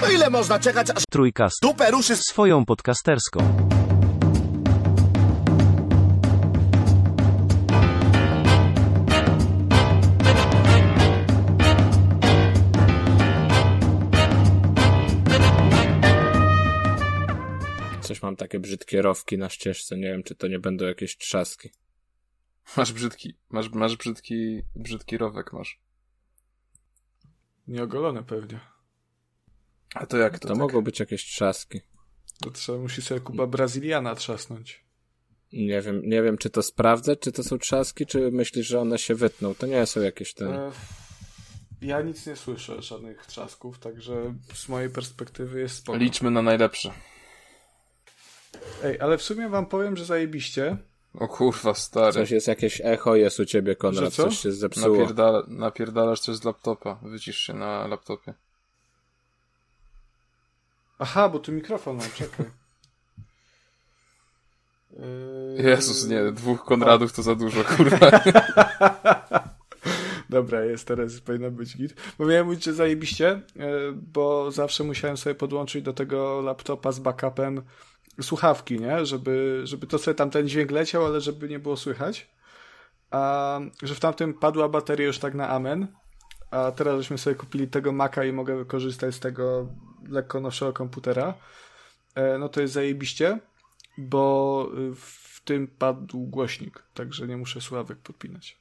No ile można czekać, aż Trójkast. dupę ruszy Swoją podcasterską. Coś mam takie brzydkie rowki na ścieżce, nie wiem, czy to nie będą jakieś trzaski. Masz brzydki rowek masz. Nieogolony pewnie. A to jak to? To tak? mogą być jakieś trzaski. To musi sobie Kuba Brazyliana trzasnąć. Nie wiem, czy to sprawdzę, czy to są trzaski, czy myślisz, że one się wytną. To nie są jakieś Ja nic nie słyszę, żadnych trzasków, także z mojej perspektywy jest spoko. Liczmy na najlepsze. Ej, ale w sumie wam powiem, że zajebiście. O kurwa, stary. Coś jest, jakieś echo jest u ciebie, Konrad, Że co? coś się zepsuło. Napierdalasz coś z laptopa. Wycisz się na laptopie. Aha, bo tu mikrofon mam, czekaj. Jezus, nie, 2 Konradów to za dużo, kurwa. Dobra, teraz powinno być git. Bo miałem mówić, że zajebiście, bo zawsze musiałem sobie podłączyć do tego laptopa z backupem słuchawki, nie? Żeby to sobie tam ten dźwięk leciał, ale żeby nie było słychać. A że w tamtym padła bateria już tak na amen, a teraz żeśmy sobie kupili tego Maca i mogę wykorzystać z tego lekko nowszego komputera, no to jest zajebiście, bo w tym padł głośnik, także nie muszę słuchawek podpinać.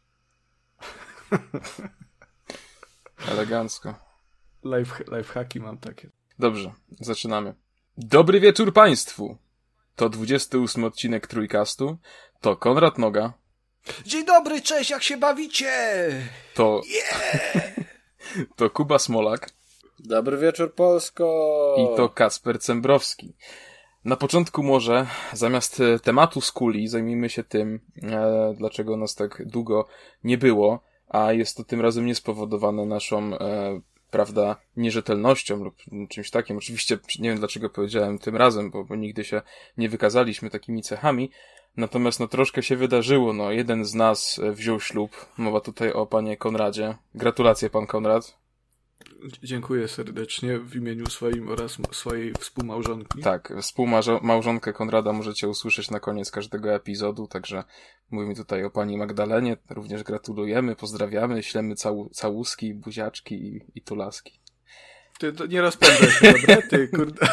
Elegancko. Lifehacki mam takie. Dobrze, zaczynamy. Dobry wieczór Państwu. To 28 odcinek Trójkastu. To Konrad Noga. Dzień dobry, cześć, jak się bawicie? To Kuba Smolak. Dobry wieczór, Polsko! I to Kacper Cembrowski. Na początku może zamiast tematu z kuli zajmijmy się tym, dlaczego nas tak długo nie było, a jest to tym razem niespowodowane naszą, prawda, nierzetelnością lub czymś takim. Oczywiście nie wiem dlaczego powiedziałem tym razem, bo nigdy się nie wykazaliśmy takimi cechami. Natomiast troszkę się wydarzyło. Jeden z nas wziął ślub. Mowa tutaj o panie Konradzie. Gratulacje, pan Konrad. Dziękuję serdecznie w imieniu swoim oraz swojej współmałżonki. Tak, współmałżonkę Konrada możecie usłyszeć na koniec każdego epizodu, także mówimy tutaj o pani Magdalenie, również gratulujemy, pozdrawiamy, ślemy całuski, buziaczki i tulaski. Ty nie rozpędzaj się, dobra? Ty, kurde.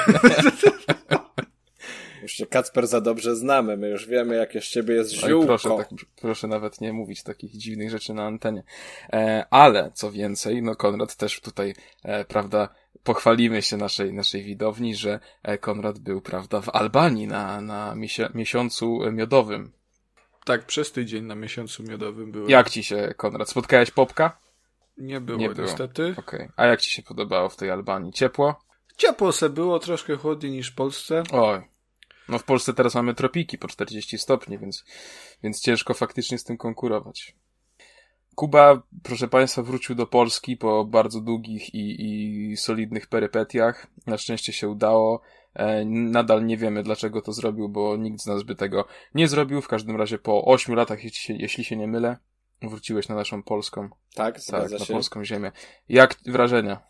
Już się, Kacper, za dobrze znamy, my już wiemy, jakie z ciebie jest ziółko. Proszę nawet nie mówić takich dziwnych rzeczy na antenie. Ale, co więcej, Konrad też tutaj, prawda, pochwalimy się naszej widowni, że Konrad był, prawda, w Albanii na miesiącu miodowym. Tak, przez tydzień na miesiącu miodowym byłem. Jak ci się, Konrad, spotkałeś Popka? Nie było. Niestety. Okej. A jak ci się podobało w tej Albanii? Ciepło? Ciepło se było, troszkę chłodniej niż w Polsce. Oj. W Polsce teraz mamy tropiki po 40 stopni, więc ciężko faktycznie z tym konkurować. Kuba, proszę Państwa, wrócił do Polski po bardzo długich i solidnych perypetiach. Na szczęście się udało. Nadal nie wiemy, dlaczego to zrobił, bo nikt z nas by tego nie zrobił. W każdym razie po 8 latach, jeśli się nie mylę, wróciłeś na naszą polską. Tak, zgadza na się. polską ziemię. Jak wrażenia?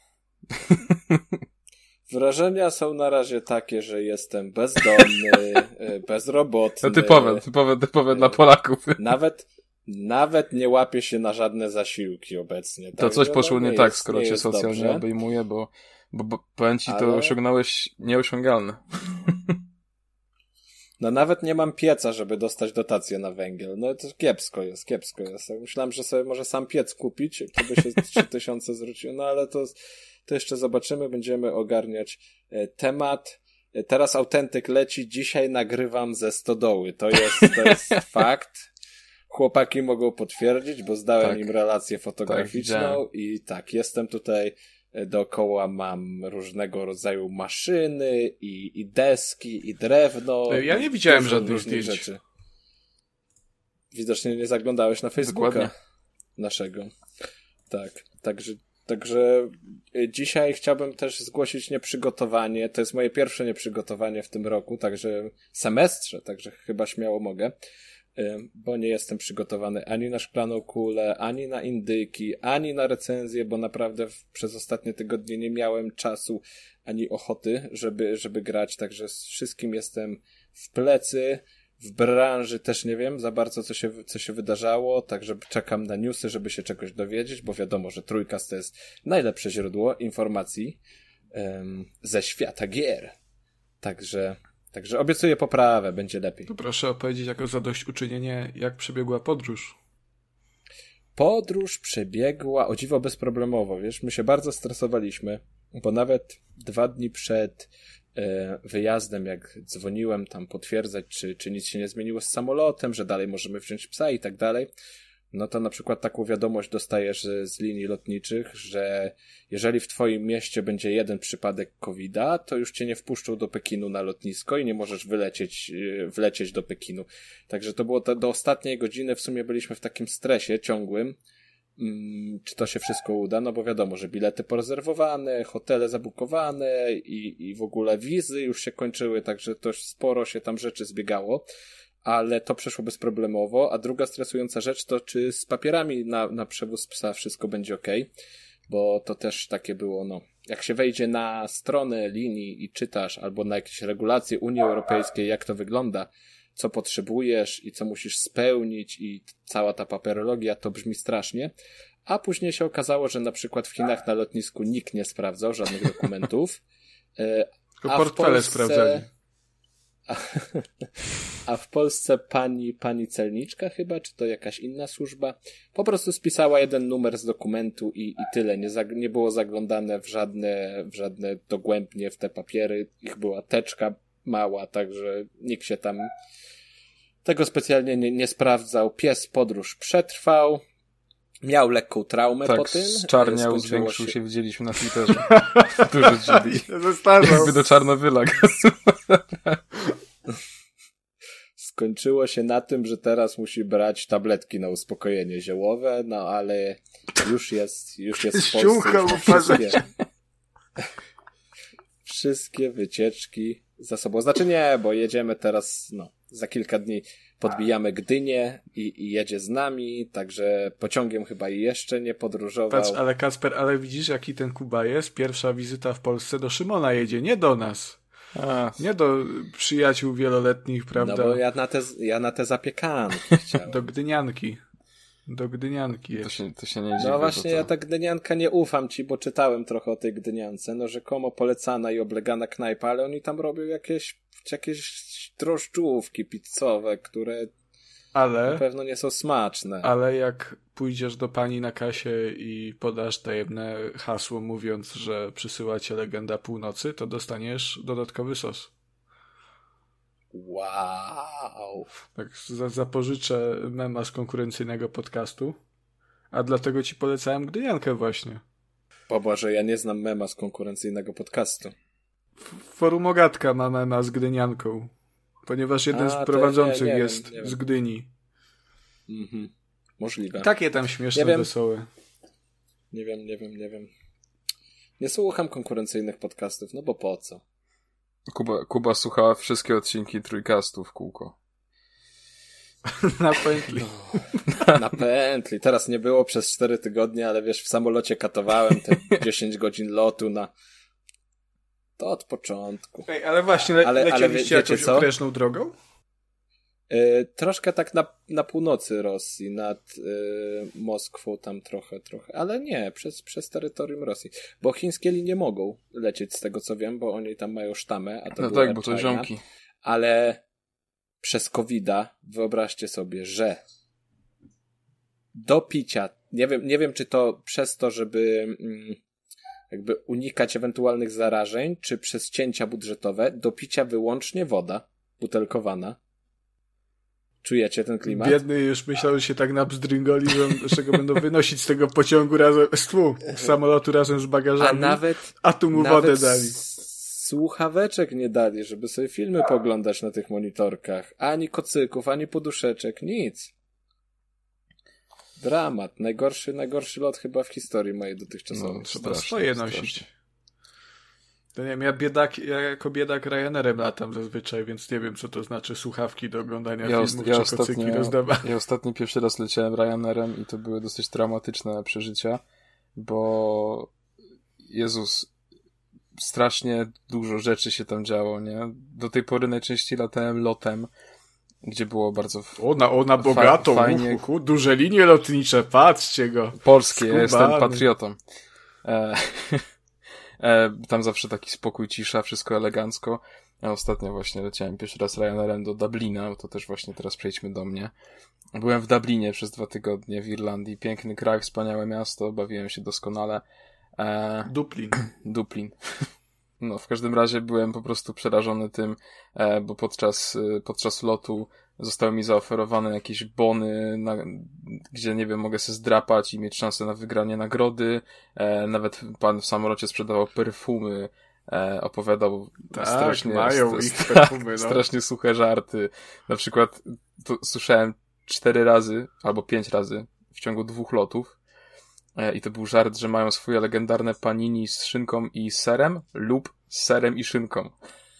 Wrażenia są na razie takie, że jestem bezdomny, bezrobotny. Typowe dla Polaków. Nawet nie łapię się na żadne zasiłki obecnie. To coś poszło nie tak, skoro cię jest socjalnie dobrze. obejmuje, bo powiem ci, to Ale... osiągnąłeś nieosiągalne. Nawet nie mam pieca, żeby dostać dotację na węgiel. To kiepsko jest. Myślałem, że sobie może sam piec kupić, to by się 3000 zwróciło, ale to jeszcze zobaczymy, będziemy ogarniać temat. Teraz autentyk leci, dzisiaj nagrywam ze stodoły. To jest fakt. Chłopaki mogą potwierdzić, bo zdałem im relację fotograficzną i jestem tutaj dookoła, mam różnego rodzaju maszyny i deski i drewno. Ja nie widziałem żadnych rzeczy. Widocznie nie zaglądałeś na Facebooka. Dokładnie. Naszego. Tak, Także dzisiaj chciałbym też zgłosić nieprzygotowanie. To jest moje pierwsze nieprzygotowanie w tym roku, także semestrze, także chyba śmiało mogę. bo nie jestem przygotowany ani na szklaną kulę, ani na indyki, ani na recenzję, bo naprawdę przez ostatnie tygodnie nie miałem czasu ani ochoty, żeby grać, także z wszystkim jestem w plecy. W branży też nie wiem za bardzo, co się wydarzało, także czekam na newsy, żeby się czegoś dowiedzieć, bo wiadomo, że Trójkast to jest najlepsze źródło informacji ze świata gier. Także obiecuję poprawę, będzie lepiej. To proszę opowiedzieć jako zadośćuczynienie, jak przebiegła podróż. Podróż przebiegła o dziwo bezproblemowo, wiesz, my się bardzo stresowaliśmy, bo nawet 2 dni przed wyjazdem, jak dzwoniłem tam potwierdzać, czy nic się nie zmieniło z samolotem, że dalej możemy wziąć psa i tak dalej, no to na przykład taką wiadomość dostajesz z linii lotniczych, że jeżeli w twoim mieście będzie 1 przypadek COVID-a, to już cię nie wpuszczą do Pekinu na lotnisko i nie możesz wlecieć do Pekinu. Także to było do ostatniej godziny, w sumie byliśmy w takim stresie ciągłym, czy to się wszystko uda, no bo wiadomo, że bilety porezerwowane, hotele zabukowane i w ogóle wizy już się kończyły, także to sporo się tam rzeczy zbiegało, ale to przeszło bezproblemowo, a druga stresująca rzecz to, czy z papierami na przewóz psa wszystko będzie okej, bo to też takie było, no, jak się wejdzie na stronę linii i czytasz, albo na jakieś regulacje Unii Europejskiej, jak to wygląda, co potrzebujesz i co musisz spełnić i cała ta papierologia, to brzmi strasznie. A później się okazało, że na przykład w Chinach na lotnisku nikt nie sprawdzał żadnych dokumentów. Tylko portfele sprawdzali. A w Polsce pani celniczka chyba, czy to jakaś inna służba, po prostu spisała 1 numer z dokumentu i tyle. Nie było zaglądane w żadne dogłębnie w te papiery. Ich była teczka mała, także nikt się tam tego specjalnie nie sprawdzał. Pies podróż przetrwał, miał lekką traumę tak, po tym. Czarniał, zwiększył się, widzieliśmy na Twitterze. Dużo drzwi. Jakby do Czarnobyla. Skończyło się na tym, że teraz musi brać tabletki na uspokojenie ziołowe, no ale już jest w Polsce wszystkie wycieczki za sobą. Znaczy nie, bo jedziemy teraz, no, za kilka dni podbijamy Gdynię i jedzie z nami, także pociągiem chyba jeszcze nie podróżował. Patrz, ale Kacper, ale widzisz, jaki ten Kuba jest? Pierwsza wizyta w Polsce do Szymona jedzie, nie do nas. Nie do przyjaciół wieloletnich, prawda? No bo ja na te zapiekanki chciałem. Do Gdynianki. To się nie dzieje. No właśnie, ja ta Gdynianka nie ufam ci, bo czytałem trochę o tej Gdyniance. No rzekomo polecana i oblegana knajpa, ale oni tam robią jakieś drożdżówki pizzowe, które na pewno nie są smaczne. Ale jak pójdziesz do pani na kasie i podasz tajemne hasło, mówiąc, że przysyła cię Legenda Północy, to dostaniesz dodatkowy sos. Wow. Tak zapożyczę mema z konkurencyjnego podcastu, a dlatego ci polecałem Gdyniankę właśnie. O Boże, ja nie znam mema z konkurencyjnego podcastu. Forum Ogatka ma mema z Gdynianką, ponieważ jeden z prowadzących jest z Gdyni. Mhm. Możliwe. Takie tam śmieszne, wesołe. Nie wiem. Nie słucham konkurencyjnych podcastów, no bo po co? Kuba słucha wszystkie odcinki Trójkastu w kółko. Na pętli. No, na pętli. Teraz nie było przez 4 tygodnie, ale wiesz, w samolocie katowałem te 10 godzin lotu na... To od początku. Ej, ale właśnie, lecieliście jakąś określoną drogą? Troszkę tak na północy Rosji, nad Moskwą tam trochę, ale nie, przez terytorium Rosji. Bo chińskie linie mogą lecieć z tego co wiem, bo oni tam mają sztamę, a to no była tak, bo to ziomki. Ale przez COVID-a wyobraźcie sobie, że do picia, nie wiem czy to przez to, żeby jakby unikać ewentualnych zarażeń, czy przez cięcia budżetowe, do picia wyłącznie woda butelkowana. Czujecie ten klimat? Biedny już myślał, że się tak nabzdryngoli, że go będą wynosić z tego pociągu razem, z samolotu razem z bagażami. A tu mu wodę dali. Słuchaweczek nie dali, żeby sobie filmy poglądać na tych monitorkach. Ani kocyków, ani poduszeczek, nic. Dramat. Najgorszy lot chyba w historii mojej dotychczasowej. No, trzeba swoje nosić. To nie wiem, ja jako biedak Ryanerem latam zazwyczaj, więc nie wiem, co to znaczy słuchawki do oglądania filmów, czy kocyki rozdawać. Ja ostatnio pierwszy raz leciałem Ryanerem i to były dosyć traumatyczne przeżycia, bo Jezus, strasznie dużo rzeczy się tam działo, nie? Do tej pory najczęściej latałem lotem, gdzie było bardzo na bogato, fajnie. Duże linie lotnicze, patrzcie go. Polskie, ja jestem Skubany. patriotą. Tam zawsze taki spokój, cisza, wszystko elegancko. Ja ostatnio właśnie leciałem pierwszy raz Ryanerem do Dublina, to też właśnie teraz przejdźmy do mnie. Byłem w Dublinie przez 2 tygodnie w Irlandii. Piękny kraj, wspaniałe miasto, bawiłem się doskonale. Dublin. No, w każdym razie byłem po prostu przerażony tym, bo podczas lotu zostały mi zaoferowane jakieś bony, gdzie, nie wiem, mogę się zdrapać i mieć szansę na wygranie nagrody. Nawet pan w samolocie sprzedawał perfumy, opowiadał strasznie, mają ich perfumy, no. strasznie suche żarty. Na przykład to słyszałem 4 razy albo 5 razy w ciągu 2 lotów. I to był żart, że mają swoje legendarne panini z szynką i serem lub z serem i szynką.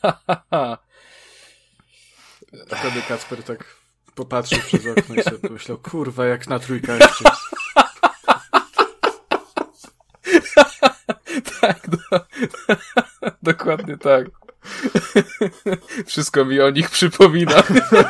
Wtedy Kacper tak popatrzył przez okno i sobie pomyślał, kurwa, jak na Trójkaście. Tak, dokładnie tak. Wszystko mi o nich przypomina.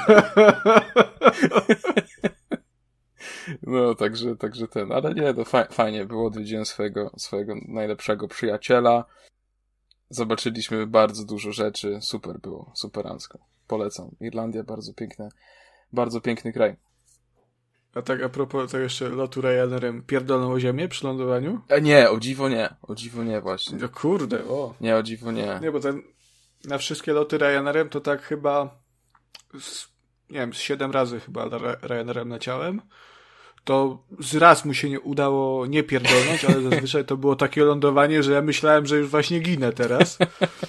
No, także ten, ale nie, to fajnie było, odwiedziłem swojego najlepszego przyjaciela, zobaczyliśmy bardzo dużo rzeczy, super było, superancko, polecam, Irlandia, bardzo piękny kraj. A tak a propos to jeszcze lotu Ryanerem, pierdolą o ziemię przy lądowaniu? Nie, o dziwo nie właśnie. No kurde, o. Nie, o dziwo nie. Nie, bo na wszystkie loty Ryanerem to tak chyba z 7 razy chyba Ryanerem leciałem. To z raz mu się nie udało nie pierdolnąć, ale zazwyczaj to było takie lądowanie, że ja myślałem, że już właśnie ginę teraz.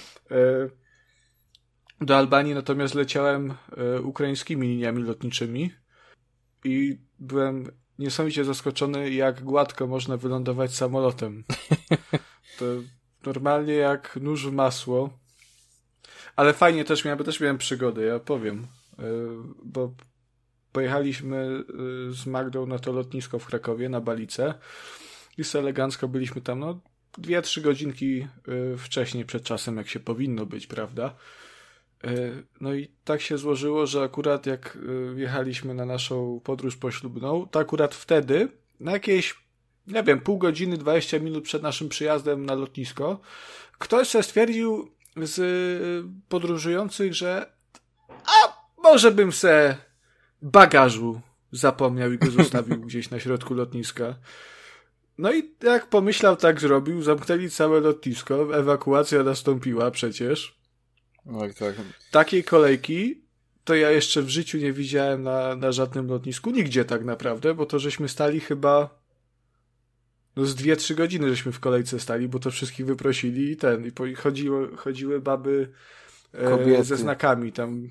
Do Albanii natomiast leciałem ukraińskimi liniami lotniczymi i byłem niesamowicie zaskoczony, jak gładko można wylądować samolotem. To normalnie jak nóż w masło. Ale fajnie też miałem przygody, ja powiem. Bo pojechaliśmy z Magdą na to lotnisko w Krakowie, na Balicę i sobie elegancko byliśmy tam, 2-3 godzinki wcześniej, przed czasem, jak się powinno być, prawda? No i tak się złożyło, że akurat jak jechaliśmy na naszą podróż poślubną, to akurat wtedy, na jakieś, nie wiem, pół godziny, 20 minut przed naszym przyjazdem na lotnisko, ktoś sobie stwierdził z podróżujących, że może bym se bagażu zapomniał i go zostawił gdzieś na środku lotniska. No i jak pomyślał, tak zrobił, zamknęli całe lotnisko, ewakuacja nastąpiła przecież. No i tak. Takiej kolejki to ja jeszcze w życiu nie widziałem na żadnym lotnisku, nigdzie tak naprawdę, bo to żeśmy stali chyba z 2-3 godziny żeśmy w kolejce stali, bo to wszystkich wyprosili i chodziły baby ze znakami tam.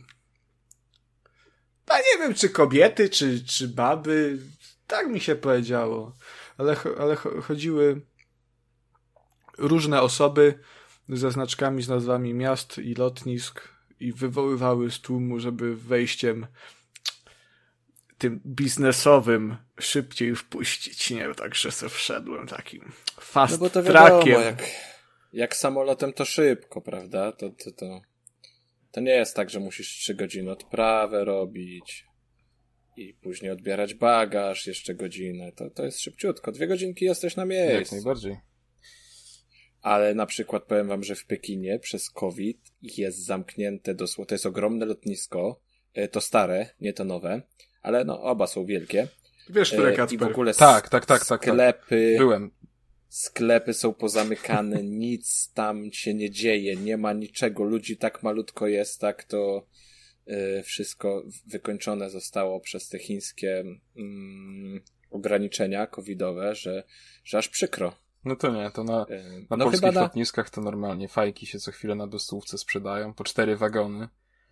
Nie wiem, czy kobiety, czy baby, tak mi się powiedziało, ale chodziły różne osoby ze znaczkami, z nazwami miast i lotnisk i wywoływały z tłumu, żeby wejściem tym biznesowym szybciej wpuścić, nie? Także sobie wszedłem takim fast no bo to trackiem. Wiadomo, jak samolotem to szybko, prawda? To nie jest tak, że musisz 3 godziny odprawę robić i później odbierać bagaż jeszcze godzinę. To jest szybciutko. 2 godzinki jesteś na miejscu. Jak najbardziej. Ale na przykład powiem wam, że w Pekinie przez COVID jest zamknięte dosłownie. To jest ogromne lotnisko. To stare, nie to nowe. Ale oba są wielkie. Wiesz, które Kacper. I w ogóle tak. sklepy. Byłem. Sklepy są pozamykane, nic tam się nie dzieje, nie ma niczego, ludzi tak malutko jest, tak to wszystko wykończone zostało przez te chińskie ograniczenia covidowe, że aż przykro. No to nie, to na polskich lotniskach to normalnie fajki się co chwilę na dostówce sprzedają, po 4 wagony.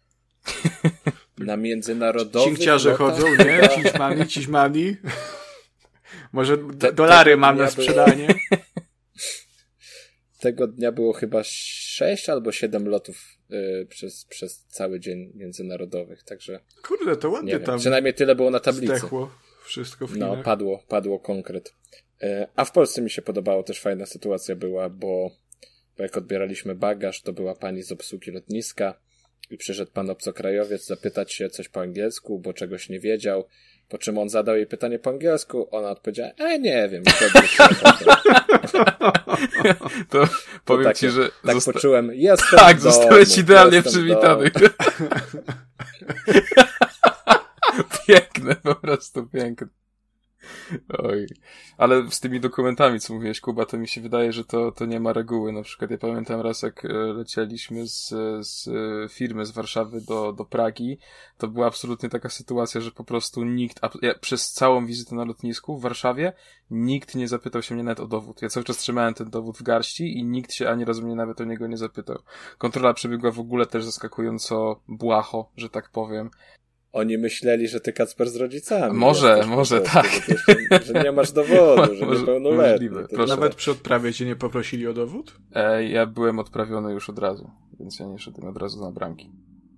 Na międzynarodowych Cinkciarze chodzą, nie? Ciśmani. Może dolary mam na sprzedanie. Tego dnia było chyba 6 6 albo 7 lotów przez cały dzień międzynarodowych, także Kurde, to nie ładnie wiem. tam Przynajmniej tyle było na tablicy. zdechło wszystko w No, Chinach. padło konkret. A w Polsce mi się podobało, też fajna sytuacja była, bo jak odbieraliśmy bagaż, to była pani z obsługi lotniska i przyszedł pan obcokrajowiec zapytać się coś po angielsku, bo czegoś nie wiedział, po czym on zadał jej pytanie po angielsku, ona odpowiedziała, nie wiem. To powiem takie, ci, że... tak poczułem, jestem Tak, w domu, zostałeś idealnie jestem w przywitany. domu. Piękne, po prostu piękne. Oj. Ale z tymi dokumentami, co mówiłeś, Kuba, to mi się wydaje, że to nie ma reguły. Na przykład ja pamiętam raz, jak lecieliśmy z firmy z Warszawy do Pragi, to była absolutnie taka sytuacja, że po prostu przez całą wizytę na lotnisku w Warszawie nikt nie zapytał się mnie nawet o dowód. Ja cały czas trzymałem ten dowód w garści i nikt się ani razu mnie nawet o niego nie zapytał. Kontrola przebiegła w ogóle też zaskakująco błaho, że tak powiem. Oni myśleli, że ty Kacper z rodzicami. Może jesteś, tak. Że nie masz dowodu, że niepełnoletni. Możliwe. Proszę. Nawet przy odprawie cię nie poprosili o dowód? Ja byłem odprawiony już od razu, więc ja nie szedłem od razu na bramki.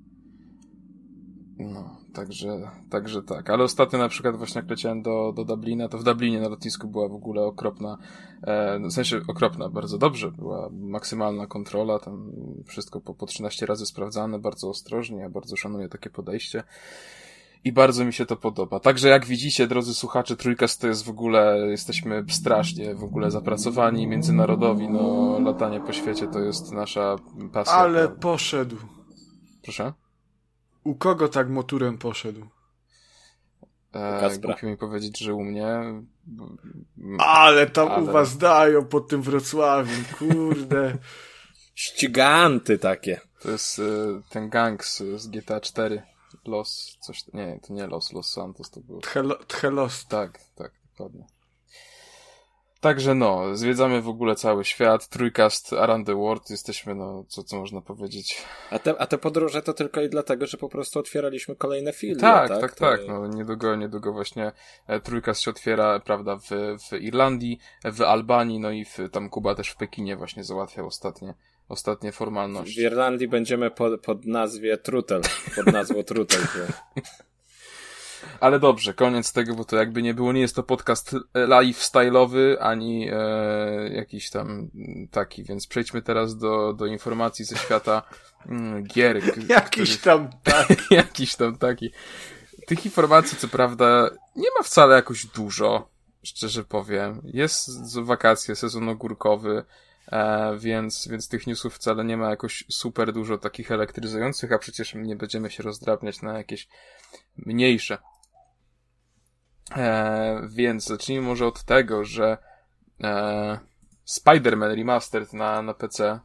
No, także tak. Ale ostatnio na przykład właśnie jak leciałem do Dublina, to w Dublinie na lotnisku była w ogóle okropna, w sensie okropna, bardzo dobrze, była maksymalna kontrola, tam wszystko po 13 razy sprawdzane, bardzo ostrożnie, ja bardzo szanuję takie podejście. I bardzo mi się to podoba. Także jak widzicie, drodzy słuchacze, Trójkast to jest w ogóle, jesteśmy strasznie w ogóle zapracowani, międzynarodowi, no latanie po świecie to jest nasza pasja. Ale poszedł. Proszę? U kogo tak moturem poszedł? Kacpra. Głupio mi powiedzieć, że u mnie. Ale tam u was dają pod tym Wrocławiem, kurde. Ściganty takie. To jest ten gang z GTA 4. Los, coś, nie, to nie Los Santos to było. Tchelos. Tak, dokładnie. Także no, zwiedzamy w ogóle cały świat, Trójkast Around the World, jesteśmy, no, co można powiedzieć. A te podróże to tylko i dlatego, że po prostu otwieraliśmy kolejne filie, Tak, To... no, niedługo właśnie Trójkast się otwiera, prawda, w Irlandii, w Albanii, no i tam Kuba też w Pekinie właśnie załatwiał ostatnie formalności. W Irlandii będziemy pod nazwie Trutel, pod nazwą Trutel. Ale dobrze, koniec tego, bo to jakby nie było, nie jest to podcast lifestyle'owy, ani jakiś tam taki, więc przejdźmy teraz do informacji ze świata gier. Jakiś tam taki. Tych informacji, co prawda, nie ma wcale jakoś dużo, szczerze powiem. Jest wakacje, sezon ogórkowy, więc tych newsów wcale nie ma jakoś super dużo takich elektryzujących, a przecież nie będziemy się rozdrabniać na jakieś mniejsze. Więc zacznijmy może od tego, że Spider-Man Remastered na PC.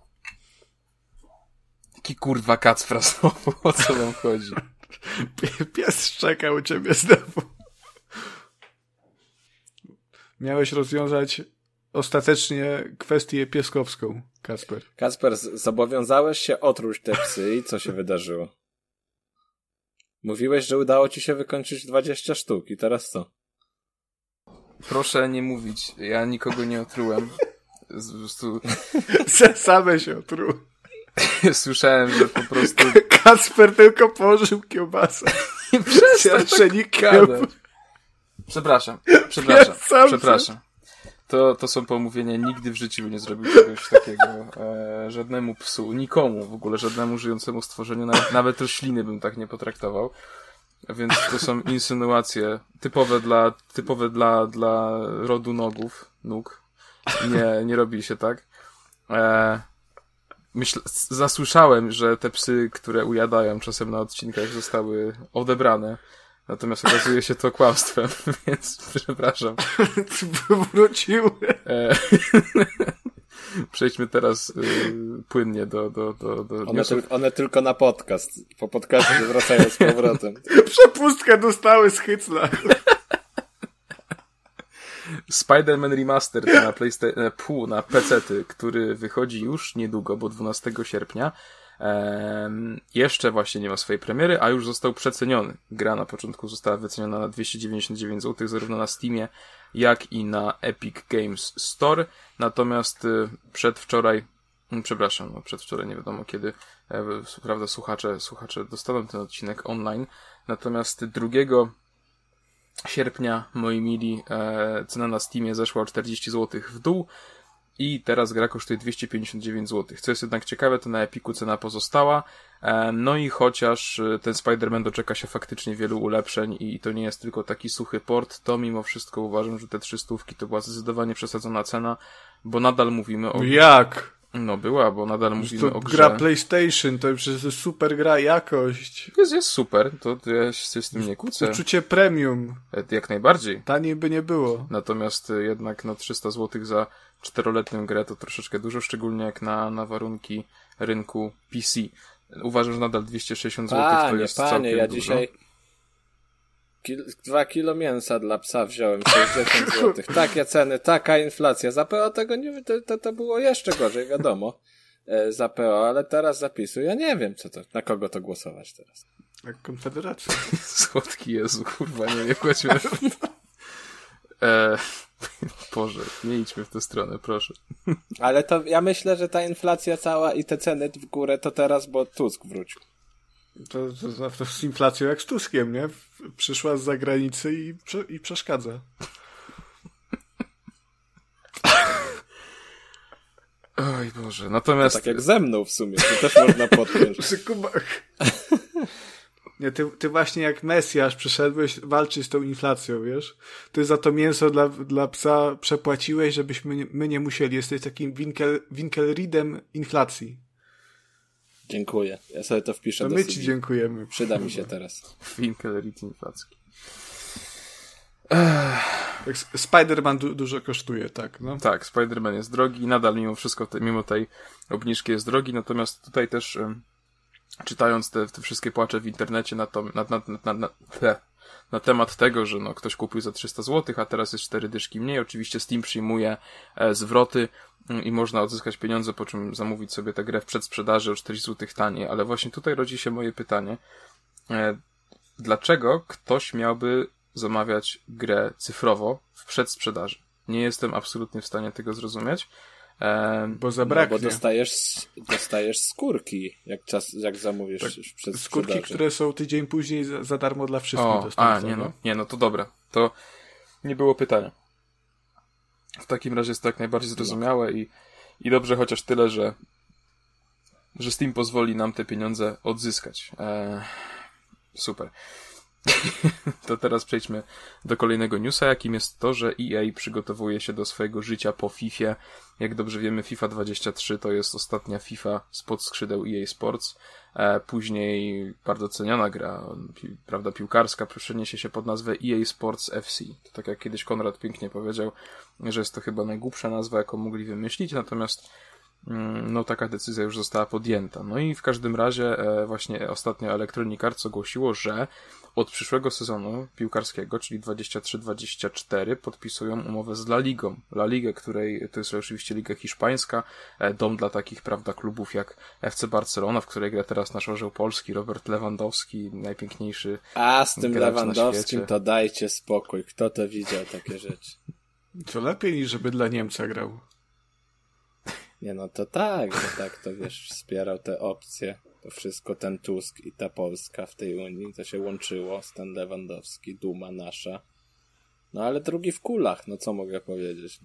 Jaki kurwa Kacpra znowu, o co nam chodzi? Pies szczeka u ciebie znowu. Miałeś rozwiązać ostatecznie kwestię pieskowską, Kacper. Kacper, zobowiązałeś się otruć te psy i co się wydarzyło? Mówiłeś, że udało ci się wykończyć 20 sztuk i teraz co? Proszę nie mówić, ja nikogo nie otrułem. Po prostu Same się otruł. słyszałem, że po prostu... Kacper tylko położył kiełbasę. Przestań gadać. Przepraszam. To są pomówienia, nigdy w życiu nie zrobił czegoś takiego żadnemu psu, nikomu w ogóle, żadnemu żyjącemu stworzeniu, nawet rośliny bym tak nie potraktował. Więc to są insynuacje typowe dla rodu nóg. Nie robi się tak. Zasłyszałem, że te psy, które ujadają czasem na odcinkach, zostały odebrane. Natomiast okazuje się to kłamstwem, więc przepraszam. Wróciły. Przejdźmy teraz płynnie do One tylko na podcast. Po podcaście wracają z powrotem. Przepustkę dostały z Hycla. Spider-Man Remastered na PC-ty, który wychodzi już niedługo, bo 12 sierpnia. Jeszcze właśnie nie ma swojej premiery, a już został przeceniony. Gra na początku została wyceniona na 299 zł, zarówno na Steamie, jak i na Epic Games Store. Natomiast przedwczoraj Przepraszam, no przedwczoraj, nie wiadomo kiedy, prawda, słuchacze dostaną ten odcinek online. Natomiast 2 sierpnia, moi mili, cena na Steamie zeszła o 40 zł w dół i teraz gra kosztuje 259 zł. Co jest jednak ciekawe, to na Epiku cena pozostała. No i chociaż ten Spider-Man doczeka się faktycznie wielu ulepszeń i to nie jest tylko taki suchy port, to mimo wszystko uważam, że te 300 to była zdecydowanie przesadzona cena, bo nadal mówimy o... Jak? No była, bo nadal mówimy to o grze... gra PlayStation, to już jest super gra, jakość. Jest super, to ja się z tym nie kłócę. Uczucie premium. Jak najbardziej. Taniej by nie było. Natomiast jednak 300 zł za 4-letnią grę to troszeczkę dużo, szczególnie jak na warunki rynku PC. Uważam, że nadal 260 zł to jest całkiem ja dużo. dzisiaj 2 kilo mięsa dla psa wziąłem, 60 zł. Takie ceny, taka inflacja. Za PO tego nie, to było jeszcze gorzej, wiadomo. Za PO, ale teraz zapisuję. Ja nie wiem, na kogo to głosować teraz. Jak Konfederacja. Słodki Jezu, kurwa, nie wchodźmy. Boże, nie idźmy w tę stronę, proszę. Ale to ja myślę, że ta inflacja cała i te ceny w górę to teraz, bo Tusk wrócił. To z inflacją jak z Tuskiem, nie? Przyszła z zagranicy i przeszkadza. Oj Boże, natomiast... To tak jak ze mną w sumie, to też można podpiąć. Nie, ty właśnie jak Mesjasz przyszedłeś walczyć z tą inflacją, wiesz? Ty za to mięso dla psa przepłaciłeś, żebyśmy my nie musieli. Jesteś takim Winkelriedem inflacji. Dziękuję. Ja sobie to wpiszę to do my CV. ci dziękujemy. Przyda mi się teraz. Winkelried inflacji. Tak, Spider-Man dużo kosztuje, tak, no. Tak, Spider-Man jest drogi, nadal mimo wszystko, mimo tej obniżki jest drogi, natomiast tutaj też czytając te wszystkie płacze w internecie na temat tego, że ktoś kupił za 300 zł, a teraz jest 4 dyszki mniej. Oczywiście Steam przyjmuje zwroty i można odzyskać pieniądze, po czym zamówić sobie tę grę w przedsprzedaży o 40 zł taniej, ale właśnie tutaj rodzi się moje pytanie. Dlaczego ktoś miałby zamawiać grę cyfrowo w przedsprzedaży? Nie jestem absolutnie w stanie tego zrozumieć. Bo zabraknie. No, bo dostajesz skórki, jak zamówisz tak, w przedsprzedaży. Skórki, które są tydzień później za darmo dla wszystkich dostępne. No to dobra. To nie było pytania. W takim razie jest to jak najbardziej zrozumiałe i dobrze chociaż tyle, że Steam pozwoli nam te pieniądze odzyskać. Super. To teraz przejdźmy do kolejnego newsa, jakim jest to, że EA przygotowuje się do swojego życia po FIFA. Jak dobrze wiemy, FIFA 23 to jest ostatnia FIFA spod skrzydeł EA Sports. Później bardzo ceniona gra, prawda, piłkarska, przeniesie się pod nazwę EA Sports FC. To tak jak kiedyś Konrad pięknie powiedział, że jest to chyba najgłupsza nazwa, jaką mogli wymyślić, natomiast taka decyzja już została podjęta. No i w każdym razie właśnie ostatnio Electronic Arts ogłosiło, że od przyszłego sezonu piłkarskiego, czyli 23-24, podpisują umowę z La Ligą. La Ligę, której to jest oczywiście liga hiszpańska, dom dla takich, prawda, klubów jak FC Barcelona, w której gra teraz nasz orzeł polski, Robert Lewandowski, najpiękniejszy. A z tym Lewandowskim to dajcie spokój. Kto to widział takie rzeczy? Co lepiej niż żeby dla Niemca grał. Nie to to wiesz, wspierał te opcje. To wszystko ten Tusk i ta Polska w tej Unii, to się łączyło. Ten Lewandowski, duma nasza. No ale drugi w kulach, co mogę powiedzieć?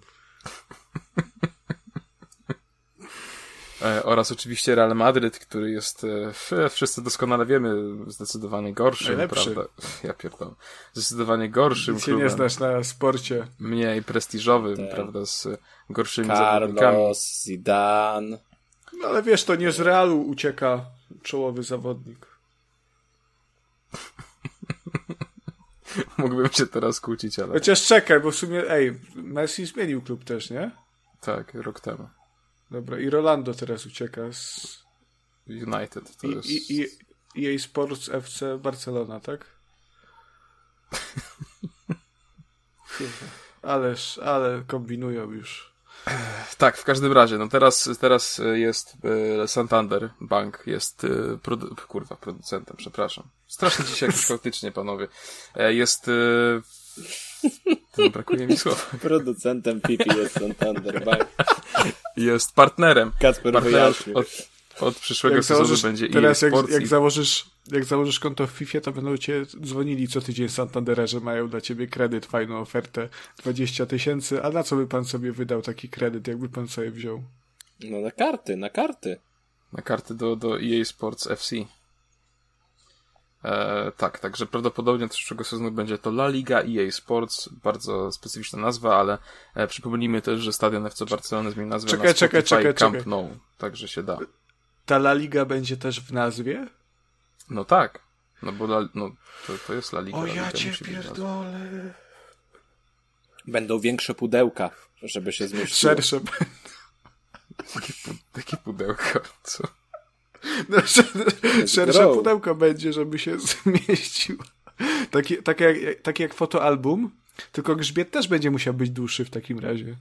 Oraz oczywiście Real Madryt, który jest, wszyscy doskonale wiemy, zdecydowanie gorszym, najlepszy. Prawda? Ja pierdolę. Zdecydowanie gorszym Nic klubem. się nie znasz na sporcie. Mniej prestiżowym, prawda, z gorszymi zawodnikami. Carlos, Zidane. No ale wiesz, to nie z Realu ucieka czołowy zawodnik. Mógłbym się teraz kłócić, ale... Chociaż czekaj, bo w sumie, Messi zmienił klub też, nie? Tak, rok temu. Dobra, i Rolando teraz ucieka z... United, to jest... EA Sports FC Barcelona, tak? Ale kombinują już. Tak, w każdym razie, teraz jest Santander Bank, jest producentem, przepraszam. Strasznie dzisiaj jakoś chaotycznie, panowie. Jest brakuje mi słów. Producentem pipi jest Santander Bank. jest partnerem. Kacper Partnerem wyjaśnił. od przyszłego sezonu będzie teraz EA Sports. jak założysz konto w FIFA, to będą cię dzwonili co tydzień Santandera, że mają dla ciebie kredyt, fajną ofertę, 20 000, a na co by pan sobie wydał taki kredyt, jakby pan sobie wziął? No na karty. Na karty do EA Sports FC. Tak, także prawdopodobnie od przyszłego sezonu będzie to La Liga EA Sports, bardzo specyficzna nazwa, ale przypomnijmy też, że stadion FC Barcelony zmienił nazwę na Spotify Camp Nou, także się da. Ta La Liga będzie też w nazwie? No tak, no bo to jest La Liga. O La Liga ja cię musi być nazwa. pierdolę. Będą większe pudełka, żeby się zmieściło. Szersze. Takie pudełko, co? No, szersze pudełko będzie, żeby się zmieścił. Takie jak fotoalbum, tylko grzbiet też będzie musiał być dłuższy w takim razie.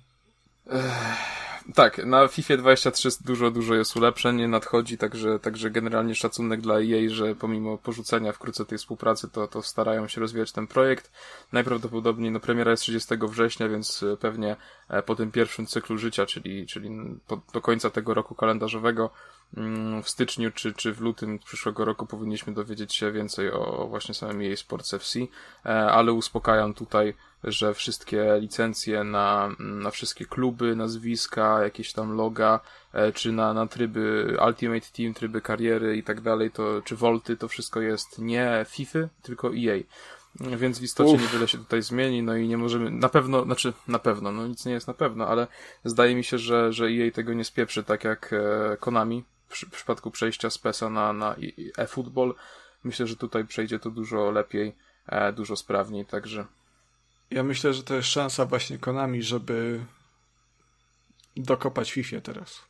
Tak, na FIFA 23 dużo jest ulepszeń, nadchodzi, także generalnie szacunek dla EA, że pomimo porzucenia wkrótce tej współpracy, to starają się rozwijać ten projekt. Najprawdopodobniej premiera jest 30 września, więc pewnie po tym pierwszym cyklu życia, czyli do końca tego roku kalendarzowego, w styczniu czy w lutym przyszłego roku powinniśmy dowiedzieć się więcej o właśnie samym EA Sports FC, ale uspokajam tutaj, że wszystkie licencje na wszystkie kluby, nazwiska, jakieś tam loga, czy na tryby Ultimate Team, tryby kariery i tak dalej, czy Volty, to wszystko jest nie FIFA, tylko EA. Więc w istocie niewiele się tutaj zmieni, no i nie możemy, na pewno, no nic nie jest na pewno, ale zdaje mi się, że EA tego nie spieprzy, tak jak Konami w przypadku przejścia z PESa na eFootball. Myślę, że tutaj przejdzie to dużo lepiej, dużo sprawniej, także ja myślę, że to jest szansa właśnie Konami, żeby dokopać FIFA teraz.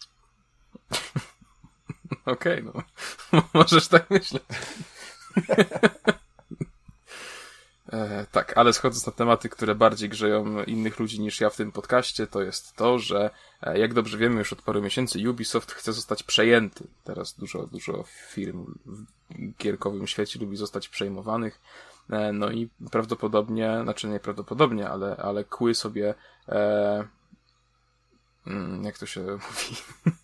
Okej, no. Możesz tak myśleć. Tak, ale schodząc na tematy, które bardziej grzeją innych ludzi niż ja w tym podcaście, to jest to, że jak dobrze wiemy już od paru miesięcy Ubisoft chce zostać przejęty. Teraz dużo firm w gierkowym świecie lubi zostać przejmowanych. No i prawdopodobnie, nieprawdopodobnie, ale kły sobie jak to się mówi?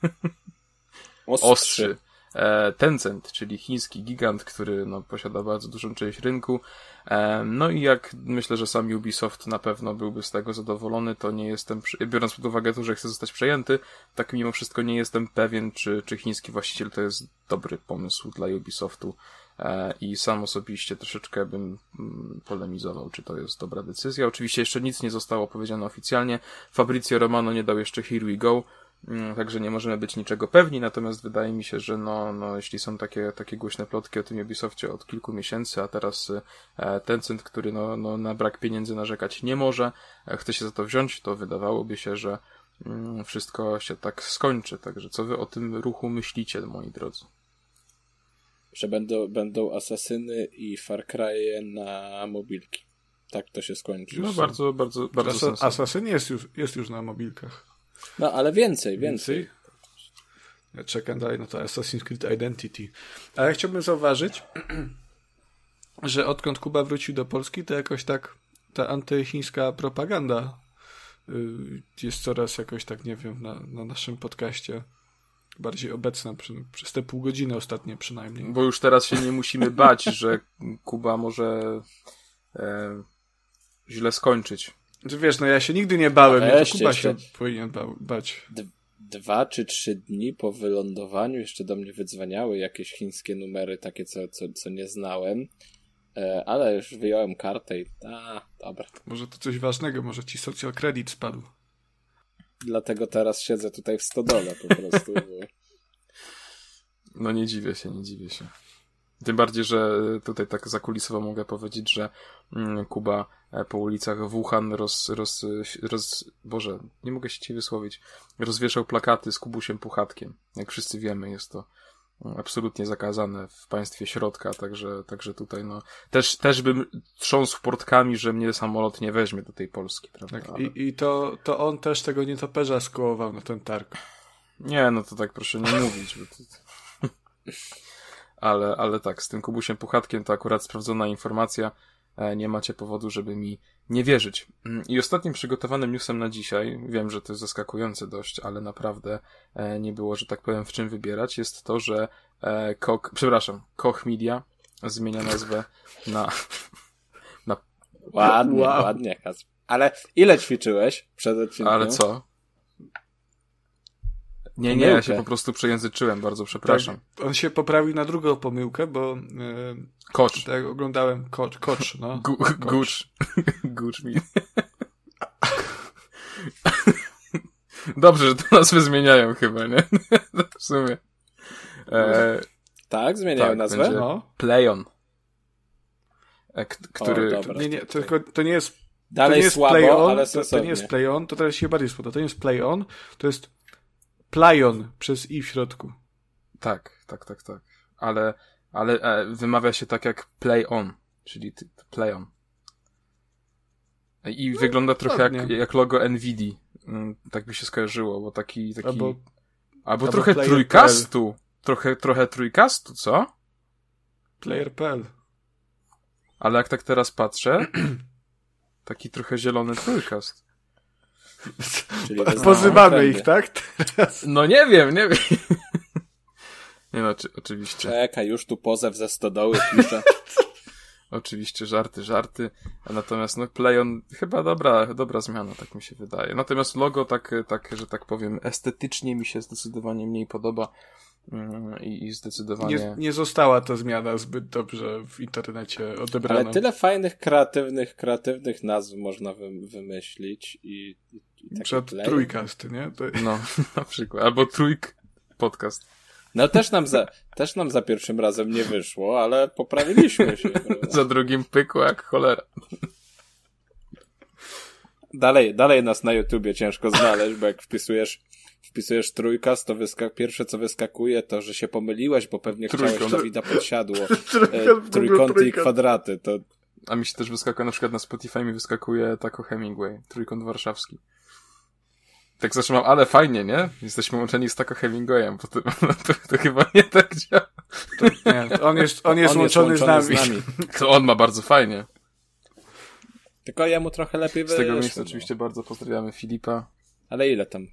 Ostrzy. Tencent, czyli chiński gigant, który posiada bardzo dużą część rynku. No i jak myślę, że sam Ubisoft na pewno byłby z tego zadowolony, to nie jestem, biorąc pod uwagę to, że chce zostać przejęty, tak mimo wszystko nie jestem pewien, czy chiński właściciel to jest dobry pomysł dla Ubisoftu. I sam osobiście troszeczkę bym polemizował, czy to jest dobra decyzja. Oczywiście jeszcze nic nie zostało powiedziane oficjalnie. Fabrizio Romano nie dał jeszcze Here We Go, także nie możemy być niczego pewni, natomiast wydaje mi się, że jeśli są takie głośne plotki o tym Ubisoftie od kilku miesięcy, a teraz Tencent, który na brak pieniędzy narzekać nie może, chce się za to wziąć, to wydawałoby się, że wszystko się tak skończy. Także co wy o tym ruchu myślicie, moi drodzy? Że będą Asasyny i Far Cry'e na mobilki. Tak to się skończy. No bardzo sensowne. Assassin jest już na mobilkach. No ale więcej. Ja czekam dalej na to Assassin's Creed Identity. Ale ja chciałbym zauważyć, że odkąd Kuba wrócił do Polski, to jakoś tak ta antychińska propaganda jest coraz jakoś tak, nie wiem, na naszym podcaście bardziej obecna przez te pół godziny ostatnie przynajmniej. Bo już teraz się nie musimy bać, że Kuba może źle skończyć. Wiesz, ja się nigdy nie bałem, to Kuba się powinien bać. 2 czy 3 dni po wylądowaniu jeszcze do mnie wydzwaniały jakieś chińskie numery, takie co nie znałem, ale już wyjąłem kartę i dobra. Może to coś ważnego, może ci social credit spadł. Dlatego teraz siedzę tutaj w stodole po prostu. No nie dziwię się. Tym bardziej, że tutaj tak zakulisowo mogę powiedzieć, że Kuba po ulicach Wuhan Boże, nie mogę się ci wysłowić, rozwieszał plakaty z Kubusiem Puchatkiem. Jak wszyscy wiemy, jest to absolutnie zakazane w państwie środka, także tutaj też bym trząsł portkami, że mnie samolot nie weźmie do tej Polski, prawda? Tak, i to on też tego nietoperza skołował na ten targ. Nie, to tak proszę nie mówić. Bo ale tak, z tym Kubusiem Puchatkiem to akurat sprawdzona informacja. nie macie powodu, żeby mi nie wierzyć. I ostatnim przygotowanym newsem na dzisiaj, wiem, że to jest zaskakujące dość, ale naprawdę nie było, że tak powiem, w czym wybierać, jest to, że Koch Media zmienia nazwę na Ładnie, Kacper. Ale ile ćwiczyłeś przed odcinkiem? Ale co? Nie, Pomyłkę. ja się po prostu przejęzyczyłem, bardzo przepraszam. Tak, on się poprawił na drugą pomyłkę, bo Kocz. tak oglądałem Kocz, no. Gucz mi. Dobrze, że to nazwy zmieniają chyba, nie? W sumie. Tak, zmieniają tak, nazwę? będzie No. Playon. Który... O, dobra. Nie, to nie jest Dalej to nie jest słabo, play on, ale to sensownie. nie jest play on, to teraz się bardziej spoda. To nie jest play on, to jest playon przez i w środku. Tak. Ale wymawia się tak jak play on, czyli play on. I wygląda trochę ładnie. jak logo Nvidia. Tak by się skojarzyło, bo taki albo albo trochę player trójkastu. Trochę trójkastu, co? Player.pl. Ale jak tak teraz patrzę, taki trochę zielony trójkast. Czyli Pozywamy trendy. ich, tak? Teraz. No nie wiem. Nie no, oczywiście. Czekaj, już tu pozew ze stodoły pisze. Oczywiście żarty. Natomiast no Playon chyba dobra zmiana, tak mi się wydaje. Natomiast logo tak, że tak powiem, estetycznie mi się zdecydowanie mniej podoba i zdecydowanie... Nie została ta zmiana zbyt dobrze w internecie odebrana. Ale tyle fajnych, kreatywnych nazw można wymyślić i Na przykład trójkast, nie? To... No, na przykład. Albo podcast. No też nam za pierwszym razem nie wyszło, ale poprawiliśmy się. Za drugim pykło jak cholera. Dalej nas na YouTubie ciężko znaleźć, bo jak wpisujesz trójkast, to pierwsze co wyskakuje to, że się pomyliłeś, bo pewnie chciałeś Dawida Podsiadło. Trójkąty i kwadraty. To... A mi się też wyskakuje, na przykład na Spotify mi wyskakuje Taco Hemingway, Trójkąt Warszawski. Tak zaczynam, ale fajnie, nie? Jesteśmy łączeni z Taco Hemingwayem, bo to chyba nie tak działa. Nie, on jest łączony z nami. To on ma bardzo fajnie. Tylko jemu trochę lepiej Z wyszło. tego miejsca oczywiście bardzo pozdrawiamy Filipa. Ale ile tam?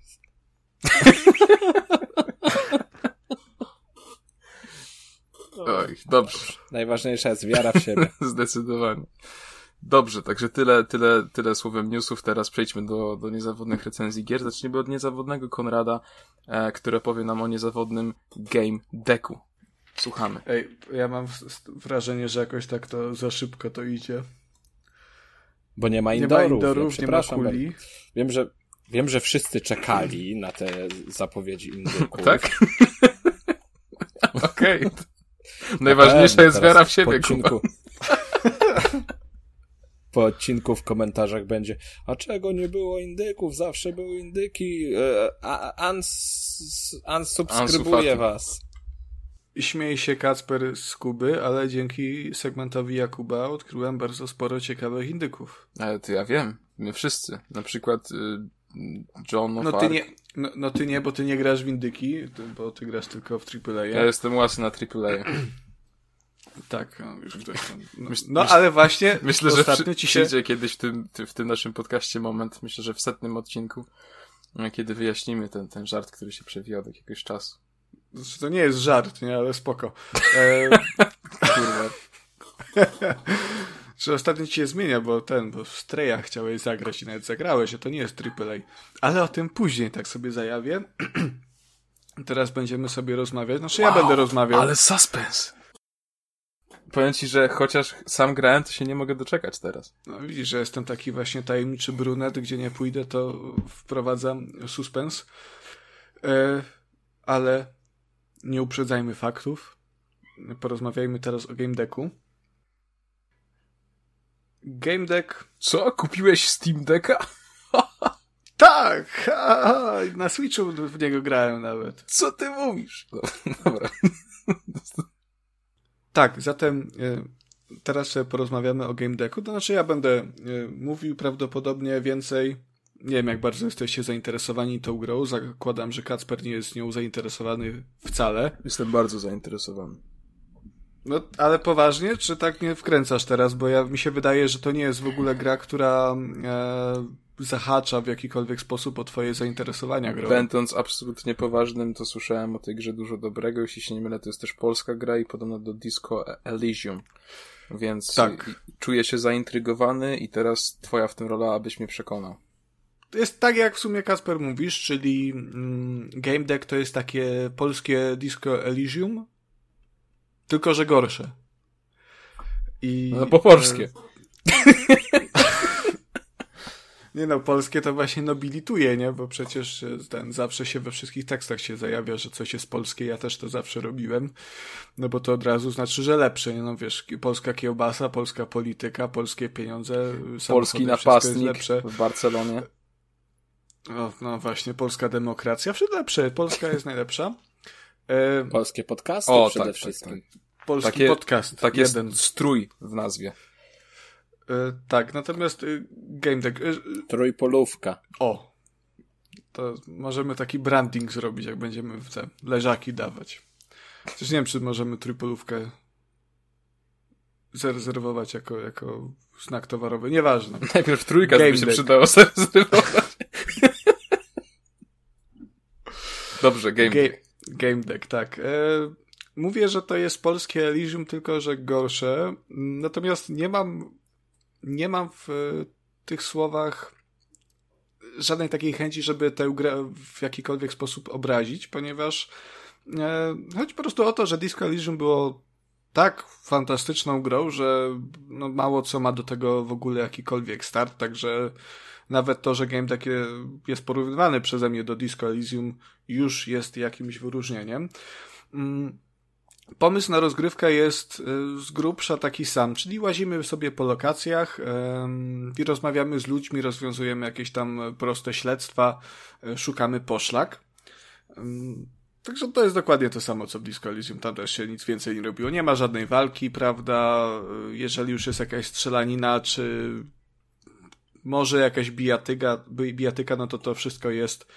Oj, dobrze. Najważniejsza jest wiara w siebie. Zdecydowanie. Dobrze, także tyle słowem newsów. Teraz przejdźmy do niezawodnych recenzji gier. Zaczniemy od niezawodnego Konrada, który opowie nam o niezawodnym Game Decku. Słuchamy. Ej, ja mam wrażenie, że jakoś tak to za szybko to idzie. Bo nie ma Nie indorów. ma indorów, nie ma Przepraszam, kuli. Wiem, że wszyscy czekali na te zapowiedzi indyków. Tak? Okej. Najważniejsza jest wiara w siebie, Kuba. Po odcinku w komentarzach będzie: a czego nie było indyków? Zawsze były indyki. Unsubskrybuję was. Śmieje się Kacper z Kuby, ale dzięki segmentowi Jakuba odkryłem bardzo sporo ciekawych indyków. Ale to ja wiem. My wszyscy. Na przykład John of No Arc. ty nie, bo ty nie grasz w indyki, bo ty grasz tylko w AAA. Ja jestem łasny na AAA. Tak, no, już ktoś tam. Myśl- Ale właśnie Myślę, że ostatnio ci się... przyjdzie kiedyś w tym naszym podcaście moment, myślę, że w 100. odcinku, kiedy wyjaśnimy ten żart, który się przewijał od jakiegoś czasu. To nie jest żart, nie, ale spoko. Kurwa. Że ostatnio ci się zmienia, bo w Strayach chciałeś zagrać i nawet zagrałeś, a to nie jest AAA. Ale o tym później tak sobie zajawię. Teraz będziemy sobie rozmawiać. Znaczy ja będę rozmawiał. Ale suspens! Powiem ci, że chociaż sam grałem, to się nie mogę doczekać teraz. No, widzisz, że jestem taki właśnie tajemniczy brunet, gdzie nie pójdę, to wprowadzam suspens. Ale nie uprzedzajmy faktów. Porozmawiajmy teraz o Game Decku. Game Deck... Co? Kupiłeś Steam Decka? Tak! Na Switchu w niego grałem nawet. Co ty mówisz? Dobra. Tak, zatem teraz sobie porozmawiamy o Game Decku. To znaczy ja będę mówił prawdopodobnie więcej. Nie wiem, jak bardzo jesteście zainteresowani tą grą. Zakładam, że Kacper nie jest nią zainteresowany wcale. Jestem bardzo zainteresowany. No, ale poważnie, czy tak mnie wkręcasz teraz? Bo mi się wydaje, że to nie jest w ogóle gra, która zahacza w jakikolwiek sposób o twoje zainteresowania grą. Będąc absolutnie poważnym, to słyszałem o tej grze dużo dobrego. Jeśli się nie mylę, to jest też polska gra i podobno do Disco Elysium. Więc tak. Czuję się zaintrygowany i teraz twoja w tym rola, abyś mnie przekonał. To jest tak, jak w sumie Kasper mówisz, czyli Game Deck to jest takie polskie Disco Elysium, tylko że gorsze. No po polskie. Nie no, polskie to właśnie nobilituje, nie? Bo przecież zawsze się we wszystkich tekstach się zajawia, że coś jest polskie, ja też to zawsze robiłem, no bo to od razu znaczy, że lepsze, nie? No wiesz, polska kiełbasa, polska polityka, polskie pieniądze, polski napastnik w Barcelonie. No właśnie, polska demokracja, wszystko lepsze, Polska jest najlepsza. Polskie podcasty przede wszystkim. Tak. Polski podcast. Tak jest strój w nazwie. Tak, natomiast Game Deck... Trójpolówka. O! To możemy taki branding zrobić, jak będziemy w te leżaki dawać. Też nie wiem, czy możemy trójpolówkę zarezerwować jako znak towarowy. Nieważne. Najpierw trójka by się przydało zarezerwować. Dobrze, Game Deck, tak. Mówię, że to jest polskie Elysium, tylko że gorsze. Natomiast nie mam w tych słowach żadnej takiej chęci, żeby tę grę w jakikolwiek sposób obrazić, ponieważ chodzi po prostu o to, że Disco Elysium było tak fantastyczną grą, że no mało co ma do tego w ogóle jakikolwiek start, także nawet to, że Game Deck jest porównywany przeze mnie do Disco Elysium, już jest jakimś wyróżnieniem. Pomysł na rozgrywkę jest z grubsza taki sam, czyli łazimy sobie po lokacjach i rozmawiamy z ludźmi, rozwiązujemy jakieś tam proste śledztwa, szukamy poszlak. Także to jest dokładnie to samo, co w Disco Elysium, tam też się nic więcej nie robiło. Nie ma żadnej walki, prawda? Jeżeli już jest jakaś strzelanina, czy może jakaś bijatyka, no to wszystko jest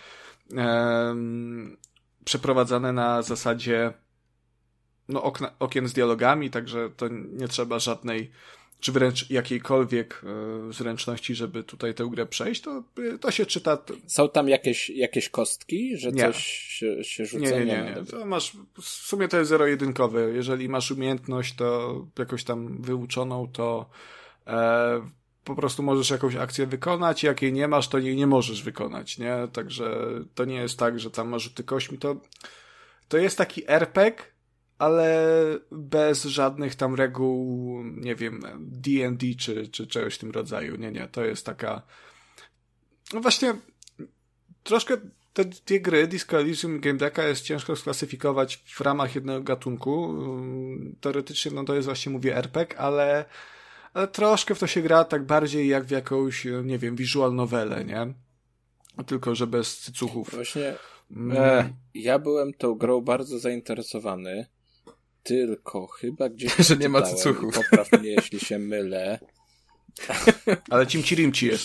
przeprowadzane na zasadzie okien z dialogami, także to nie trzeba żadnej, czy wręcz jakiejkolwiek zręczności, żeby tutaj tę grę przejść, to się czyta. Są tam jakieś kostki, że nie. Coś się rzuca? Nie. To masz, w sumie to jest zero-jedynkowe. Jeżeli masz umiejętność, to jakoś tam wyuczoną, to po prostu możesz jakąś akcję wykonać, jak jej nie masz, to jej nie możesz wykonać, nie? Także to nie jest tak, że tam masz rzuty kośćmi. To jest taki RPG, ale bez żadnych tam reguł, nie wiem, D&D czy czegoś w tym rodzaju. Nie, to jest taka... No właśnie, troszkę te dwie gry, Disco Elysium i Game Decka, jest ciężko sklasyfikować w ramach jednego gatunku. Teoretycznie, no to jest właśnie, mówię, RPG, ale troszkę w to się gra tak bardziej jak w jakąś, nie wiem, visual novelę, nie? Tylko, że bez cycuchów. Właśnie ja byłem tą grą bardzo zainteresowany, tylko chyba gdzieś że nie ma cycuchów. Popraw mnie, jeśli się mylę. Ale cimci-rimci jest.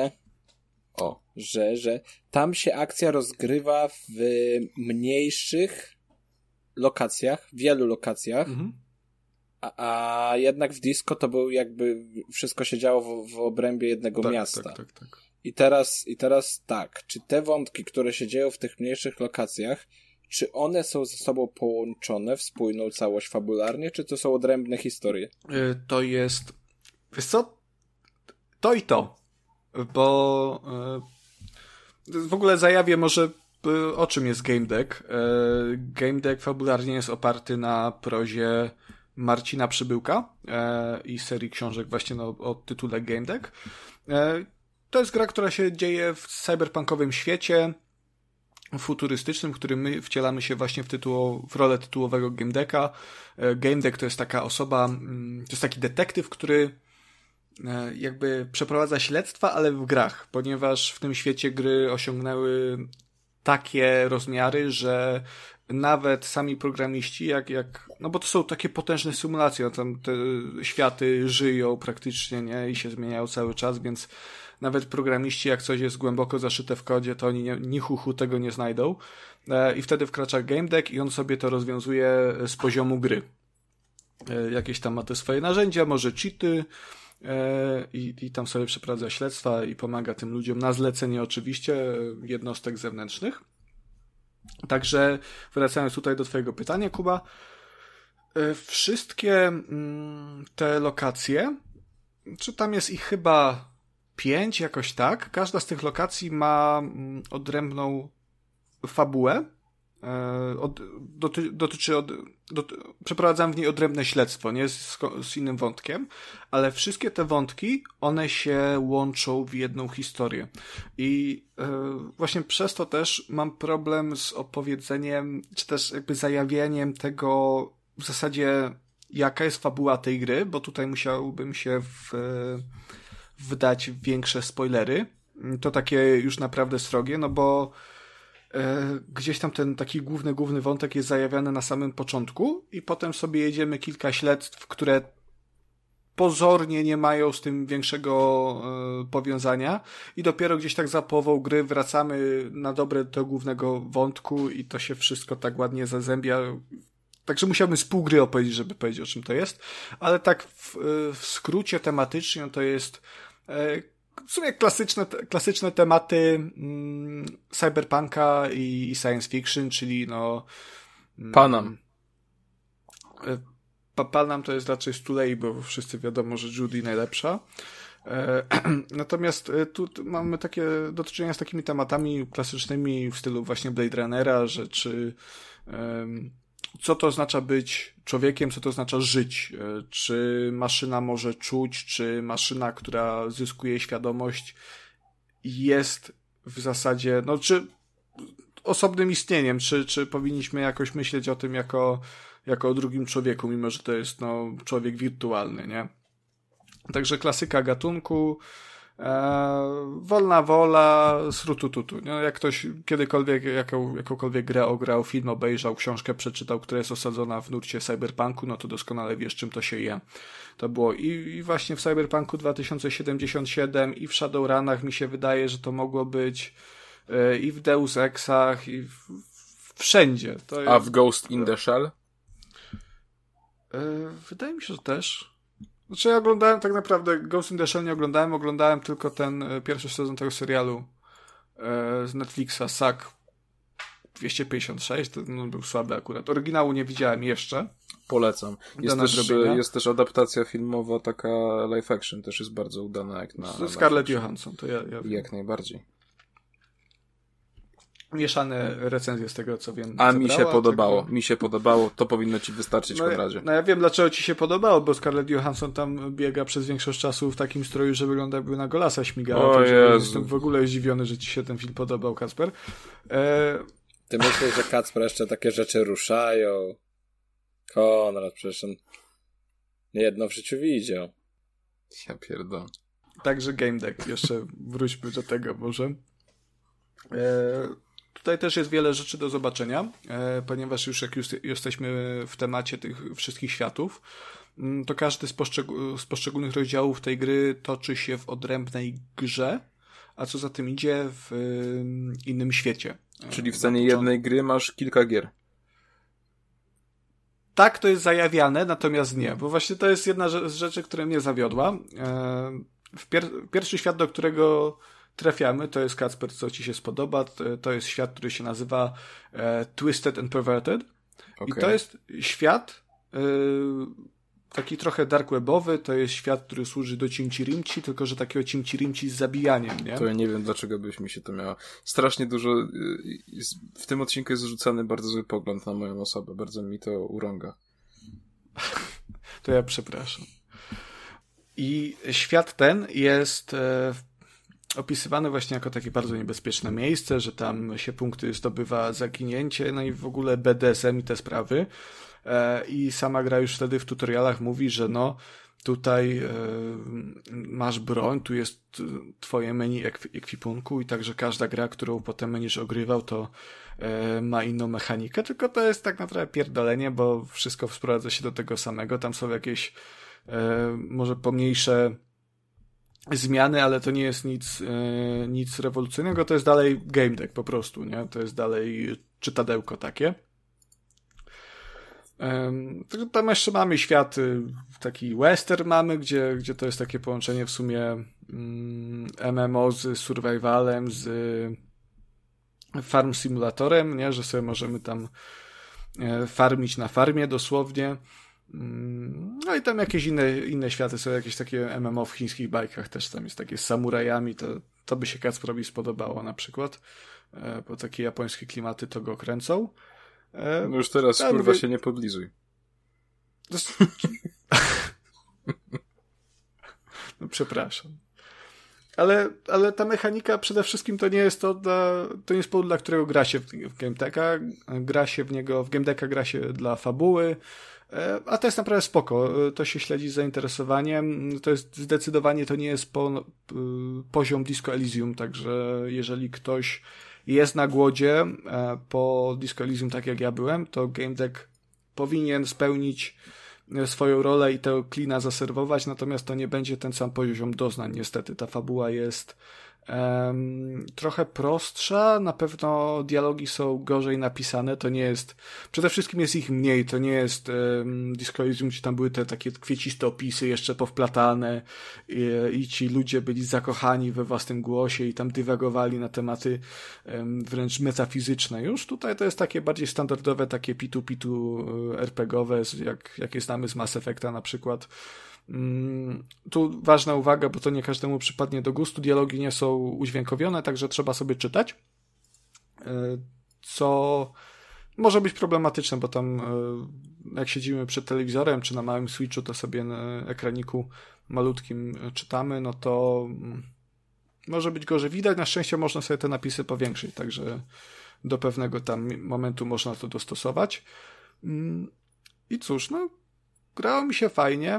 Że tam się akcja rozgrywa w mniejszych lokacjach, wielu lokacjach, a jednak w Disco to był jakby wszystko się działo w obrębie jednego miasta. Tak. I teraz tak, czy te wątki, które się dzieją w tych mniejszych lokacjach, czy one są ze sobą połączone w spójną całość fabularnie, czy to są odrębne historie? To jest... Wiesz co? To i to. Bo w ogóle zajawię może o czym jest Game Deck. Game Deck fabularnie jest oparty na prozie Marcina Przybyłka i serii książek właśnie o tytule Game Deck. To jest gra, która się dzieje w cyberpunkowym świecie futurystycznym, w którym my wcielamy się właśnie w rolę tytułowego Game Decka. Game Deck to jest taka osoba, to jest taki detektyw, który jakby przeprowadza śledztwa, ale w grach, ponieważ w tym świecie gry osiągnęły takie rozmiary, że nawet sami programiści, no bo to są takie potężne symulacje, tam te światy żyją praktycznie, nie? I się zmieniają cały czas, więc nawet programiści, jak coś jest głęboko zaszyte w kodzie, to oni ni chuchu tego nie znajdą. I wtedy wkracza Game Deck i on sobie to rozwiązuje z poziomu gry. jakieś tam ma te swoje narzędzia, może cheaty i tam sobie przeprowadza śledztwa i pomaga tym ludziom na zlecenie oczywiście jednostek zewnętrznych. Także wracając tutaj do twojego pytania, Kuba, wszystkie te lokacje, czy tam jest ich chyba 5, jakoś tak, każda z tych lokacji ma odrębną fabułę, przeprowadzam w niej odrębne śledztwo, nie z innym wątkiem, ale wszystkie te wątki, one się łączą w jedną historię. I właśnie przez to też mam problem z opowiedzeniem, czy też jakby zajawieniem tego w zasadzie, jaka jest fabuła tej gry, bo tutaj musiałbym się wdać w większe spoilery. To takie już naprawdę srogie, no bo gdzieś tam ten taki główny wątek jest zajawiany na samym początku i potem sobie jedziemy kilka śledztw, które pozornie nie mają z tym większego powiązania i dopiero gdzieś tak za połową gry wracamy na dobre do głównego wątku i to się wszystko tak ładnie zazębia. Także musiałbym z pół gry opowiedzieć, żeby powiedzieć, o czym to jest, ale tak w skrócie tematycznie to jest w sumie klasyczne tematy cyberpunka i science fiction, czyli no Panam. Panam to jest raczej z Tulei, bo wszyscy wiadomo, że Judy najlepsza. Natomiast tu mamy takie do czynienia z takimi tematami klasycznymi w stylu właśnie Blade Runnera, że co to oznacza być człowiekiem, co to oznacza żyć, czy maszyna może czuć, czy maszyna, która zyskuje świadomość jest w zasadzie, no czy osobnym istnieniem, czy powinniśmy jakoś myśleć o tym jako o drugim człowieku, mimo że to jest no człowiek wirtualny, nie? Także klasyka gatunku, wolna wola, srutututu. No, jak ktoś kiedykolwiek jakąkolwiek grę ograł, film obejrzał, książkę przeczytał, która jest osadzona w nurcie cyberpunku, no to doskonale wiesz, czym to się je. To było i właśnie w Cyberpunku 2077 i w Shadowrunach mi się wydaje, że to mogło być i w Deus Exach i wszędzie. To jest, a w Ghost in the Shell? Wydaje mi się, że też. Znaczy ja oglądałem tak naprawdę, Ghost in the Shell nie oglądałem tylko ten pierwszy sezon tego serialu z Netflixa, SAG 256, to był słaby akurat. Oryginału nie widziałem jeszcze. Polecam. Jest też adaptacja filmowa, taka live action, też jest bardzo udana jak na Scarlett Johansson, to ja jak najbardziej. Mieszane recenzje z tego, co wiem. A mi się podobało, to powinno ci wystarczyć, Konradzie. No ja wiem, dlaczego ci się podobało, bo Scarlett Johansson tam biega przez większość czasu w takim stroju, że wygląda jakby na golasa śmigała. Jestem w ogóle zdziwiony, że ci się ten film podobał, Kacper. Ty myślisz, że Kacper jeszcze takie rzeczy ruszają? Konrad, przecież on niejedno w życiu widział. Ja pierdolę. Także Game Deck, jeszcze wróćmy do tego może. Tutaj też jest wiele rzeczy do zobaczenia, ponieważ już jesteśmy w temacie tych wszystkich światów, to każdy z poszczególnych rozdziałów tej gry toczy się w odrębnej grze, a co za tym idzie w innym świecie. Czyli w cenie jednej gry masz kilka gier. Tak, to jest zajawiane, natomiast nie, bo właśnie to jest jedna z rzeczy, która mnie zawiodła. Pierwszy świat, do którego trafiamy, to jest, Kacper, co ci się spodoba, to jest świat, który się nazywa Twisted and Perverted. Okay. I to jest świat taki trochę dark webowy, to jest świat, który służy do cimci-rimci, tylko że takiego cimci-rimci z zabijaniem, nie? To ja nie wiem, dlaczego byś mi się to miało. Strasznie dużo, w tym odcinku jest zrzucany bardzo zły pogląd na moją osobę, bardzo mi to urąga. To ja przepraszam. I świat ten jest opisywany właśnie jako takie bardzo niebezpieczne miejsce, że tam się punkty zdobywa zaginięcie, no i w ogóle BDSM i te sprawy. I sama gra już wtedy w tutorialach mówi, że no tutaj masz broń, tu jest twoje menu ekwipunku i także każda gra, którą potem będziesz ogrywał, to ma inną mechanikę, tylko to jest tak naprawdę pierdolenie, bo wszystko sprowadza się do tego samego. Tam są jakieś może pomniejsze zmiany, ale to nie jest nic rewolucyjnego, to jest dalej game deck po prostu, nie? To jest dalej czytadełko takie. Tylko tam jeszcze mamy świat, taki western mamy, gdzie to jest takie połączenie w sumie MMO z survivalem, z farm simulatorem, nie? Że sobie możemy tam farmić na farmie dosłownie. No i tam jakieś inne światy są, jakieś takie MMO w chińskich bajkach też tam jest takie z samurajami, to by się Kacprowi spodobało na przykład, bo takie japońskie klimaty to go kręcą. No już teraz, ja kurwa, mówię... się nie podlizuj. No przepraszam. Ale ta mechanika przede wszystkim to nie jest to nie jest powód, dla którego gra się w Game Decka. W Game Decka gra się dla fabuły, a to jest naprawdę spoko. To się śledzi z zainteresowaniem. To jest zdecydowanie, to nie jest poziom Disco Elysium, także jeżeli ktoś jest na głodzie po Disco Elysium, tak jak ja byłem, to Game Deck powinien spełnić swoją rolę i tego klina zaserwować, natomiast to nie będzie ten sam poziom doznań, niestety. Ta fabuła jest trochę prostsza, na pewno dialogi są gorzej napisane, to nie jest, przede wszystkim jest ich mniej, to nie jest Disco Elysium, gdzie tam były te takie kwieciste opisy jeszcze powplatane i ci ludzie byli zakochani we własnym głosie i tam dywagowali na tematy wręcz metafizyczne. Już tutaj to jest takie bardziej standardowe, takie pitu RPGowe, jakie znamy z Mass Effecta na przykład. Tu ważna uwaga, bo to nie każdemu przypadnie do gustu. Dialogi nie są udźwiękowione, także trzeba sobie czytać, co może być problematyczne, bo tam jak siedzimy przed telewizorem czy na małym Switchu, to sobie na ekraniku malutkim czytamy, no to może być gorzej widać. Na szczęście można sobie te napisy powiększyć, także do pewnego tam momentu można to dostosować. I cóż, no grało mi się fajnie.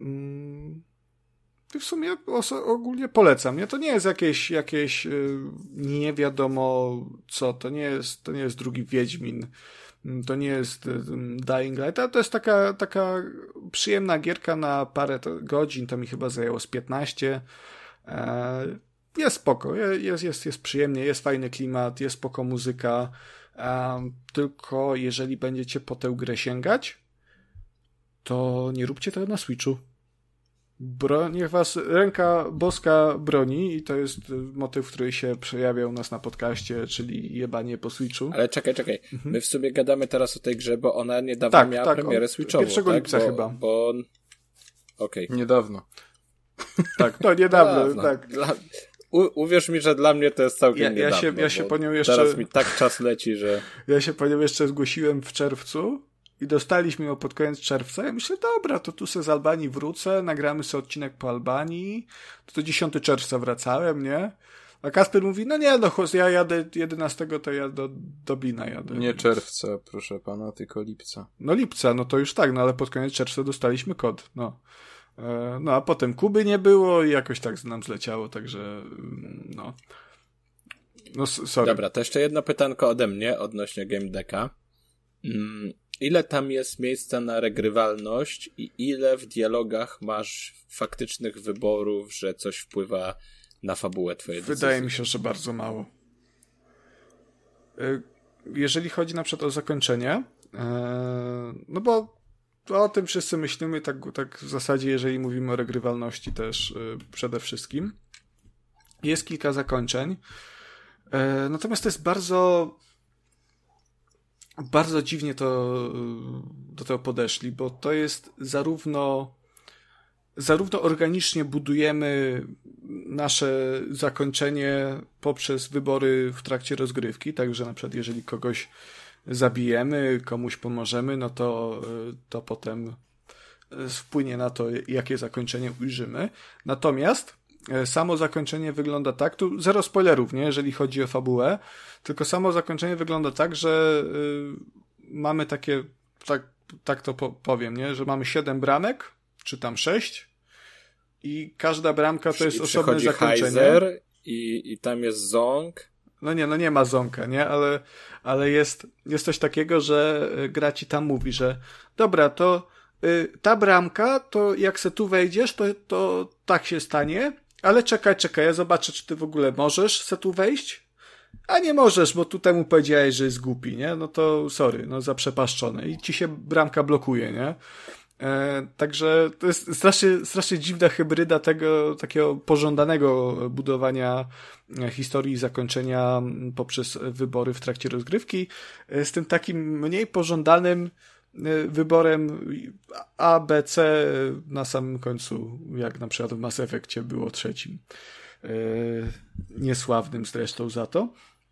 I w sumie ogólnie polecam. Nie? To nie jest jakieś nie wiadomo co. To nie jest drugi Wiedźmin. To nie jest Dying Light, ale to jest taka przyjemna gierka na parę godzin. To mi chyba zajęło z 15. Jest spoko. Jest przyjemnie. Jest fajny klimat. Jest spoko muzyka. Tylko jeżeli będziecie po tę grę sięgać, to nie róbcie tego na Switchu. Niech was ręka boska broni i to jest motyw, który się przejawia u nas na podcaście, czyli jebanie po Switchu. Ale czekaj. My w sumie gadamy teraz o tej grze, bo ona niedawno miała premierę Switchową. 1 lipca chyba. Okej. Niedawno. Tak, no niedawno. Tak. Uwierz mi, że dla mnie to jest całkiem niedawno. Ja się po nią jeszcze... Teraz mi tak czas leci, że... Ja się po nią jeszcze zgłosiłem w czerwcu i dostaliśmy ją pod koniec czerwca. Ja myślę, dobra, to tu se z Albanii wrócę, nagramy sobie odcinek po Albanii. To 10 czerwca wracałem, nie? A Kasper mówi, no nie, ja jadę 11, to ja do Dublina jadę. Nie czerwca, proszę pana, tylko lipca. No lipca, no to już tak, no ale pod koniec czerwca dostaliśmy kod, no. No a potem Kuby nie było i jakoś tak nam zleciało, także no. No sorry. Dobra, to jeszcze jedno pytanko ode mnie odnośnie Game Decka. Ile tam jest miejsca na regrywalność i ile w dialogach masz faktycznych wyborów, że coś wpływa na fabułę twojej decyzji? Wydaje mi się, że bardzo mało. Jeżeli chodzi na przykład o zakończenie, no bo o tym wszyscy myślimy, tak w zasadzie, jeżeli mówimy o regrywalności też przede wszystkim. Jest kilka zakończeń, natomiast to jest bardzo dziwnie do tego podeszli, bo to jest zarówno organicznie budujemy nasze zakończenie poprzez wybory w trakcie rozgrywki, także na przykład jeżeli kogoś zabijemy, komuś pomożemy, no to potem wpłynie na to, jakie zakończenie ujrzymy. Natomiast samo zakończenie wygląda tak, tu zero spoilerów, nie, jeżeli chodzi o fabułę, tylko samo zakończenie wygląda tak, że mamy takie, tak to powiem, nie, że mamy 7 bramek, czy tam 6 i każda bramka to jest osobne zakończenie. Heiser i tam jest ząg. No nie ma ząka, nie, ale jest coś takiego, że gra ci tam mówi, że dobra, to ta bramka, to jak se tu wejdziesz, to tak się stanie, ale czekaj, ja zobaczę, czy ty w ogóle możesz se tu wejść, a nie możesz, bo tu temu powiedziałeś, że jest głupi, nie? No to sorry, no zaprzepaszczony. I ci się bramka blokuje, nie? Także to jest strasznie dziwna hybryda tego takiego pożądanego budowania historii i zakończenia poprzez wybory w trakcie rozgrywki z tym takim mniej pożądanym wyborem A, B, C na samym końcu, jak na przykład w Mass Effectie było trzecim. Niesławnym zresztą za to.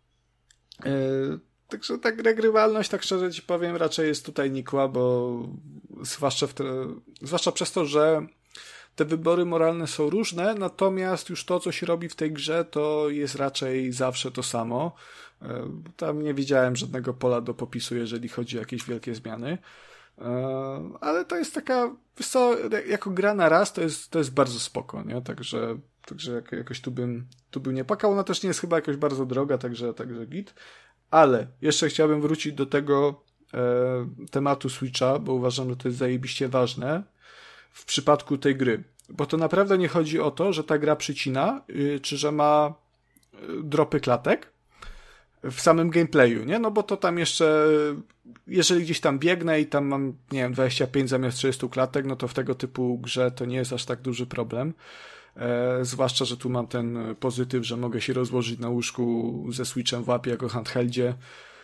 Także ta regrywalność, tak szczerze ci powiem, raczej jest tutaj nikła, bo zwłaszcza przez to, że te wybory moralne są różne, natomiast już to, co się robi w tej grze, to jest raczej zawsze to samo. Tam nie widziałem żadnego pola do popisu, jeżeli chodzi o jakieś wielkie zmiany. Ale to jest taka, wiesz co, jako gra na raz, to jest bardzo spoko, nie? Także jakoś tu bym nie płakał. Ona też nie jest chyba jakoś bardzo droga, także git. Ale jeszcze chciałbym wrócić do tego tematu Switcha, bo uważam, że to jest zajebiście ważne w przypadku tej gry. Bo to naprawdę nie chodzi o to, że ta gra przycina, czy że ma dropy klatek w samym gameplayu, nie? No bo to tam jeszcze, jeżeli gdzieś tam biegnę i tam mam, nie wiem, 25 zamiast 30 klatek, no to w tego typu grze to nie jest aż tak duży problem. Zwłaszcza, że tu mam ten pozytyw, że mogę się rozłożyć na łóżku ze Switchem w łapie jako handheldzie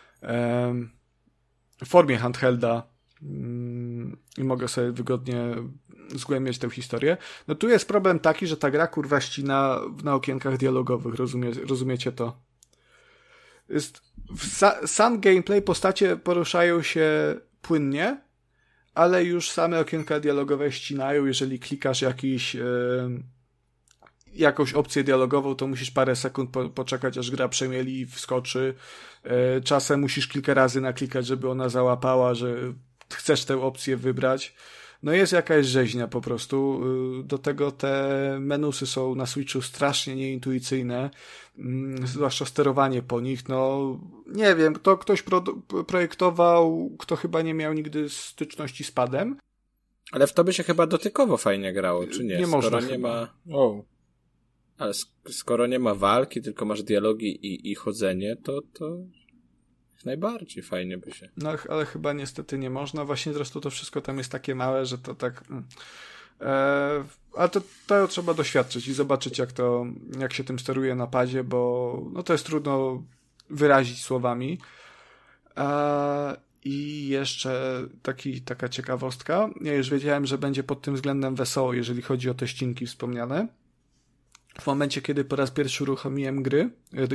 w formie handhelda i mogę sobie wygodnie zgłębiać tę historię. No tu jest problem taki, że ta gra kurwa ścina na okienkach dialogowych, rozumiecie to? Sam gameplay, postacie poruszają się płynnie, ale już same okienka dialogowe ścinają, jeżeli klikasz jakąś opcję dialogową, to musisz parę sekund poczekać, aż gra przemieli i wskoczy. Czasem musisz kilka razy naklikać, żeby ona załapała, że chcesz tę opcję wybrać. No jest jakaś rzeźnia po prostu. Do tego te menusy są na Switchu strasznie nieintuicyjne, zwłaszcza sterowanie po nich. No nie wiem, ktoś projektował, kto chyba nie miał nigdy styczności z padem. Ale w to by się chyba dotykowo fajnie grało, czy nie? Nie można nie ma. Ale skoro nie ma walki, tylko masz dialogi i chodzenie, to najbardziej fajnie by się. No ale chyba niestety nie można. Właśnie zresztą to wszystko tam jest takie małe, że to tak... Ale to trzeba doświadczyć i zobaczyć, jak się tym steruje na padzie, bo no to jest trudno wyrazić słowami. I jeszcze taka ciekawostka. Ja już wiedziałem, że będzie pod tym względem wesoło, jeżeli chodzi o te ścinki wspomniane. W momencie, kiedy po raz pierwszy uruchomiłem grę,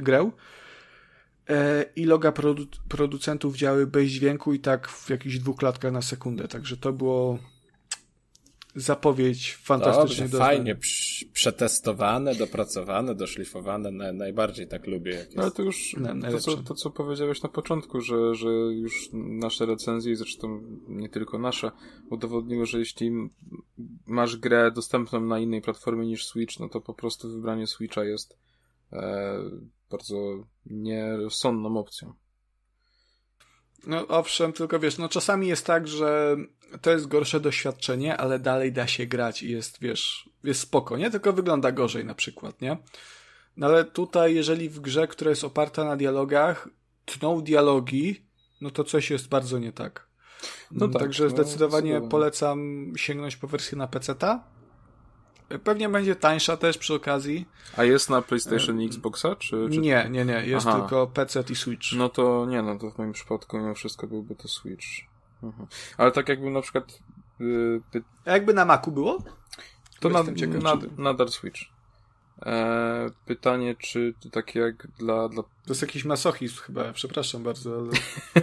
i loga producentów działy bez dźwięku i tak w jakichś 2 klatkach na sekundę. Także to było zapowiedź fantastycznie. Dobrze, fajnie przetestowane, dopracowane, doszlifowane. Najbardziej tak lubię. Ale to już to, co powiedziałeś na początku, że już nasze recenzje, zresztą nie tylko nasze, udowodniły, że jeśli masz grę dostępną na innej platformie niż Switch, no to po prostu wybranie Switcha jest bardzo nierozsądną opcją. No owszem, tylko wiesz, no czasami jest tak, że to jest gorsze doświadczenie, ale dalej da się grać i jest, wiesz, jest spoko, nie? Tylko wygląda gorzej na przykład, nie? No ale tutaj, jeżeli w grze, która jest oparta na dialogach, tną dialogi, no to coś jest bardzo nie tak. No tak, także zdecydowanie polecam sięgnąć po wersję na PC-ta. Pewnie będzie tańsza też przy okazji. A jest na PlayStation i Xboxa? Czy... Nie. Jest tylko PC i Switch. No to nie, to w moim przypadku mimo wszystko byłby to Switch. Ale tak jakby na przykład... A jakby na Macu było? To nadal Switch. Pytanie, czy to takie jak dla... To jest jakiś masochizm chyba, przepraszam bardzo, ale...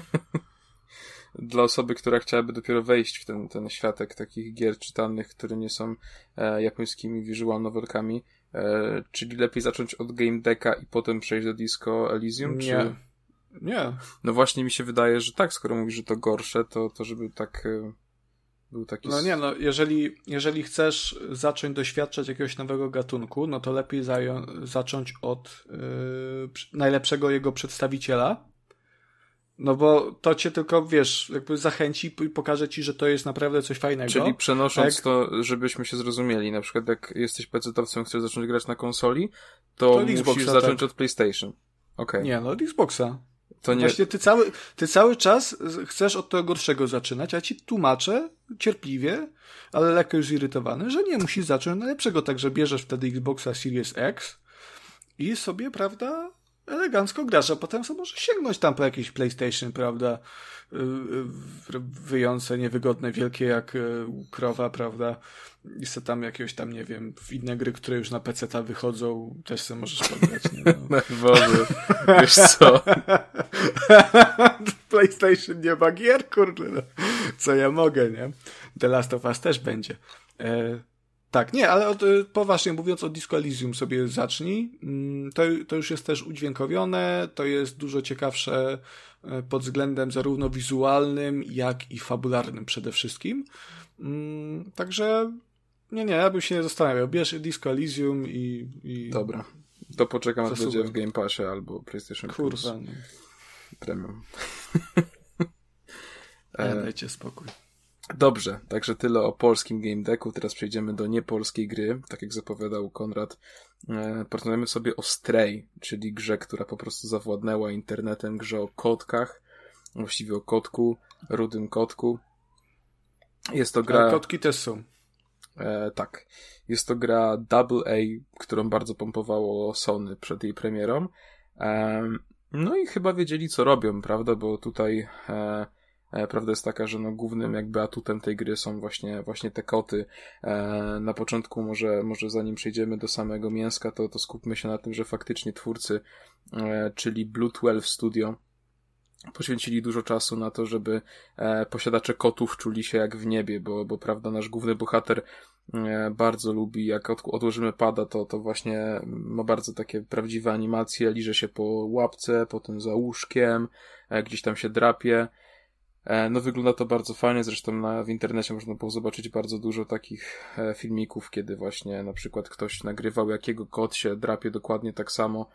Dla osoby, która chciałaby dopiero wejść w ten światek takich gier czytanych, które nie są japońskimi visual novelkami, czyli lepiej zacząć od Game Decka i potem przejść do Disco Elysium? Nie. No właśnie mi się wydaje, że tak, skoro mówisz, że to gorsze, to żeby tak był taki... No nie, no jeżeli chcesz zacząć doświadczać jakiegoś nowego gatunku, no to lepiej zacząć od najlepszego jego przedstawiciela. No bo to cię tylko, wiesz, jakby zachęci i pokaże ci, że to jest naprawdę coś fajnego. Czyli przenosząc to, żebyśmy się zrozumieli, na przykład jak jesteś PC-towcem, chcesz zacząć grać na konsoli, to musisz zacząć od PlayStation. Okej. Nie, no od Xboxa. To nie... Właśnie ty cały czas chcesz od tego gorszego zaczynać, a ci tłumaczę cierpliwie, ale lekko już zirytowany, że nie musisz zacząć od najlepszego, także bierzesz wtedy Xboxa Series X i sobie, prawda, elegancko grasz, a potem sobie możesz sięgnąć tam po jakiś PlayStation, prawda, wyjące, niewygodne, wielkie jak krowa, prawda, i se tam jakiegoś tam, nie wiem, w inne gry, które już na PC-ta wychodzą, też sobie możesz pograć. Nie? No. Boże, wiesz co? PlayStation nie ma gier, kurde, no. Co ja mogę, nie? The Last of Us też będzie. Tak, nie, ale poważnie mówiąc, od Disco Elysium sobie zacznij. To już jest też udźwiękowione, to jest dużo ciekawsze pod względem zarówno wizualnym, jak i fabularnym przede wszystkim. Także nie, ja bym się nie zastanawiał. Bierz Disco Elysium i... Dobra, to poczekam, aż Zasuwam. będzie w Game Passie albo PlayStation Plus. Kurwa, no. Premium. Dajcie spokój. Dobrze, także tyle o polskim Game Decku. Teraz przejdziemy do niepolskiej gry. Tak jak zapowiadał Konrad, porozmawiamy sobie o Stray, czyli grze, która po prostu zawładnęła internetem, grze o kotkach, właściwie o kotku, rudym kotku. Jest to gra... Ale kotki też są. Tak. Jest to gra AA, którą bardzo pompowało Sony przed jej premierą. No i chyba wiedzieli, co robią, prawda? Bo tutaj prawda jest taka, że no głównym jakby atutem tej gry są właśnie te koty. Na początku może zanim przejdziemy do samego mięska, to skupmy się na tym, że faktycznie twórcy, czyli Blue 12 Studio, poświęcili dużo czasu na to, żeby posiadacze kotów czuli się jak w niebie, bo prawda, nasz główny bohater bardzo lubi, jak odłożymy pada, to właśnie ma bardzo takie prawdziwe animacje, liże się po łapce, potem za łóżkiem, gdzieś tam się drapie. No wygląda to bardzo fajnie, zresztą w internecie można było zobaczyć bardzo dużo takich filmików, kiedy właśnie na przykład ktoś nagrywał, jak jego kot się drapie dokładnie tak samo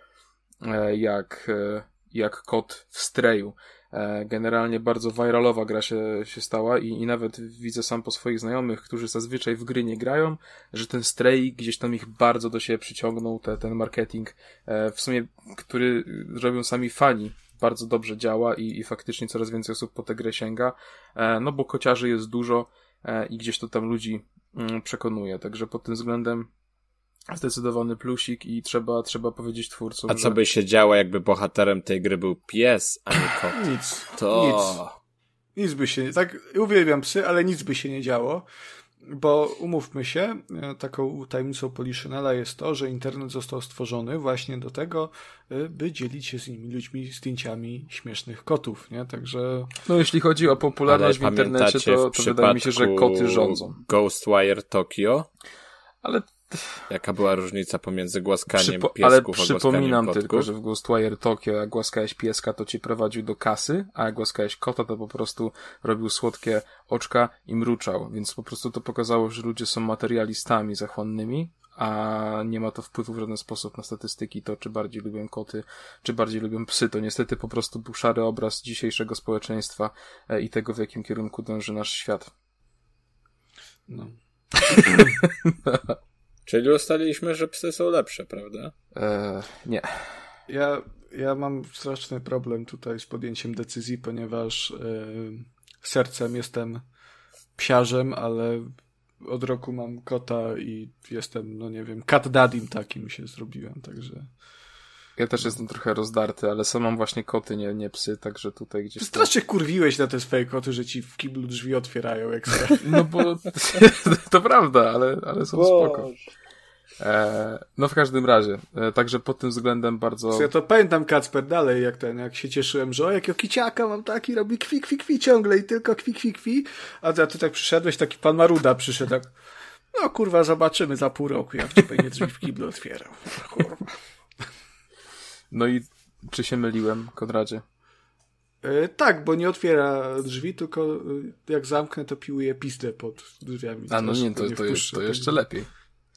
jak kot w Strayu. Generalnie bardzo viralowa gra się stała i nawet widzę sam po swoich znajomych, którzy zazwyczaj w gry nie grają, że ten Stray gdzieś tam ich bardzo do siebie przyciągnął, ten marketing, w sumie, który robią sami fani, bardzo dobrze działa i faktycznie coraz więcej osób po tę grę sięga, no bo kociarzy jest dużo i gdzieś to tam ludzi przekonuje, także pod tym względem zdecydowany plusik i trzeba powiedzieć twórcom, A co by się działo, jakby bohaterem tej gry był pies, a nie kot? Nic. To... Nic by się... Tak, uwielbiam psy, ale nic by się nie działo. Bo umówmy się, taką tajemnicą Poliszynela jest to, że internet został stworzony właśnie do tego, by dzielić się z innymi ludźmi zdjęciami śmiesznych kotów, nie? Także... No jeśli chodzi o popularność w internecie, to wydaje mi się, że koty rządzą. Ghostwire Tokyo? Ale... Jaka była różnica pomiędzy głaskaniem piesków ale a głaskaniem przypominam kotków? tylko, że w Ghostwire Tokyo jak głaskałeś pieska, to cię prowadził do kasy, a jak głaskałeś kota, to po prostu robił słodkie oczka i mruczał, więc po prostu to pokazało, że ludzie są materialistami zachłannymi, a nie ma to wpływu w żaden sposób na statystyki, to czy bardziej lubią koty, czy bardziej lubią psy. To niestety po prostu był szary obraz dzisiejszego społeczeństwa i tego, w jakim kierunku dąży nasz świat. No. Czyli ustaliliśmy, że psy są lepsze, prawda? Nie. Ja mam straszny problem tutaj z podjęciem decyzji, ponieważ sercem jestem psiarzem, ale od roku mam kota i jestem, no nie wiem, cat daddym takim się zrobiłem, także... Ja też jestem trochę rozdarty, ale sam mam właśnie koty, nie psy, także tutaj gdzieś... Ty strasznie kurwiłeś na te swoje koty, że ci w kiblu drzwi otwierają, jak No bo to prawda, ale są spoko. No w każdym razie, także pod tym względem bardzo... Ja to pamiętam, Kacper, dalej, jak się cieszyłem, że o, jakiego kiciaka mam taki, robi kwi ciągle i tylko kwi, a ty tak przyszedłeś, taki pan Maruda przyszedł, tak, no kurwa, zobaczymy za pół roku, jak ci będzie drzwi w kiblu otwierał. Kurwa. No i czy się myliłem, Konradzie? Tak, bo nie otwiera drzwi, tylko jak zamknę, to piłuje pizdę pod drzwiami. A no nie, to jeszcze lepiej.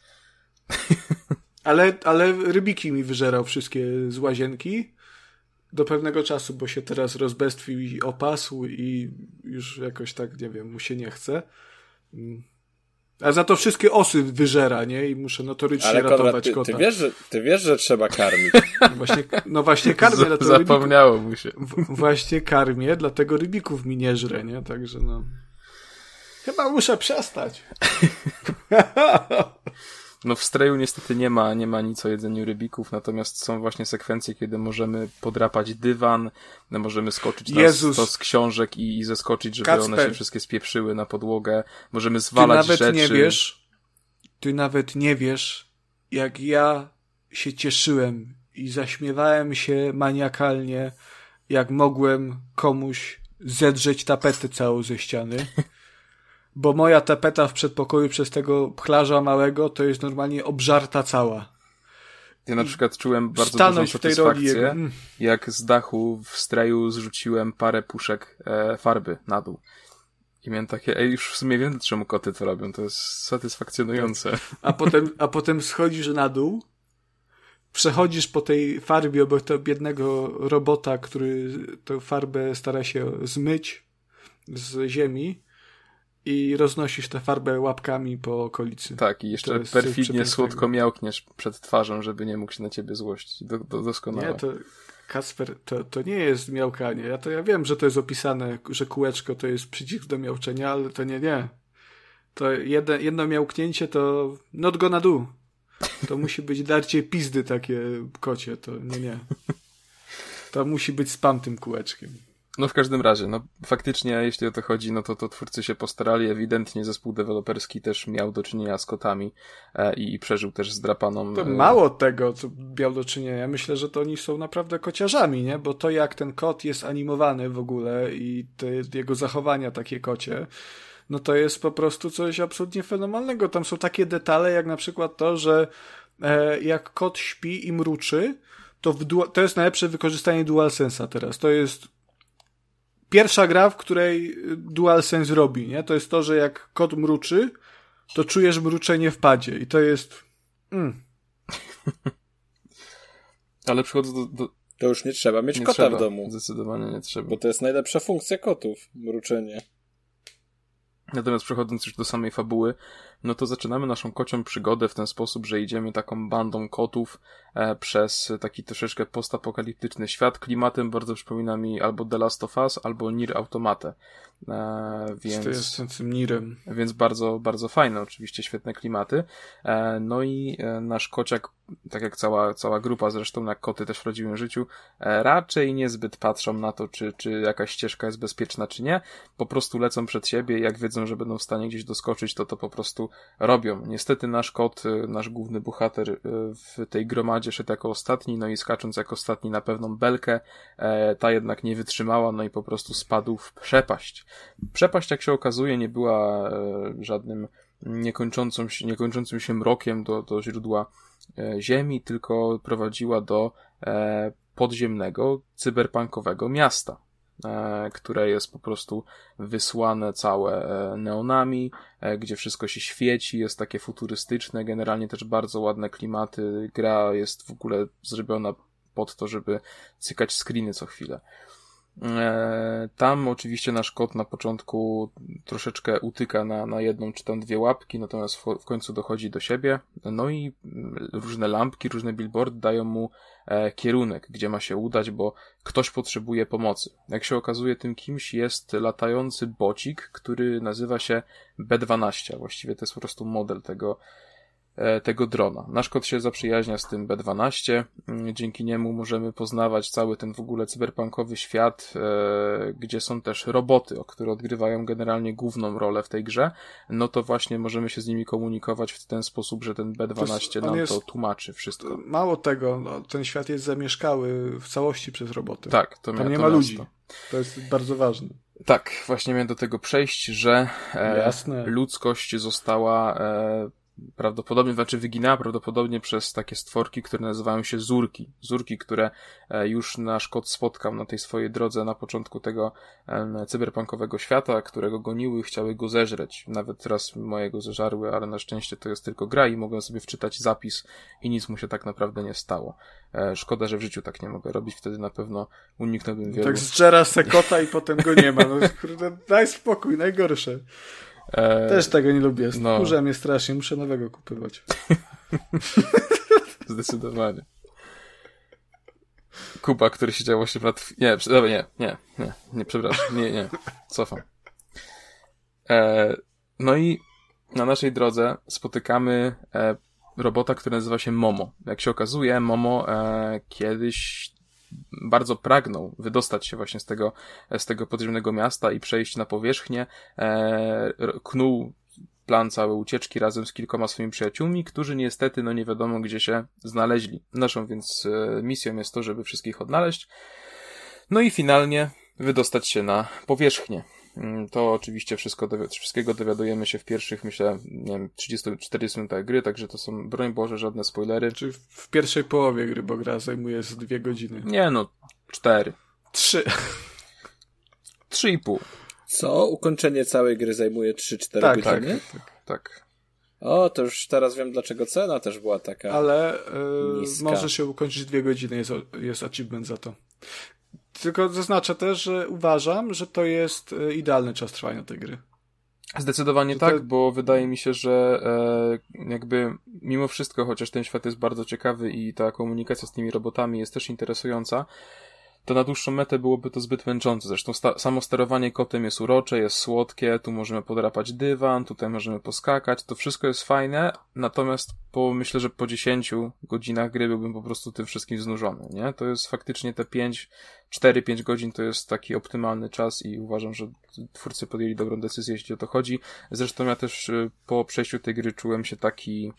Ale rybiki mi wyżerał wszystkie z łazienki do pewnego czasu, bo się teraz rozbestwił i opasł i już jakoś tak, nie wiem, mu się nie chce. A za to wszystkie osy wyżera, nie? I muszę notorycznie Ale Konrad, ratować kota. ty wiesz, że trzeba karmić. Właśnie karmię, dlatego Zapomniało mu się. Właśnie karmię, dlatego rybików mi nie żre, nie? Także no... Chyba muszę przestać. No w Strayu niestety nie ma nic o jedzeniu rybików, natomiast są właśnie sekwencje, kiedy możemy podrapać dywan, możemy skoczyć na stos książek i zeskoczyć, żeby one się wszystkie spieprzyły na podłogę, możemy zwalać rzeczy. Ty nawet nie wiesz, jak ja się cieszyłem i zaśmiewałem się maniakalnie, jak mogłem komuś zedrzeć tapetę całą ze ściany. Bo moja tapeta w przedpokoju przez tego pchlarza małego to jest normalnie obżarta cała. Ja na przykład czułem bardzo dużą satysfakcję, jak z dachu w Strayu zrzuciłem parę puszek farby na dół. I miałem takie, już w sumie wiem, czemu koty to robią, to jest satysfakcjonujące. A potem schodzisz na dół, przechodzisz po tej farbie obok tego biednego robota, który tę farbę stara się zmyć z ziemi, i roznosisz tę farbę łapkami po okolicy. Tak, i jeszcze perfidnie słodko miałkniesz przed twarzą, żeby nie mógł się na ciebie złościć. Doskonale. Nie, to Kacper, to nie jest miałkanie. Ja wiem, że to jest opisane, że kółeczko to jest przycisk do miauczenia, ale to nie. To jedno miałknięcie to not gonna do. To musi być darcie pizdy takie kocie, to nie. To musi być spam tym kółeczkiem. No w każdym razie, no faktycznie jeśli o to chodzi, no to twórcy się postarali, ewidentnie zespół deweloperski też miał do czynienia z kotami i przeżył też zdrapaną... To mało tego, co miał do czynienia. Ja myślę, że to oni są naprawdę kociarzami, nie? Bo to jak ten kot jest animowany w ogóle i te jego zachowania takie kocie, no to jest po prostu coś absolutnie fenomenalnego. Tam są takie detale, jak na przykład to, że jak kot śpi i mruczy, to jest najlepsze wykorzystanie DualSense'a teraz. To jest pierwsza gra, w której DualSense robi, nie? To jest to, że jak kot mruczy, to czujesz mruczenie w padzie i to jest... Ale przychodzę do... To już nie trzeba mieć kota w domu. Zdecydowanie nie trzeba. Bo to jest najlepsza funkcja kotów, mruczenie. Natomiast przechodząc już do samej fabuły, no to zaczynamy naszą kocią przygodę w ten sposób, że idziemy taką bandą kotów przez taki troszeczkę postapokaliptyczny świat. Klimatem bardzo przypomina mi albo The Last of Us, albo Nier Automata. Więc to jest tym Nierem. Więc bardzo, bardzo fajne, oczywiście świetne klimaty. No i nasz kociak, tak jak cała grupa zresztą, jak koty też w prawdziwym życiu, raczej niezbyt patrzą na to, czy jakaś ścieżka jest bezpieczna, czy nie. Po prostu lecą przed siebie i jak wiedzą, że będą w stanie gdzieś doskoczyć, to po prostu robią. Niestety nasz kot, nasz główny bohater w tej gromadzie szedł jako ostatni, no i skacząc jako ostatni na pewną belkę, ta jednak nie wytrzymała, no i po prostu spadł w przepaść. Przepaść, jak się okazuje, nie była żadnym niekończącym się mrokiem do źródła ziemi, tylko prowadziła do podziemnego, cyberpunkowego miasta, które jest po prostu wysłane całe neonami, gdzie wszystko się świeci, jest takie futurystyczne, generalnie też bardzo ładne klimaty. Gra jest w ogóle zrobiona pod to, żeby cykać screeny co chwilę. Tam oczywiście nasz kot na początku troszeczkę utyka na jedną czy tam dwie łapki, natomiast w końcu dochodzi do siebie, no i różne lampki, różne billboardy dają mu kierunek, gdzie ma się udać, bo ktoś potrzebuje pomocy. Jak się okazuje, tym kimś jest latający bocik, który nazywa się B12, właściwie to jest po prostu model tego drona. Nasz kot się zaprzyjaźnia z tym B12, dzięki niemu możemy poznawać cały ten w ogóle cyberpunkowy świat, gdzie są też roboty, które odgrywają generalnie główną rolę w tej grze, no to właśnie możemy się z nimi komunikować w ten sposób, że ten B12 nam to tłumaczy wszystko. Mało tego, ten świat jest zamieszkały w całości przez roboty. Tak, tam nie ma ludzi. To jest bardzo ważne. Tak, właśnie miałem do tego przejść, że ludzkość została wyginęła prawdopodobnie przez takie stworki, które nazywają się Zurki. Zurki, które już nasz kot spotkał na tej swojej drodze na początku tego cyberpunkowego świata, którego goniły i chciały go zeżreć. Nawet teraz mojego zeżarły, ale na szczęście to jest tylko gra i mogłem sobie wczytać zapis i nic mu się tak naprawdę nie stało. Szkoda, że w życiu tak nie mogę robić, wtedy na pewno uniknąłbym wielu... Tak zżera se kota i potem go nie ma. No kurde, daj spokój, najgorsze. Też tego nie lubię. No. Wkurza mnie strasznie, muszę nowego kupywać. Zdecydowanie. Kuba, który siedział właśnie nie, przepraszam, nie, cofam. No i na naszej drodze spotykamy robota, który nazywa się Momo. Jak się okazuje, Momo kiedyś bardzo pragnął wydostać się właśnie z tego podziemnego miasta i przejść na powierzchnię. Knuł plan całej ucieczki razem z kilkoma swoimi przyjaciółmi, którzy niestety, nie wiadomo gdzie się znaleźli. Naszą więc misją jest to, żeby wszystkich odnaleźć. No i finalnie wydostać się na powierzchnię. To oczywiście wszystkiego dowiadujemy się w pierwszych, myślę, 30-40 minutach gry, także to są, broń Boże, żadne spoilery. Czy w pierwszej połowie gry, bo gra zajmuje z 2 godziny. 4. 3. 3,5. Co? Ukończenie całej gry zajmuje 3-4 Tak, godziny? Tak. O, to już teraz wiem, dlaczego cena też była taka ale niska. może się ukończyć 2 godziny, jest achievement za to. Tylko zaznaczę też, że uważam, że to jest idealny czas trwania tej gry. Zdecydowanie tak, bo wydaje mi się, że jakby mimo wszystko, chociaż ten świat jest bardzo ciekawy i ta komunikacja z tymi robotami jest też interesująca, to na dłuższą metę byłoby to zbyt męczące. Zresztą samo sterowanie kotem jest urocze, jest słodkie, tu możemy podrapać dywan, tutaj możemy poskakać, to wszystko jest fajne, natomiast myślę, że po 10 godzinach gry byłbym po prostu tym wszystkim znużony, nie? To jest faktycznie te 4-5 godzin to jest taki optymalny czas i uważam, że twórcy podjęli dobrą decyzję, jeśli o to chodzi. Zresztą ja też po przejściu tej gry czułem się taki...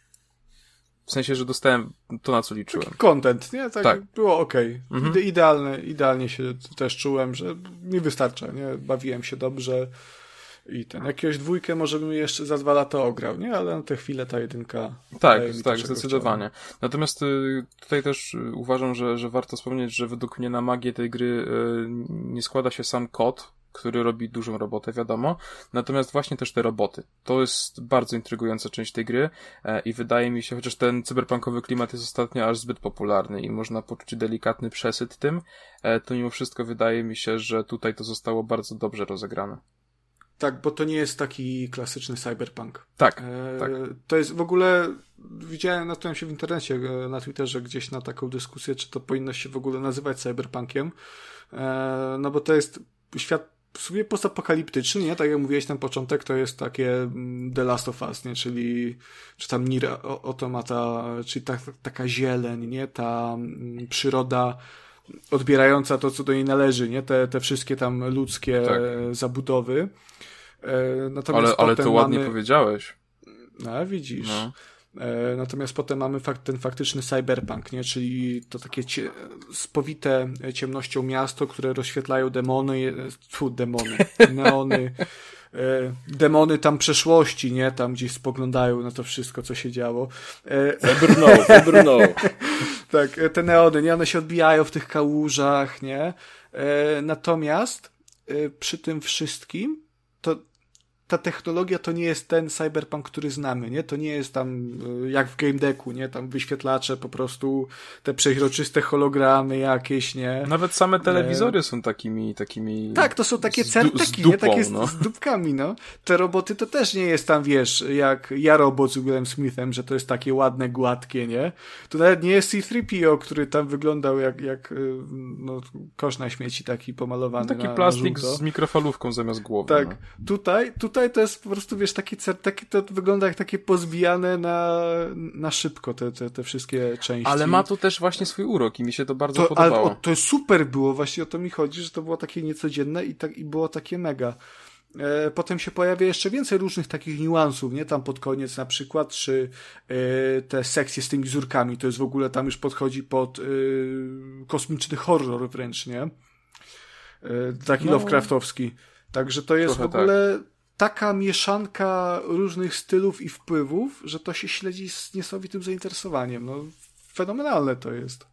W sensie, że dostałem to, na co liczyłem. Content, nie? Tak. Było okej. Mhm. Idealnie się też czułem, że mi wystarcza, nie? Bawiłem się dobrze i jakiegoś 2 może bym jeszcze za 2 lata ograł, nie? Ale na tę chwilę ta 1 Tak, daje mi tak, to, czego zdecydowanie. chciałem. Natomiast tutaj też uważam, że warto wspomnieć, że według mnie na magię tej gry nie składa się sam kod, który robi dużą robotę, wiadomo. Natomiast właśnie też te roboty. To jest bardzo intrygująca część tej gry i wydaje mi się, chociaż ten cyberpunkowy klimat jest ostatnio aż zbyt popularny i można poczuć delikatny przesyt tym, to mimo wszystko wydaje mi się, że tutaj to zostało bardzo dobrze rozegrane. Tak, bo to nie jest taki klasyczny cyberpunk. Tak, tak. To jest w ogóle, widziałem, natknąłem się w internecie, na Twitterze gdzieś na taką dyskusję, czy to powinno się w ogóle nazywać cyberpunkiem, no bo to jest świat w sumie postapokaliptyczny, nie? Tak jak mówiłeś na początek, to jest takie The Last of Us, nie? Czyli, czy tam Nier Automata, czyli taka zieleń, nie? Ta przyroda odbierająca to, co do niej należy, nie? Te wszystkie tam ludzkie zabudowy. Natomiast ale to ładnie mamy... powiedziałeś. No, widzisz. No. Natomiast potem mamy ten faktyczny cyberpunk, nie? Czyli to takie spowite ciemnością miasto, które rozświetlają neony, demony tam przeszłości, nie? Tam gdzieś spoglądają na to wszystko, co się działo. Wybrnął. Tak, te neony, nie? One się odbijają w tych kałużach, nie? Natomiast przy tym wszystkim to ta technologia to nie jest ten cyberpunk, który znamy, nie? To nie jest tam jak w Game Decku, nie? Tam wyświetlacze po prostu, te przeźroczyste hologramy jakieś, nie? Nawet same telewizory są takimi... Tak, to są takie z certeki, dupą, nie? Takie no. z dupkami, no. Te roboty to też nie jest tam, wiesz, jak Ja Robot z Willem Smithem, że to jest takie ładne, gładkie, nie? To nawet nie jest C-3PO, który tam wyglądał jak kosz na śmieci taki pomalowany Taki na plastik żółto. z mikrofalówką zamiast głowy. Tak, No. Tutaj to jest po prostu, wiesz, taki to wygląda jak takie pozbijane na szybko te wszystkie części. Ale ma to też właśnie swój urok i mi się to bardzo podobało. Ale to super było, właśnie o to mi chodzi, że to było takie niecodzienne i było takie mega. Potem się pojawia jeszcze więcej różnych takich niuansów, nie? Tam pod koniec na przykład, czy te sekcje z tymi zurkami, to jest w ogóle tam już podchodzi pod kosmiczny horror wręcz, nie? Taki Lovecraftowski. Także to jest w ogóle taka mieszanka różnych stylów i wpływów, że to się śledzi z niesamowitym zainteresowaniem. No, fenomenalne to jest.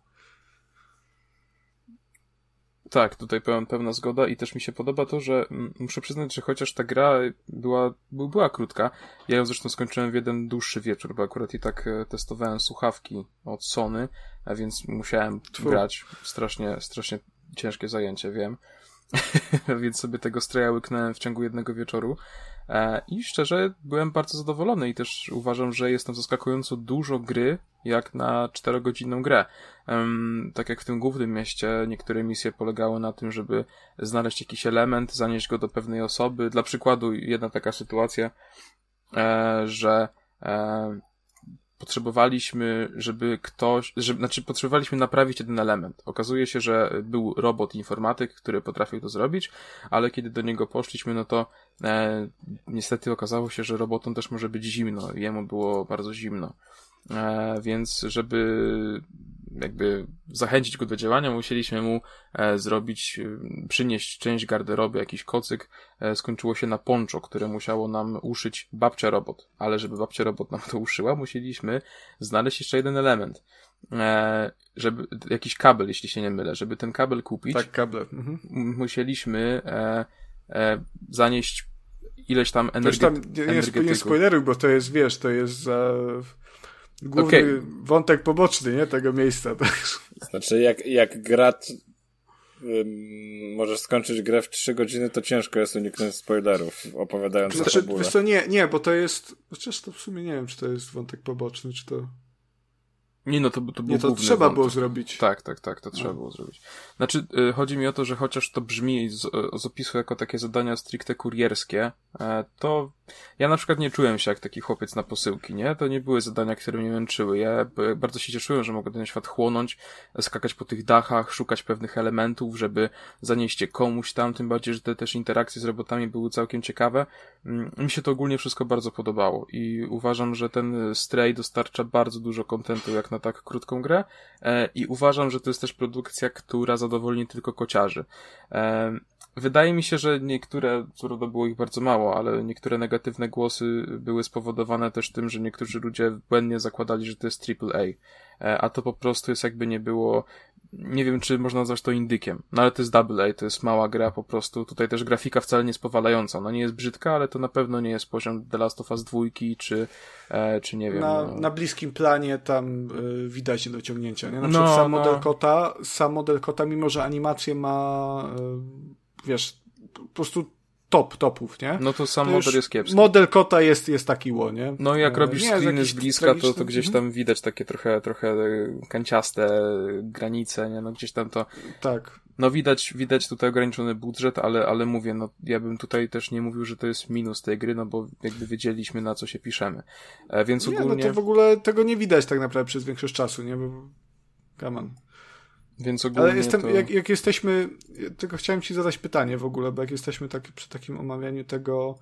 Tak, tutaj pełna zgoda i też mi się podoba to, że muszę przyznać, że chociaż ta gra była krótka, ja ją zresztą skończyłem w jeden dłuższy wieczór, bo akurat i tak testowałem słuchawki od Sony, a więc musiałem grać. Strasznie ciężkie zajęcie, wiem. więc sobie tego Straya łyknąłem w ciągu jednego wieczoru. I szczerze byłem bardzo zadowolony i też uważam, że jest tam zaskakująco dużo gry, jak na 4-godzinną grę. Tak jak w tym głównym mieście, niektóre misje polegały na tym, żeby znaleźć jakiś element, zanieść go do pewnej osoby. Dla przykładu, jedna taka sytuacja, że potrzebowaliśmy, potrzebowaliśmy naprawić jeden element. Okazuje się, że był robot informatyk, który potrafił to zrobić, ale kiedy do niego poszliśmy, no to niestety okazało się, że robotom też może być zimno. Jemu było bardzo zimno. Więc żeby jakby zachęcić go do działania, musieliśmy mu przynieść część garderoby, jakiś kocyk. Skończyło się na poncho, które musiało nam uszyć babcia robot. Ale żeby babcia robot nam to uszyła, musieliśmy znaleźć jeszcze jeden element. Żeby jakiś kabel, jeśli się nie mylę. Żeby ten kabel kupić, Tak, kable. musieliśmy zanieść ileś tam Nie spoileruj, bo to jest, wiesz, to jest główny wątek poboczny, nie, tego miejsca. Tak? Znaczy, jak możesz skończyć grę w 3 godziny, to ciężko jest uniknąć spoilerów, opowiadając o fabule. Wiesz co, nie, bo to jest, chociaż to w sumie nie wiem, czy to jest wątek poboczny, czy to... Nie, no to był nie, to główny trzeba wątek. było zrobić. Tak, to trzeba było zrobić. Znaczy, chodzi mi o to, że chociaż to brzmi z opisu jako takie zadania stricte kurierskie, to ja na przykład nie czułem się jak taki chłopiec na posyłki, nie? To nie były zadania, które mnie męczyły. Ja bardzo się cieszyłem, że mogę ten świat chłonąć, skakać po tych dachach, szukać pewnych elementów, żeby zanieść je komuś tam, tym bardziej, że te też interakcje z robotami były całkiem ciekawe. Mi się to ogólnie wszystko bardzo podobało i uważam, że ten Stray dostarcza bardzo dużo kontentu jak na tak krótką grę i uważam, że to jest też produkcja, która zadowoli nie tylko kociarzy. Wydaje mi się, że niektóre, co prawda było ich bardzo mało, ale niektóre negatywne głosy były spowodowane też tym, że niektórzy ludzie błędnie zakładali, że to jest AAA, a to po prostu jest jakby nie było, nie wiem czy można nazwać to indykiem, no ale to jest AA, to jest mała gra po prostu, tutaj też grafika wcale nie jest powalająca, no nie jest brzydka, ale to na pewno nie jest poziom The Last of Us 2 czy nie wiem. Na bliskim planie tam widać niedociągnięcia, nie? Na przykład sam model kota, mimo że animację ma wiesz, po prostu topów, nie? No to sam model jest kiepski. Model kota jest taki nie? No jak robisz screeny z bliska, to gdzieś tam widać takie trochę kanciaste granice, nie? No gdzieś tam to... Tak. No widać tutaj ograniczony budżet, ale mówię, no ja bym tutaj też nie mówił, że to jest minus tej gry, no bo jakby wiedzieliśmy, na co się piszemy. Więc ogólnie... no to w ogóle tego nie widać tak naprawdę przez większość czasu, nie? Bo... Come on. Więc ogólnie ale jak jesteśmy, tylko chciałem ci zadać pytanie w ogóle, bo jak jesteśmy przy takim omawianiu tego,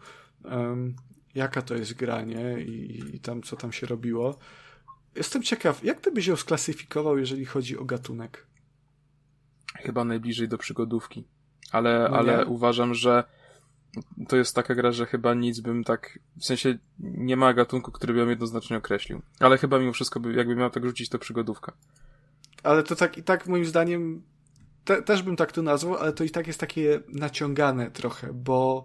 jaka to jest gra, nie? I tam, co tam się robiło. Jestem ciekaw, jak ty byś ją sklasyfikował, jeżeli chodzi o gatunek? Chyba najbliżej do przygodówki. Ale uważam, że to jest taka gra, że chyba nic bym tak, w sensie nie ma gatunku, który by ją jednoznacznie określił. Ale chyba mimo wszystko, jakby miał tak rzucić, to przygodówka. Ale to tak i tak moim zdaniem też bym tak to nazwał, ale to i tak jest takie naciągane trochę, bo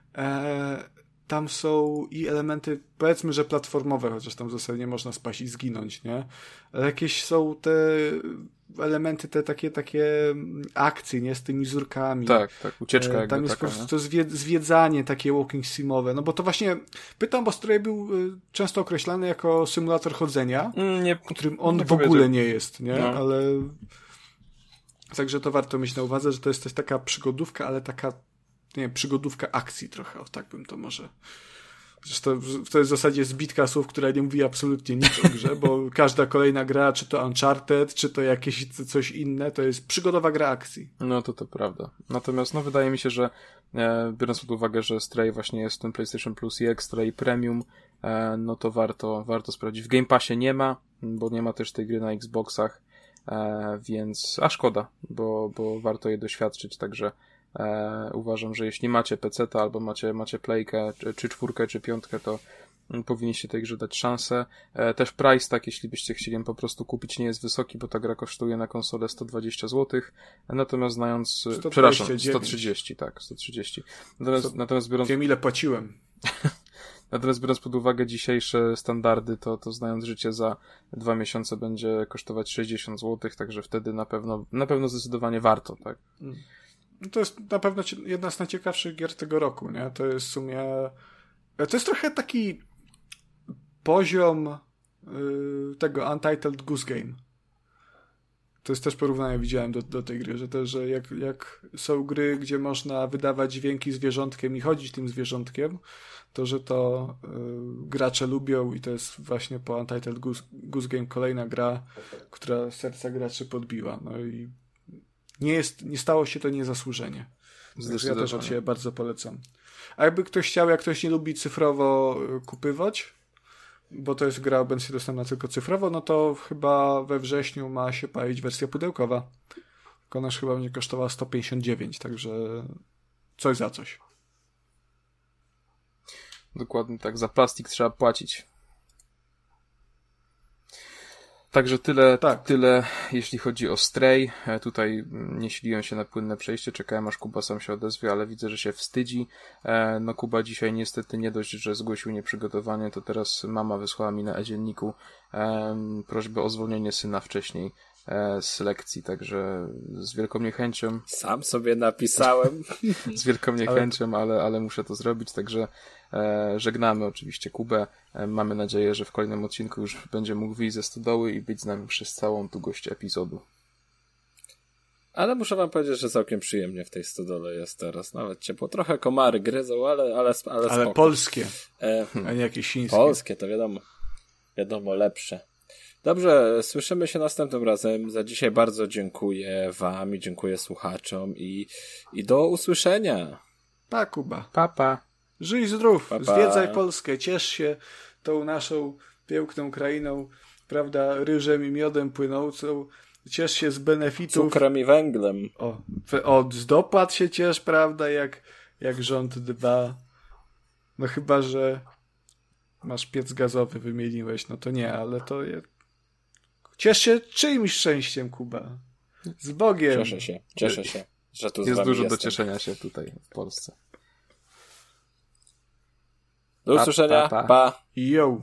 tam są i elementy, powiedzmy, że platformowe, chociaż tam w zasadzie nie można spaść i zginąć, nie? Ale jakieś są te elementy, te takie akcje, nie? Z tymi zurkami. Tak, ucieczka jakby tam jest taka, po prostu to zwiedzanie takie walking simowe, no bo to właśnie pytam, bo Stray był często określany jako symulator chodzenia, którym on w ogóle nie jest, nie? No. Ale także to warto mieć na uwadze, że to jest też taka przygodówka, ale taka przygodówka akcji trochę, tak bym to może... Zresztą to jest w zasadzie zbitka słów, która nie mówi absolutnie nic o grze, bo każda kolejna gra, czy to Uncharted, czy to jakieś coś inne, to jest przygodowa gra akcji. No to prawda. Natomiast wydaje mi się, że biorąc pod uwagę, że Stray właśnie jest w tym PlayStation Plus i Extra i Premium, no to warto sprawdzić. W Game Passie nie ma, bo nie ma też tej gry na Xboxach, więc szkoda, bo warto jej doświadczyć, także uważam, że jeśli macie PC-ta albo macie Playkę, czy 4, czy 5, to powinniście tej grze dać szansę. Też price, tak, jeśli byście chcieli ją po prostu kupić, nie jest wysoki, bo ta gra kosztuje na konsolę 120 zł, natomiast znając... 129. Przepraszam, 130, tak, 130. Natomiast biorąc... Wiem, ile płaciłem. Natomiast biorąc pod uwagę dzisiejsze standardy, to znając życie za 2 miesiące będzie kosztować 60 zł, także wtedy na pewno zdecydowanie warto, tak. To jest na pewno jedna z najciekawszych gier tego roku, nie? To jest w sumie... To jest trochę taki poziom tego Untitled Goose Game. To jest też porównanie, widziałem do tej gry, że jak są gry, gdzie można wydawać dźwięki zwierzątkiem i chodzić tym zwierzątkiem, to że to gracze lubią i to jest właśnie po Untitled Goose Game kolejna gra, która serca graczy podbiła. No i nie stało się to niezasłużenie. Ja też od siebie bardzo polecam. A jakby ktoś chciał, jak ktoś nie lubi cyfrowo kupywać, bo to jest gra obecnie dostępna tylko cyfrowo, no to chyba we wrześniu ma się pojawić wersja pudełkowa. Ona chyba będzie kosztowała 159, także coś za coś. Dokładnie tak, za plastik trzeba płacić. Także tyle jeśli chodzi o Stray. Tutaj nie siliłem się na płynne przejście, czekałem aż Kuba sam się odezwie, ale widzę, że się wstydzi. No Kuba dzisiaj niestety nie dość, że zgłosił nieprzygotowanie, to teraz mama wysłała mi na e-dzienniku prośbę o zwolnienie syna wcześniej z lekcji, także z wielką niechęcią. Sam sobie napisałem. Z wielką niechęcią, ale muszę to zrobić, także żegnamy oczywiście Kubę. Mamy nadzieję, że w kolejnym odcinku już będzie mógł wyjść ze stodoły i być z nami przez całą długość epizodu. Ale muszę wam powiedzieć, że całkiem przyjemnie w tej stodole jest teraz. Nawet ciepło. Trochę komary gryzą, ale spoko. Polskie, a nie jakieś chińskie. Polskie, to wiadomo lepsze. Dobrze, słyszymy się następnym razem. Za dzisiaj bardzo dziękuję wam i dziękuję słuchaczom i do usłyszenia. Pa, Kuba. Pa. Żyj zdrów, Pa. Zwiedzaj Polskę, ciesz się tą naszą piękną krainą, prawda, ryżem i miodem płynącą, ciesz się z benefitów. Cukrem i węglem. Z dopłat się ciesz, prawda, jak rząd dba. No chyba, że masz piec gazowy, wymieniłeś, no to nie, ale to ciesz się czyimś szczęściem, Kuba. Z Bogiem. Cieszę się, że tu z Jest wami dużo jestem. do cieszenia się tutaj w Polsce. Do usłyszenia. Pa. Yo.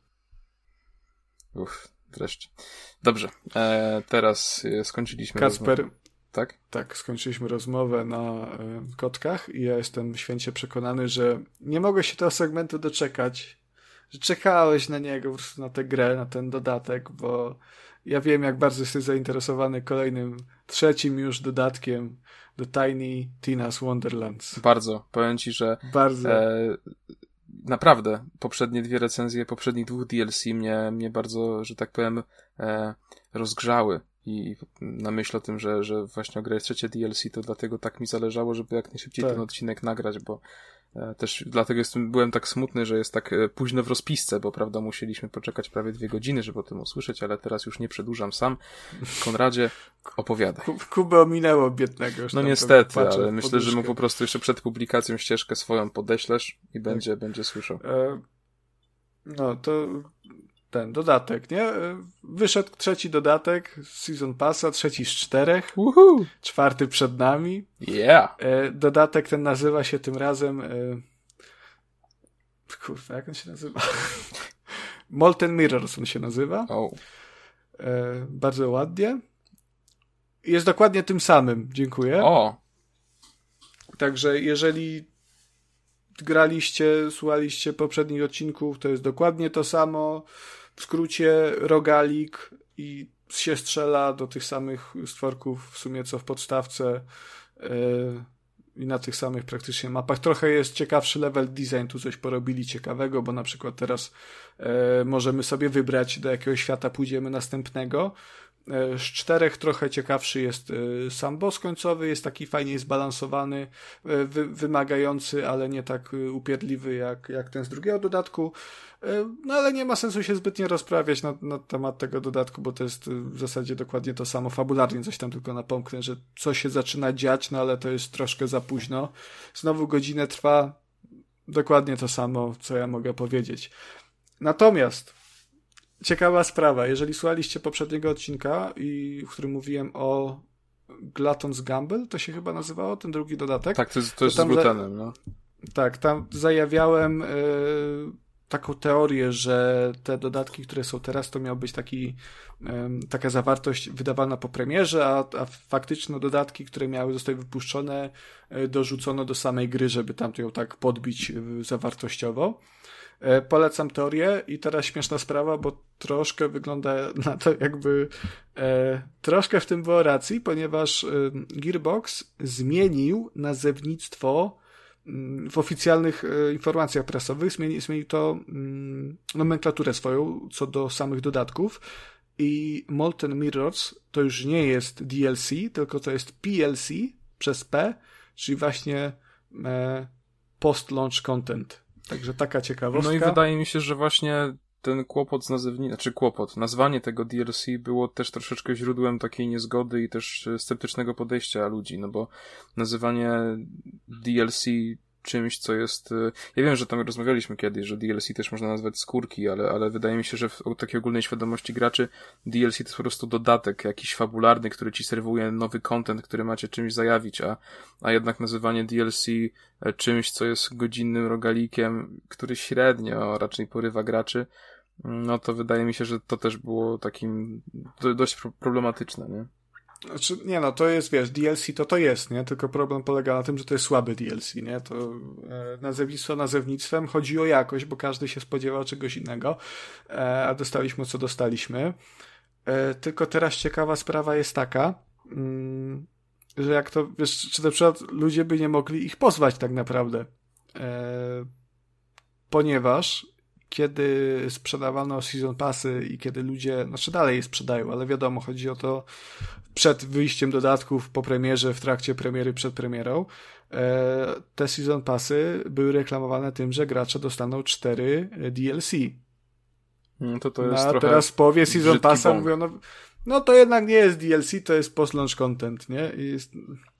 Wreszcie. Dobrze. Teraz skończyliśmy Kacper. Tak? Tak, skończyliśmy rozmowę na kotkach i ja jestem święcie przekonany, że nie mogę się tego segmentu doczekać, że czekałeś na niego, po prostu na tę grę, na ten dodatek, bo ja wiem, jak bardzo jesteś zainteresowany kolejnym, trzecim już dodatkiem do Tiny Tina's Wonderlands. Bardzo. Powiem ci, że Bardzo. Naprawdę, poprzednie 2 recenzje, poprzednich 2 DLC mnie bardzo, że tak powiem, rozgrzały. I na myśl o tym, że właśnie ograłeś trzecie DLC, to dlatego tak mi zależało, żeby jak najszybciej ten odcinek nagrać, bo też dlatego byłem tak smutny, że jest tak późno w rozpisce, bo prawda, musieliśmy poczekać prawie 2 godziny, żeby o tym usłyszeć, ale teraz już nie przedłużam sam. Konradzie, opowiadaj. Kubę ominęło biednego. No niestety, ale myślę, że mu po prostu jeszcze przed publikacją ścieżkę swoją podeślesz i będzie słyszał. No to ten dodatek, nie? Wyszedł trzeci dodatek Season Passa, trzeci z 4. Woohoo! 4 przed nami. Yeah! Dodatek ten nazywa się tym razem kurwa, jak on się nazywa? Molten Mirrors on się nazywa. Bardzo ładnie. Jest dokładnie tym samym. Dziękuję. Także jeżeli graliście, słuchaliście poprzednich odcinków, to jest dokładnie to samo. W skrócie rogalik i się strzela do tych samych stworków w sumie co w podstawce i na tych samych praktycznie mapach. Trochę jest ciekawszy level design, tu coś porobili ciekawego, bo na przykład teraz możemy sobie wybrać, do jakiego świata pójdziemy następnego. Z 4 trochę ciekawszy jest sam boss końcowy, jest taki fajnie zbalansowany, wymagający, ale nie tak upierdliwy jak ten z drugiego dodatku. No ale nie ma sensu się zbytnio rozprawiać na temat tego dodatku, bo to jest w zasadzie dokładnie to samo. Fabularnie coś tam tylko napomknę, że coś się zaczyna dziać, no ale to jest troszkę za późno. Znowu godzinę trwa, dokładnie to samo, co ja mogę powiedzieć. Natomiast ciekawa sprawa, jeżeli słuchaliście poprzedniego odcinka, w którym mówiłem o Glutton's Gamble, to się chyba nazywało, ten drugi dodatek. Tak, to jest z glutanem, no. Tak, tam zajawiałem taką teorię, że te dodatki, które są teraz, to miał być taka zawartość wydawana po premierze, a faktyczne dodatki, które miały zostać wypuszczone, dorzucono do samej gry, żeby tam ją tak podbić zawartościowo. Polecam teorię i teraz śmieszna sprawa, bo troszkę wygląda na to, jakby troszkę w tym było racji, ponieważ Gearbox zmienił nazewnictwo w oficjalnych informacjach prasowych, zmienił to nomenklaturę swoją co do samych dodatków i Molten Mirrors to już nie jest DLC, tylko to jest PLC przez P, czyli właśnie post-launch content. Także taka ciekawostka. No i wydaje mi się, że właśnie ten kłopot z nazwanie tego DLC było też troszeczkę źródłem takiej niezgody i też sceptycznego podejścia ludzi, no bo nazywanie DLC czymś, co jest... Ja wiem, że tam rozmawialiśmy kiedyś, że DLC też można nazwać skórki, ale wydaje mi się, że w takiej ogólnej świadomości graczy DLC to jest po prostu dodatek jakiś fabularny, który ci serwuje nowy content, który macie czymś zajawić, a jednak nazywanie DLC czymś, co jest godzinnym rogalikiem, który średnio raczej porywa graczy, no to wydaje mi się, że to też było takim dość problematyczne, nie? Znaczy, nie no, to jest, wiesz, DLC to jest, nie? Tylko problem polega na tym, że to jest słaby DLC, nie? To nazewnictwo nazewnictwem, chodzi o jakość, bo każdy się spodziewał czegoś innego, a dostaliśmy co dostaliśmy. Tylko teraz ciekawa sprawa jest taka, że jak to, wiesz, czy na przykład ludzie by nie mogli ich pozwać tak naprawdę. Ponieważ kiedy sprzedawano Season Passy i kiedy ludzie, znaczy dalej je sprzedają, ale wiadomo, chodzi o to przed wyjściem dodatków, po premierze, w trakcie premiery, przed premierą, te Season Passy były reklamowane tym, że gracze dostaną 4 DLC. No to jest a trochę teraz w połowie Season Passa bąk. mówią, no to jednak nie jest DLC, to jest post-launch content, nie? I jest...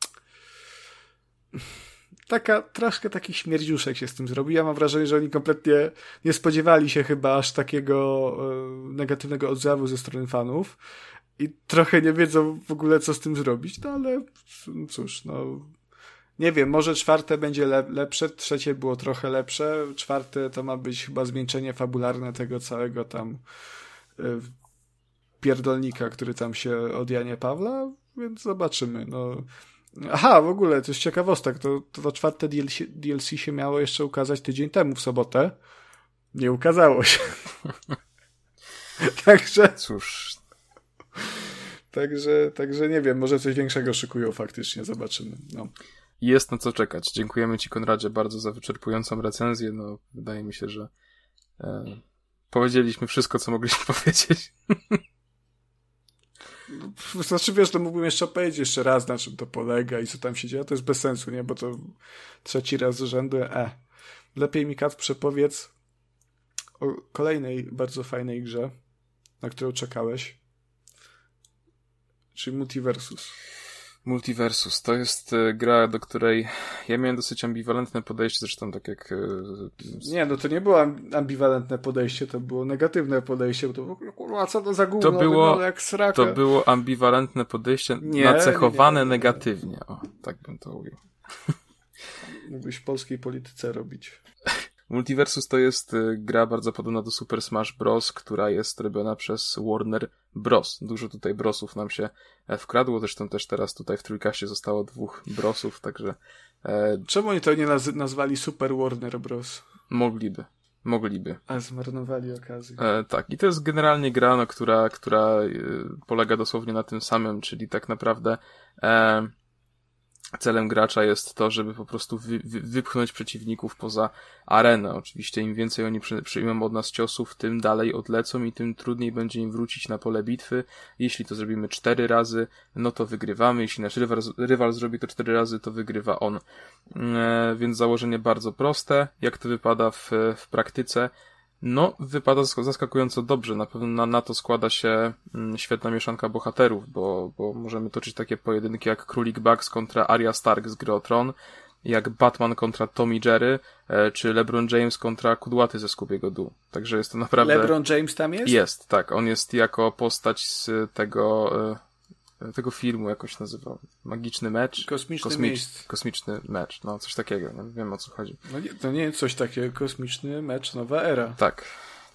troszkę taki śmierdziuszek się z tym zrobił. Ja mam wrażenie, że oni kompletnie nie spodziewali się chyba aż takiego negatywnego odzewu ze strony fanów i trochę nie wiedzą w ogóle, co z tym zrobić, no ale cóż, no nie wiem, może 4 będzie lepsze, 3 było trochę lepsze, 4 to ma być chyba zwieńczenie fabularne tego całego tam pierdolnika, który tam się od Janie Pawla, więc zobaczymy, no. Aha, w ogóle, to jest ciekawostek, to 4 DLC się miało jeszcze ukazać tydzień temu w sobotę. Nie ukazało się. Także... Cóż. Także nie wiem, może coś większego szykują faktycznie, zobaczymy. No. Jest na co czekać. Dziękujemy Ci, Konradzie, bardzo za wyczerpującą recenzję. No, wydaje mi się, że powiedzieliśmy wszystko, co mogliśmy powiedzieć. Znaczy, wiesz, to mógłbym jeszcze powiedzieć jeszcze raz, na czym to polega i co tam się dzieje. To jest bez sensu, nie? Bo to 3 raz z rzędu. Lepiej mi, Kat, przepowiedz o kolejnej bardzo fajnej grze, na którą czekałeś. Czyli Multiversus. Multiversus to jest gra, do której ja miałem dosyć ambiwalentne podejście, zresztą tak jak... Nie, no to nie było ambiwalentne podejście, to było negatywne podejście, bo to było, kurwa, co to za gówno, to było jak sraka. To było ambiwalentne podejście, nacechowane negatywnie. O, tak bym to ujął. Mógłbyś w polskiej polityce robić. Multiversus to jest gra bardzo podobna do Super Smash Bros., która jest robiona przez Warner Bros. Dużo tutaj brosów nam się wkradło, zresztą też teraz tutaj w Trójkaście zostało 2 brosów, także... Czemu oni to nie nazwali Super Warner Bros? Mogliby. A zmarnowali okazję. Tak, i to jest generalnie gra, no, która polega dosłownie na tym samym, czyli tak naprawdę celem gracza jest to, żeby po prostu wypchnąć przeciwników poza arenę. Oczywiście im więcej oni przyjmą od nas ciosów, tym dalej odlecą i tym trudniej będzie im wrócić na pole bitwy. Jeśli to zrobimy 4 razy, no to wygrywamy. Jeśli nasz rywal zrobi to 4 razy, to wygrywa on. Więc założenie bardzo proste. Jak to wypada w praktyce? No, wypada zaskakująco dobrze. Na pewno na to składa się świetna mieszanka bohaterów, bo możemy toczyć takie pojedynki jak Królik Bugs kontra Arya Stark z Gry o Tron, jak Batman kontra Tom i Jerry, czy LeBron James kontra Kudłaty ze Scooby'ego Doo. Także jest to naprawdę... LeBron James tam jest? Jest, tak. On jest jako postać z tego tego filmu jakoś nazywał. Magiczny mecz? Kosmiczny mecz, no coś takiego, nie wiem o co chodzi. No nie, to nie jest coś takiego, kosmiczny mecz, nowa era. Tak.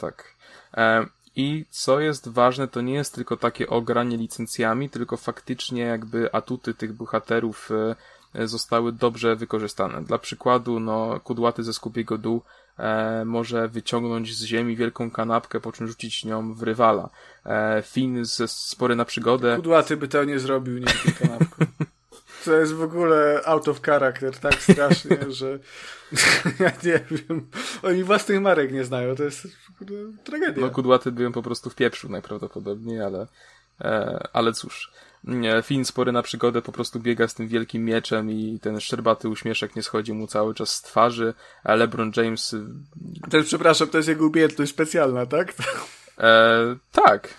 I co jest ważne, to nie jest tylko takie ogranie licencjami, tylko faktycznie jakby atuty tych bohaterów zostały dobrze wykorzystane. Dla przykładu, no, kudłaty ze Scooby'ego Doo może wyciągnąć z ziemi wielką kanapkę, po czym rzucić nią w rywala. Finn ze Spory na przygodę. Kudłaty by to nie zrobił, nie taką kanapką. To jest w ogóle out of character, tak strasznie, że ja nie wiem. Oni własnych marek nie znają, to jest w ogóle tragedia. No, kudłaty by ją po prostu wpieprzył najprawdopodobniej, ale cóż. Finn Spory na przygodę po prostu biega z tym wielkim mieczem i ten szczerbaty uśmieszek nie schodzi mu cały czas z twarzy, a LeBron James... To jest, przepraszam, to jest jego umiejętność specjalna, tak? Tak.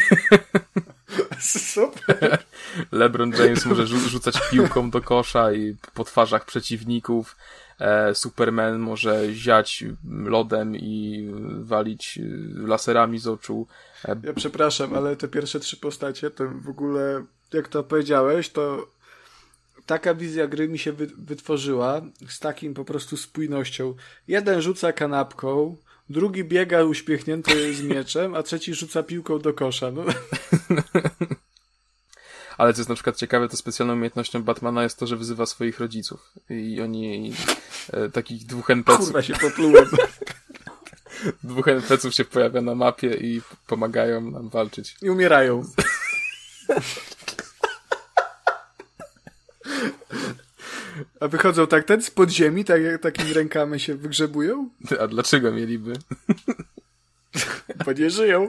Super. LeBron James może rzucać piłką do kosza i po twarzach przeciwników. Superman może ziać lodem i walić laserami z oczu. Ja przepraszam, ale te pierwsze 3 postacie, to w ogóle, jak to powiedziałeś, to taka wizja gry mi się wytworzyła z takim po prostu spójnością. Jeden rzuca kanapką, drugi biega uśmiechnięty z mieczem, a trzeci rzuca piłką do kosza. No. Ale co jest na przykład ciekawe, to specjalną umiejętnością Batmana jest to, że wyzywa swoich rodziców. I oni takich 2 NPC-ów... Kurwa, się poplułem. 2 NPC-ów się pojawia na mapie i pomagają nam walczyć. I umierają. A wychodzą tak z podziemi, tak jak takimi rękami się wygrzebują? A dlaczego mieliby? Bo nie żyją.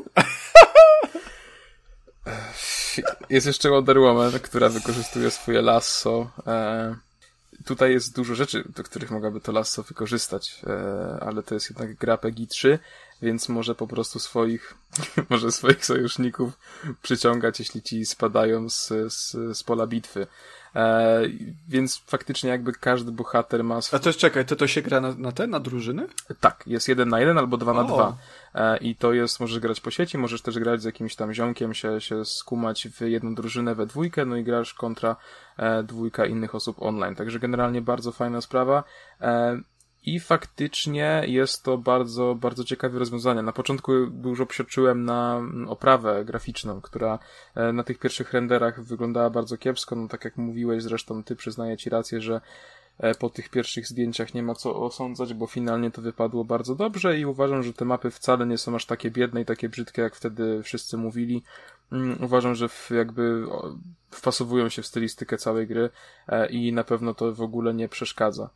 Jest jeszcze Wonder Woman, która wykorzystuje swoje lasso. Tutaj jest dużo rzeczy, do których mogłaby to lasso wykorzystać, ale to jest jednak gra PEGI 3, więc może po prostu swoich sojuszników przyciągać, jeśli ci spadają z pola bitwy. Więc faktycznie jakby każdy bohater ma... A to jest, czekaj, to się gra na drużyny? Tak, jest 1 na 1 albo 2 na 2. I to jest, możesz grać po sieci, możesz też grać z jakimś tam ziomkiem, się skumać w jedną drużynę we 2, no i grasz kontra 2 innych osób online. Także generalnie bardzo fajna sprawa. I faktycznie jest to bardzo, bardzo ciekawe rozwiązanie. Na początku dużo psioczyłem na oprawę graficzną, która na tych pierwszych renderach wyglądała bardzo kiepsko. No tak jak mówiłeś, zresztą ty, przyznaję ci rację, że po tych pierwszych zdjęciach nie ma co osądzać, bo finalnie to wypadło bardzo dobrze i uważam, że te mapy wcale nie są aż takie biedne i takie brzydkie, jak wtedy wszyscy mówili. Uważam, że jakby wpasowują się w stylistykę całej gry i na pewno to w ogóle nie przeszkadza.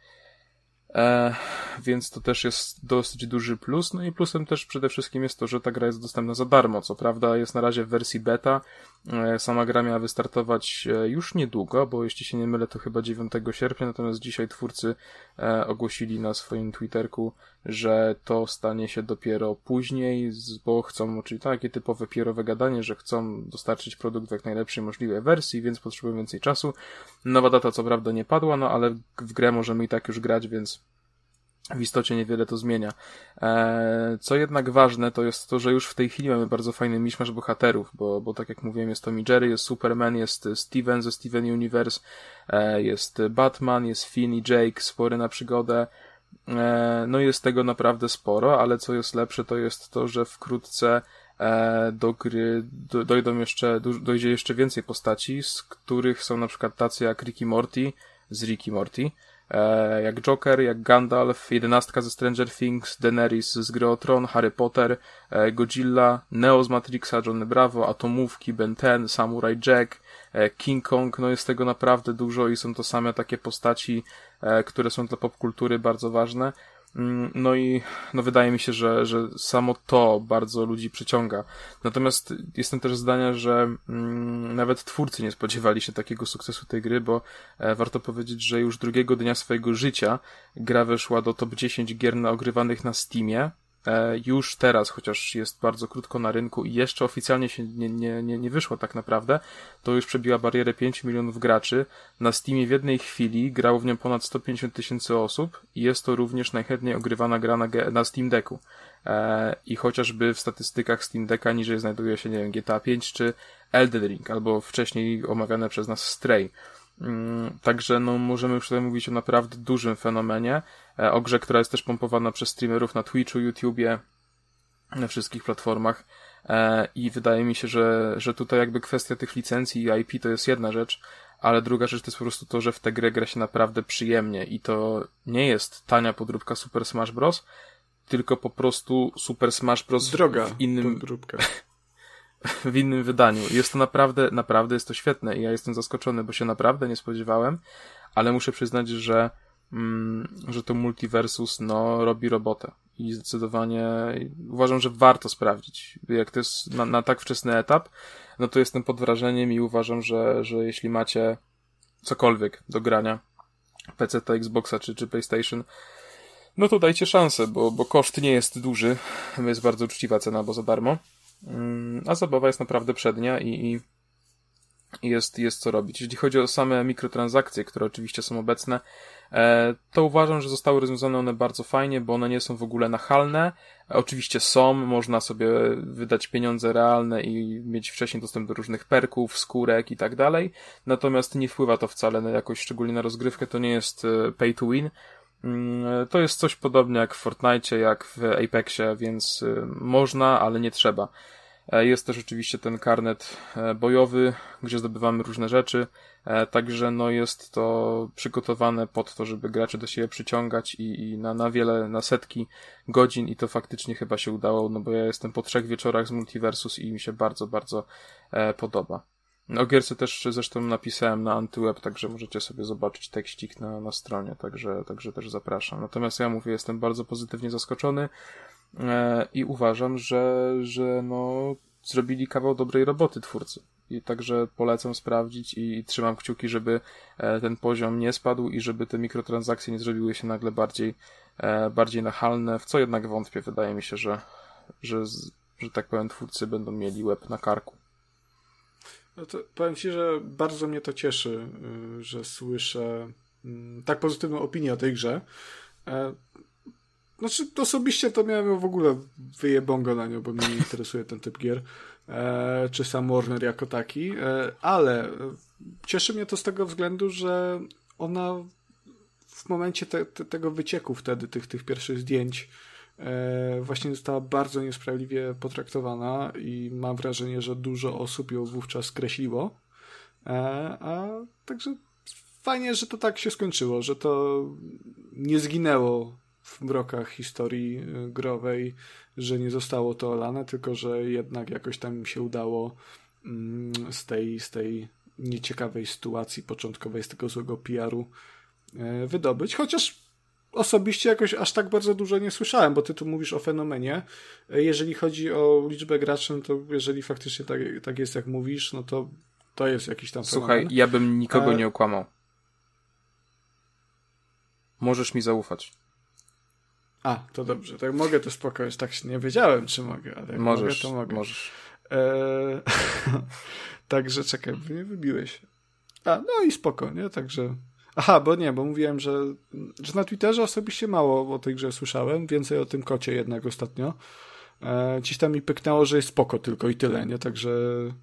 Więc to też jest dosyć duży plus. No i plusem też przede wszystkim jest to, że ta gra jest dostępna za darmo. Co prawda jest na razie w wersji beta. Sama gra miała wystartować już niedługo, bo jeśli się nie mylę, to chyba 9 sierpnia, natomiast dzisiaj twórcy ogłosili na swoim Twitterku, że to stanie się dopiero później, bo chcą, czyli takie typowe PR-owe gadanie, że chcą dostarczyć produkt w jak najlepszej możliwej wersji, więc potrzebują więcej czasu. Nowa data co prawda nie padła, no ale w grę możemy i tak już grać, więc w istocie niewiele to zmienia. Co jednak ważne, to jest to, że już w tej chwili mamy bardzo fajny miszmasz bohaterów, bo tak jak mówiłem, jest Tom i Jerry, jest Superman, jest Steven ze Steven Universe, jest Batman, jest Finn i Jake, Spory na przygodę. No jest tego naprawdę sporo, ale co jest lepsze, to jest to, że wkrótce do gry dojdzie jeszcze więcej postaci, z których są na przykład tacy jak Rick i Morty, z Rick i Morty, jak Joker, jak Gandalf, 11 ze Stranger Things, Daenerys z Gry o Tron, Harry Potter, Godzilla, Neo z Matrixa, Johnny Bravo, Atomówki, Ben 10, Samurai Jack, King Kong, no jest tego naprawdę dużo i są to same takie postaci, które są dla popkultury bardzo ważne. No i wydaje mi się, że samo to bardzo ludzi przyciąga. Natomiast jestem też zdania, że nawet twórcy nie spodziewali się takiego sukcesu tej gry, bo warto powiedzieć, że już drugiego dnia swojego życia gra weszła do top 10 gier ogrywanych na Steamie już teraz, chociaż jest bardzo krótko na rynku i jeszcze oficjalnie się nie wyszło tak naprawdę, to już przebiła barierę 5 milionów graczy. Na Steamie w jednej chwili grało w nią ponad 150 tysięcy osób i jest to również najchętniej ogrywana gra na Steam Decku. I chociażby w statystykach Steam Decka niżej znajduje się, nie wiem, GTA 5 czy Elden Ring, albo wcześniej omawiane przez nas Stray. Także no możemy już tutaj mówić o naprawdę dużym fenomenie, o grze, która jest też pompowana przez streamerów na Twitchu, YouTubie, na wszystkich platformach i wydaje mi się, że tutaj jakby kwestia tych licencji i IP to jest jedna rzecz, ale druga rzecz to jest po prostu to, że w tę grę gra się naprawdę przyjemnie i to nie jest tania podróbka Super Smash Bros., tylko po prostu Super Smash Bros. Droga w innym podróbka. w innym wydaniu. Jest to naprawdę jest to świetne i ja jestem zaskoczony, bo się naprawdę nie spodziewałem, ale muszę przyznać, że to Multiversus no robi robotę i zdecydowanie uważam, że warto sprawdzić. Jak to jest na tak wczesny etap, no to jestem pod wrażeniem i uważam, że jeśli macie cokolwiek do grania, PC, Xboxa czy PlayStation, no to dajcie szansę, bo koszt nie jest duży, jest bardzo uczciwa cena, bo za darmo. A zabawa jest naprawdę przednia i jest co robić. Jeśli chodzi o same mikrotransakcje, które oczywiście są obecne, to uważam, że zostały rozwiązane one bardzo fajnie, bo one nie są w ogóle nachalne. Oczywiście można sobie wydać pieniądze realne i mieć wcześniej dostęp do różnych perków, skórek i tak dalej, natomiast nie wpływa to wcale na jakoś, szczególnie na rozgrywkę, to nie jest pay to win. To jest coś podobnie jak w Fortnite, jak w Apexie, więc można, ale nie trzeba. Jest też oczywiście ten karnet bojowy, gdzie zdobywamy różne rzeczy, także no jest to przygotowane pod to, żeby graczy do siebie przyciągać i na setki godzin i to faktycznie chyba się udało, no bo ja jestem po 3 wieczorach z Multiversus i mi się bardzo, bardzo podoba. O gierce też zresztą napisałem na Antyweb, także możecie sobie zobaczyć tekścik na stronie, także też zapraszam. Natomiast ja mówię, jestem bardzo pozytywnie zaskoczony i uważam, że no zrobili kawał dobrej roboty twórcy. I także polecam sprawdzić i trzymam kciuki, żeby ten poziom nie spadł i żeby te mikrotransakcje nie zrobiły się nagle bardziej nachalne, w co jednak wątpię. Wydaje mi się, że tak powiem twórcy będą mieli łeb na karku. No to powiem Ci, że bardzo mnie to cieszy, że słyszę tak pozytywną opinię o tej grze. Znaczy, osobiście to miałem w ogóle wyjebongo na nią, bo mnie nie interesuje ten typ gier, czy sam Warner jako taki, ale cieszy mnie to z tego względu, że ona w momencie tego wycieku wtedy, tych pierwszych zdjęć, właśnie została bardzo niesprawiedliwie potraktowana i mam wrażenie, że dużo osób ją wówczas skreśliło. A także fajnie, że to tak się skończyło, że to nie zginęło w mrokach historii growej, że nie zostało to olane, tylko że jednak jakoś tam im się udało z tej nieciekawej sytuacji początkowej, z tego złego PR-u wydobyć. Chociaż osobiście jakoś aż tak bardzo dużo nie słyszałem, bo ty tu mówisz o fenomenie. Jeżeli chodzi o liczbę graczy, no to jeżeli faktycznie tak jest, jak mówisz, no to jest jakiś tam fenomen. Słuchaj, ja bym nikogo nie okłamał. Możesz mi zaufać. To dobrze. Tak mogę, to spokojnie. Tak nie wiedziałem, czy mogę, ale jak mogę, to mogę. Możesz. Także czekaj, nie wybiłeś. No i spoko, nie? Także... bo mówiłem, że na Twitterze osobiście mało o tej grze słyszałem, więcej o tym kocie jednak ostatnio. Gdzieś tam mi pyknęło, że jest spoko tylko i tyle, nie? Także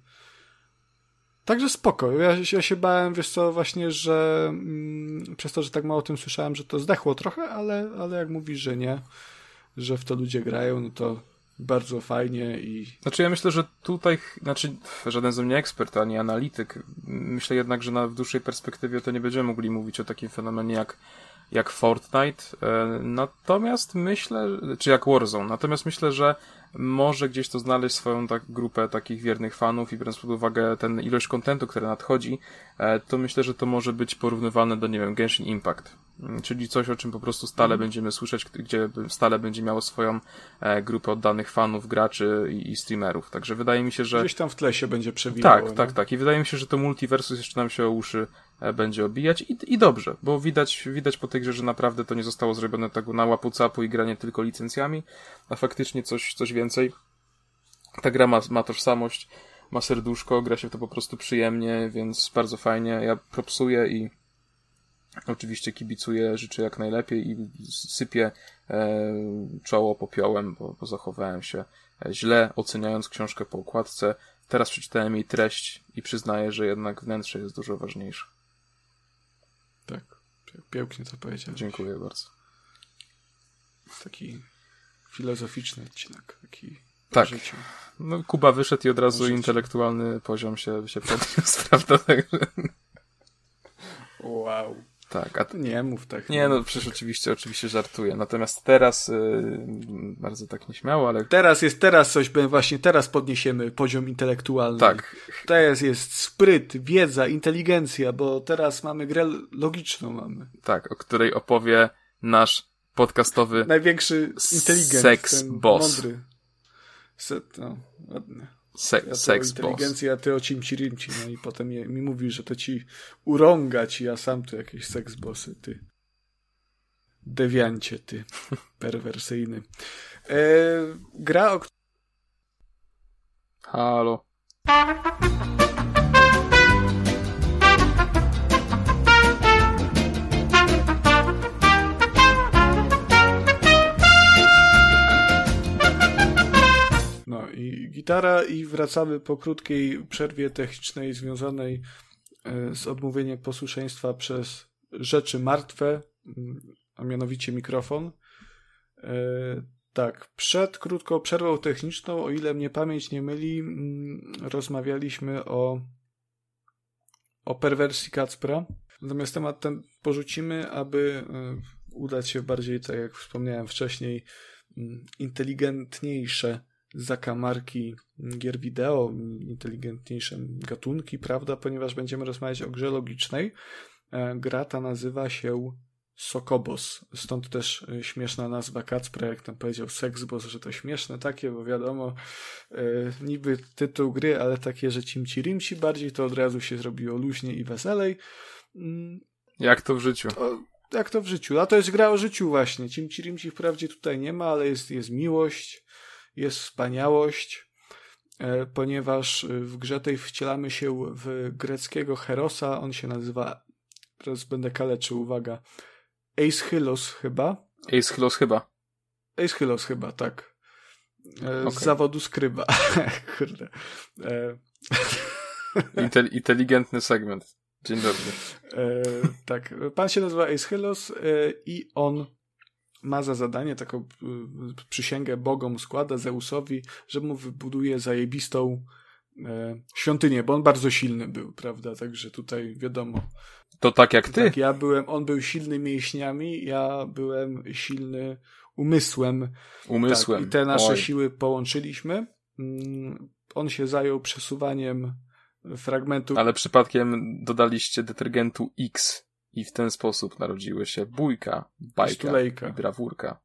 spoko. Ja się bałem, wiesz co, właśnie, że przez to, że tak mało o tym słyszałem, że to zdechło trochę, ale jak mówisz, że nie, że w to ludzie grają, no to bardzo fajnie i... Znaczy ja myślę, że tutaj, żaden ze mnie ekspert, ani analityk, myślę jednak, że w dłuższej perspektywie to nie będziemy mogli mówić o takim fenomenie jak Fortnite, natomiast myślę, czy jak Warzone, natomiast myślę, że może gdzieś to znaleźć swoją grupę takich wiernych fanów i biorąc pod uwagę ilość kontentu, która nadchodzi, to myślę, że to może być porównywalne do, nie wiem, Genshin Impact. czyli coś, o czym po prostu stale będziemy słyszeć, gdzie stale będzie miało swoją grupę oddanych fanów, graczy i streamerów. Także wydaje mi się, że... Gdzieś tam w tle się będzie przewijało. Tak. I wydaje mi się, że to multiversus jeszcze nam się o uszy będzie obijać i dobrze, bo widać po tej grze, że naprawdę to nie zostało zrobione tak na łapu-capu i granie tylko licencjami, a faktycznie coś więcej. Ta gra ma tożsamość, ma serduszko, gra się w to po prostu przyjemnie, więc bardzo fajnie. Ja propsuję i oczywiście kibicuję, życzę jak najlepiej i sypię czoło popiołem, bo zachowałem się źle, oceniając książkę po okładce. Teraz przeczytałem jej treść i przyznaję, że jednak wnętrze jest dużo ważniejsze. Tak, pięknie to powiedziałeś. Dziękuję bardzo. Taki filozoficzny odcinek, taki tak. życiu. No, Kuba wyszedł i od razu intelektualny poziom się podniósł, prawda? Także... Wow. Tak, nie mów tak. Nie, no przecież oczywiście żartuję. Natomiast teraz bardzo tak nieśmiało, ale... Właśnie teraz podniesiemy poziom intelektualny. Tak. Teraz jest spryt, wiedza, inteligencja, bo teraz mamy grę logiczną Tak, o której opowie nasz podcastowy największy inteligent. Sex boss. Mądry. Ładne. Sex inteligencja, a ty o cimci-rimci, no i potem mi mówi, że to ci urągać, ja sam tu jakieś seks bossy, ty dewiancie, ty perwersyjny. Gra o... Halo. No i gitara i wracamy po krótkiej przerwie technicznej związanej z odmówieniem posłuszeństwa przez rzeczy martwe, a mianowicie mikrofon. Tak, przed krótką przerwą techniczną, o ile mnie pamięć nie myli, rozmawialiśmy o perwersji Kacpra. Natomiast temat ten porzucimy, aby udać się bardziej, tak jak wspomniałem wcześniej, inteligentniejsze zakamarki gier wideo, inteligentniejsze gatunki, prawda, ponieważ będziemy rozmawiać o grze logicznej. Gra ta nazywa się Sokobos, stąd też śmieszna nazwa Kacpra, jak tam powiedział Sexboss, że to śmieszne takie, bo wiadomo, niby tytuł gry, ale takie, że cimci-rimci bardziej, to od razu się zrobiło luźniej i weselej. Jak to w życiu? Jak to w życiu? A to jest gra o życiu właśnie. Cimci-rimci wprawdzie tutaj nie ma, ale jest miłość, jest wspaniałość, ponieważ w grze tej wcielamy się w greckiego herosa, on się nazywa, teraz będę kaleczył, uwaga, Aeschylus chyba. Aeschylus chyba, tak. Z zawodu skryba. Kurde. Inteligentny segment. Dzień dobry. Tak. Pan się nazywa Aeschylus i on ma za zadanie taką przysięgę bogom składa, Zeusowi, że mu wybuduje zajebistą świątynię, bo on bardzo silny był, prawda? Także tutaj wiadomo. To tak jak ty? Tak, on był silny mięśniami, ja byłem silny umysłem. Tak, i te nasze siły połączyliśmy. On się zajął przesuwaniem fragmentów. Ale przypadkiem dodaliście detergentu X i w ten sposób narodziły się bójka, bajka i brawurka.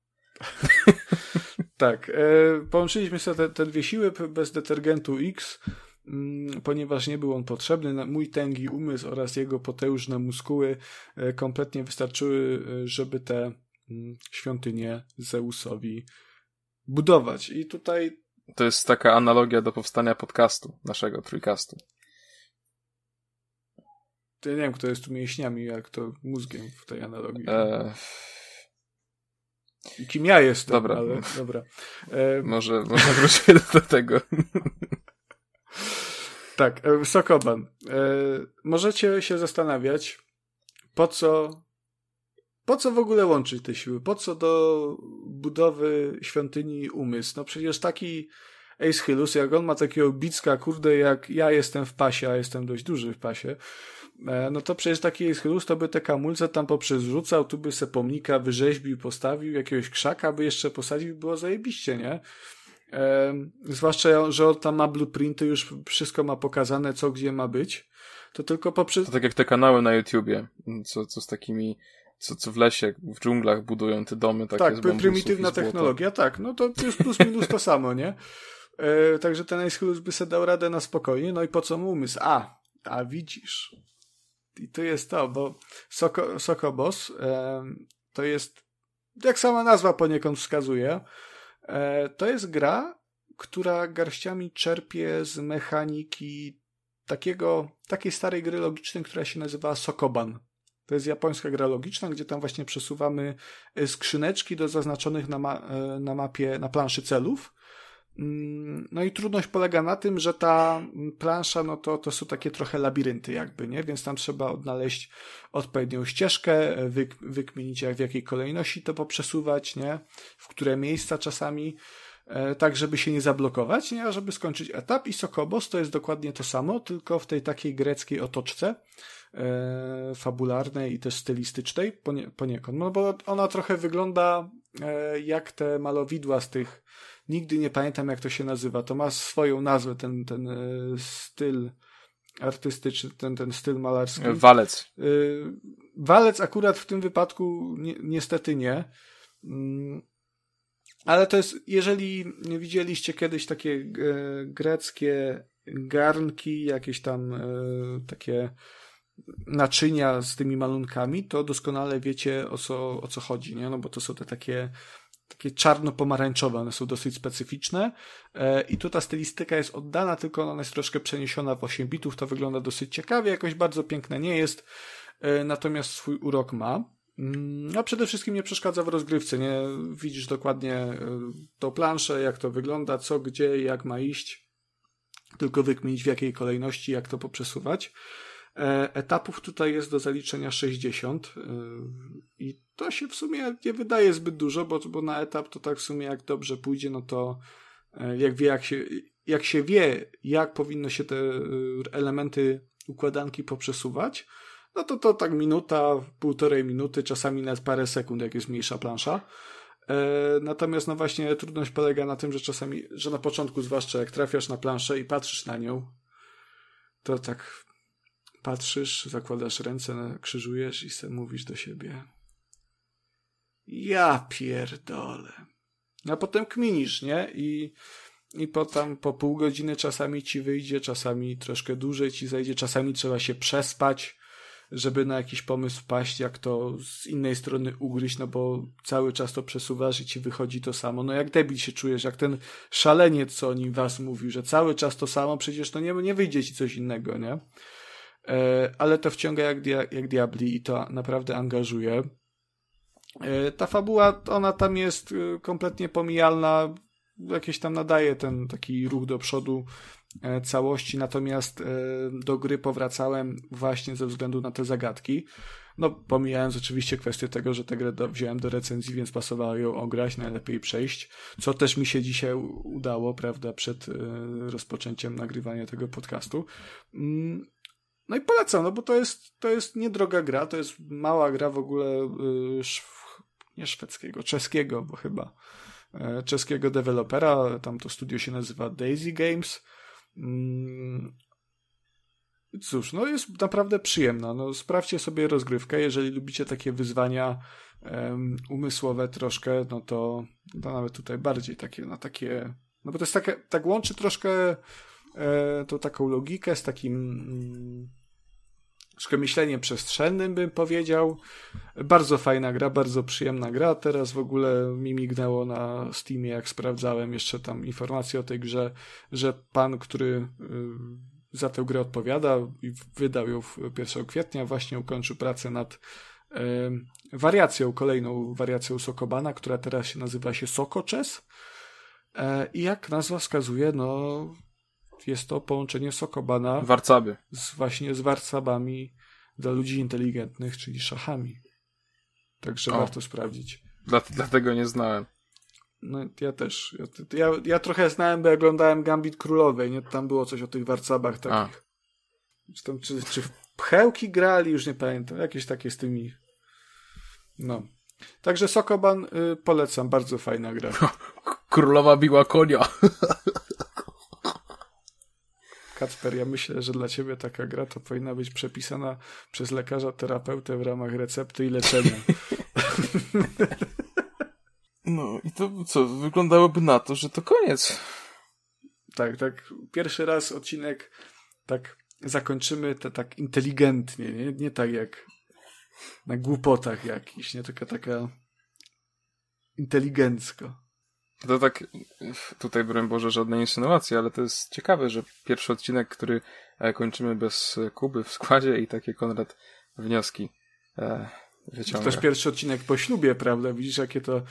Tak, połączyliśmy sobie te dwie siły bez detergentu X, ponieważ nie był on potrzebny. Mój tęgi umysł oraz jego potężne muskuły kompletnie wystarczyły, żeby te świątynie Zeusowi budować. I tutaj... To jest taka analogia do powstania podcastu, naszego trójkastu. Ja nie wiem, kto jest tu mięśniami, jak to mózgiem w tej analogii. I kim ja jestem, dobra. Ale dobra. Może wróćmy do tego. Tak, Sokoban. Możecie się zastanawiać, po co w ogóle łączyć te siły? Po co do budowy świątyni umysł? No przecież taki Aeschylus, jak on ma takiego bicka, kurde, jak ja jestem w pasie, a jestem dość duży w pasie, no to przecież taki Aeschylus to by te kamulce tam poprzezrzucał, tu by se pomnika wyrzeźbił, postawił, jakiegoś krzaka by jeszcze posadził, było zajebiście, nie? Zwłaszcza, że on tam ma blueprinty, już wszystko ma pokazane, co gdzie ma być. To tylko poprzez... To tak jak te kanały na YouTubie, co z takimi co w lesie, w dżunglach budują te domy takie tak, z bambusów prymitywna i z błota. technologia, tak, no to jest plus minus to samo, nie? Także ten Aeschylus by sobie dał radę na spokojnie, no i po co mu umysł? A widzisz. I to jest to, bo Sokobos to jest, jak sama nazwa poniekąd wskazuje, to jest gra, która garściami czerpie z mechaniki takiej starej gry logicznej, która się nazywa Sokoban. To jest japońska gra logiczna, gdzie tam właśnie przesuwamy skrzyneczki do zaznaczonych na mapie, na planszy celów. No i trudność polega na tym, że ta plansza, no to są takie trochę labirynty jakby, nie? Więc tam trzeba odnaleźć odpowiednią ścieżkę, wykminić w jakiej kolejności to poprzesuwać, nie? W które miejsca czasami, tak żeby się nie zablokować, nie? A żeby skończyć etap. I Sokobos to jest dokładnie to samo, tylko w tej takiej greckiej otoczce fabularnej i też stylistycznej poniekąd. No bo ona trochę wygląda jak te malowidła z tych, nigdy nie pamiętam jak to się nazywa, to ma swoją nazwę ten styl artystyczny, ten styl malarski. Walec. Walec akurat w tym wypadku niestety nie. Ale to jest, jeżeli widzieliście kiedyś takie greckie garnki, jakieś tam takie naczynia z tymi malunkami, to doskonale wiecie o co chodzi, nie? No bo to są te takie czarno-pomarańczowe, one są dosyć specyficzne i tu ta stylistyka jest oddana, tylko ona jest troszkę przeniesiona w 8 bitów, to wygląda dosyć ciekawie, jakoś bardzo piękne nie jest, natomiast swój urok ma. A przede wszystkim nie przeszkadza w rozgrywce, nie? Widzisz dokładnie tą planszę, jak to wygląda, co, gdzie, jak ma iść, tylko wykminić w jakiej kolejności, jak to poprzesuwać. Etapów tutaj jest do zaliczenia 60 i to się w sumie nie wydaje zbyt dużo, bo na etap to tak w sumie jak dobrze pójdzie, no to jak się wie, jak powinno się te elementy układanki poprzesuwać, no to tak minuta, 1,5 minuty, czasami nawet parę sekund, jak jest mniejsza plansza. Natomiast no właśnie trudność polega na tym, że czasami, że na początku zwłaszcza jak trafiasz na planszę i patrzysz na nią, to tak patrzysz, zakładasz ręce, krzyżujesz i sobie mówisz do siebie: ja pierdolę. A potem kminisz, nie? I potem po pół godziny czasami ci wyjdzie, czasami troszkę dłużej ci zajdzie, czasami trzeba się przespać, żeby na jakiś pomysł wpaść, jak to z innej strony ugryźć, no bo cały czas to przesuwasz i ci wychodzi to samo. No jak debil się czujesz, jak ten szaleniec, co o nim was mówił, że cały czas to samo, przecież to nie wyjdzie ci coś innego, nie? Ale to wciąga jak diabli i to naprawdę angażuje. Ta fabuła, ona tam jest kompletnie pomijalna, jakieś tam nadaje ten taki ruch do przodu całości, natomiast do gry powracałem właśnie ze względu na te zagadki. No, pomijając oczywiście kwestię tego, że tę grę wziąłem do recenzji, więc pasowało ją ograć, najlepiej przejść, co też mi się dzisiaj udało, prawda, przed rozpoczęciem nagrywania tego podcastu. No i polecam, no bo to jest niedroga gra, to jest mała gra w ogóle nie szwedzkiego, czeskiego, bo chyba czeskiego dewelopera, tam to studio się nazywa Daisy Games. Cóż, no jest naprawdę przyjemna, no sprawdźcie sobie rozgrywkę, jeżeli lubicie takie wyzwania umysłowe troszkę, no to nawet tutaj bardziej takie, no bo to jest tak łączy troszkę tą taką logikę z takim troszkę myśleniem przestrzennym, bym powiedział. Bardzo fajna gra, bardzo przyjemna gra. Teraz w ogóle mi mignęło na Steamie, jak sprawdzałem jeszcze tam informacje o tej grze, że pan, który za tę grę odpowiada i wydał ją 1 kwietnia, właśnie ukończył pracę nad kolejną wariacją Sokobana, która teraz się nazywa Soko Chess. I jak nazwa wskazuje, no jest to połączenie Sokobana Warcaby. Właśnie z warcabami dla ludzi inteligentnych, czyli szachami. Także warto sprawdzić. Dlatego nie znałem. No ja też. Ja trochę znałem, bo ja oglądałem Gambit Królowej, nie? Tam było coś o tych warcabach takich. Czy pchełki grali, już nie pamiętam. Jakieś takie z tymi. No. Także Sokoban polecam, bardzo fajna gra. Królowa biła konia. Kasper, ja myślę, że dla ciebie taka gra to powinna być przepisana przez lekarza terapeutę w ramach recepty i leczenia. No i to co, wyglądałoby na to, że to koniec. Tak, pierwszy raz odcinek tak zakończymy tak inteligentnie, nie tak jak na głupotach jakichś, nie? Tylko taka inteligencko. To tak, tutaj broń Boże żadnej insynuacji, ale to jest ciekawe, że pierwszy odcinek, który kończymy bez Kuby w składzie i takie Konrad wnioski wyciąga. To też pierwszy odcinek po ślubie, prawda? Widzisz, jakie to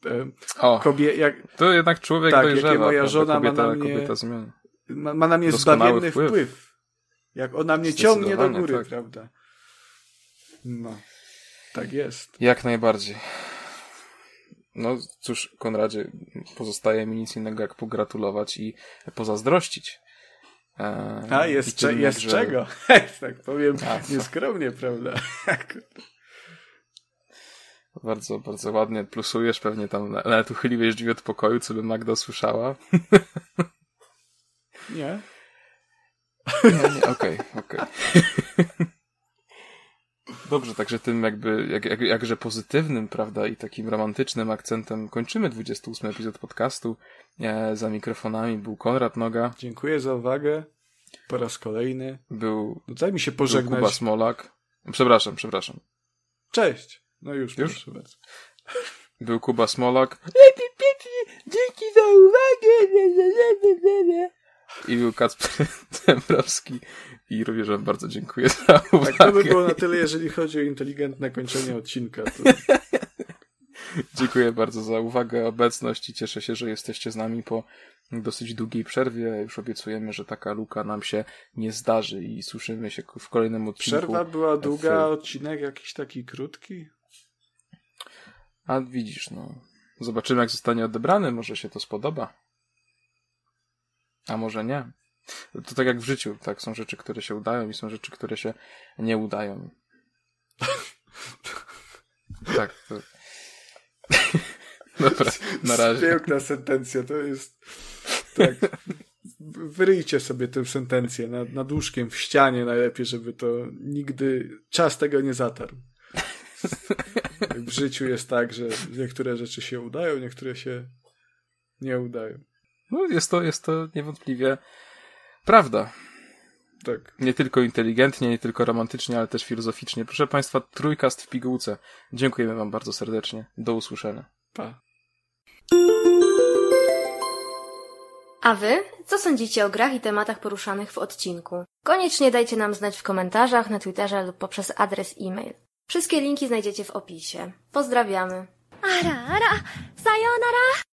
to jednak człowiek tak, dojrzewa. jakie moja prawda? żona kobieta zmieni. ma na mnie Doskonały zbawienny wpływ. Jak ona mnie ciągnie do góry, tak. Prawda? No, tak jest. Jak najbardziej. No cóż, Konradzie, pozostaje mi nic innego jak pogratulować i pozazdrościć. Jest czego? Tak powiem nieskromnie, prawda? Bardzo, bardzo ładnie plusujesz, pewnie tam nawet uchyliłeś drzwi od pokoju, co by Magda usłyszała. Nie? Nie, okej. Dobrze, także tym jakże pozytywnym, prawda, i takim romantycznym akcentem kończymy 28 epizod podcastu. Za mikrofonami był Konrad Noga. Dziękuję za uwagę. Po raz kolejny. Daj mi się był pożegnać. Kuba Smolak. Przepraszam. Cześć. No już? Proszę bardzo. Był Kuba Smolak. Dzięki za uwagę. I był Kacper Dębrowski. I również wam bardzo dziękuję za uwagę. Tak, to by było na tyle, jeżeli chodzi o inteligentne kończenie odcinka. To... Dziękuję bardzo za uwagę, obecność i cieszę się, że jesteście z nami po dosyć długiej przerwie. Już obiecujemy, że taka luka nam się nie zdarzy i słyszymy się w kolejnym odcinku. Przerwa była długa, odcinek jakiś taki krótki? A widzisz, no. Zobaczymy, jak zostanie odebrany. Może się to spodoba. A może nie. To tak jak w życiu, tak? Są rzeczy, które się udają i są rzeczy, które się nie udają. Tak. To... Dobra, na razie. Piękna sentencja, to jest... Tak. Wyryjcie sobie tę sentencję nad łóżkiem, w ścianie najlepiej, żeby to nigdy czas tego nie zatarł. W życiu jest tak, że niektóre rzeczy się udają, niektóre się nie udają. No jest to niewątpliwie prawda. Tak. Nie tylko inteligentnie, nie tylko romantycznie, ale też filozoficznie. Proszę Państwa, Trójkast w pigułce. Dziękujemy Wam bardzo serdecznie. Do usłyszenia. Pa. A wy? Co sądzicie o grach i tematach poruszanych w odcinku? Koniecznie dajcie nam znać w komentarzach, na Twitterze lub poprzez adres e-mail. Wszystkie linki znajdziecie w opisie. Pozdrawiamy. Ara, sayonara!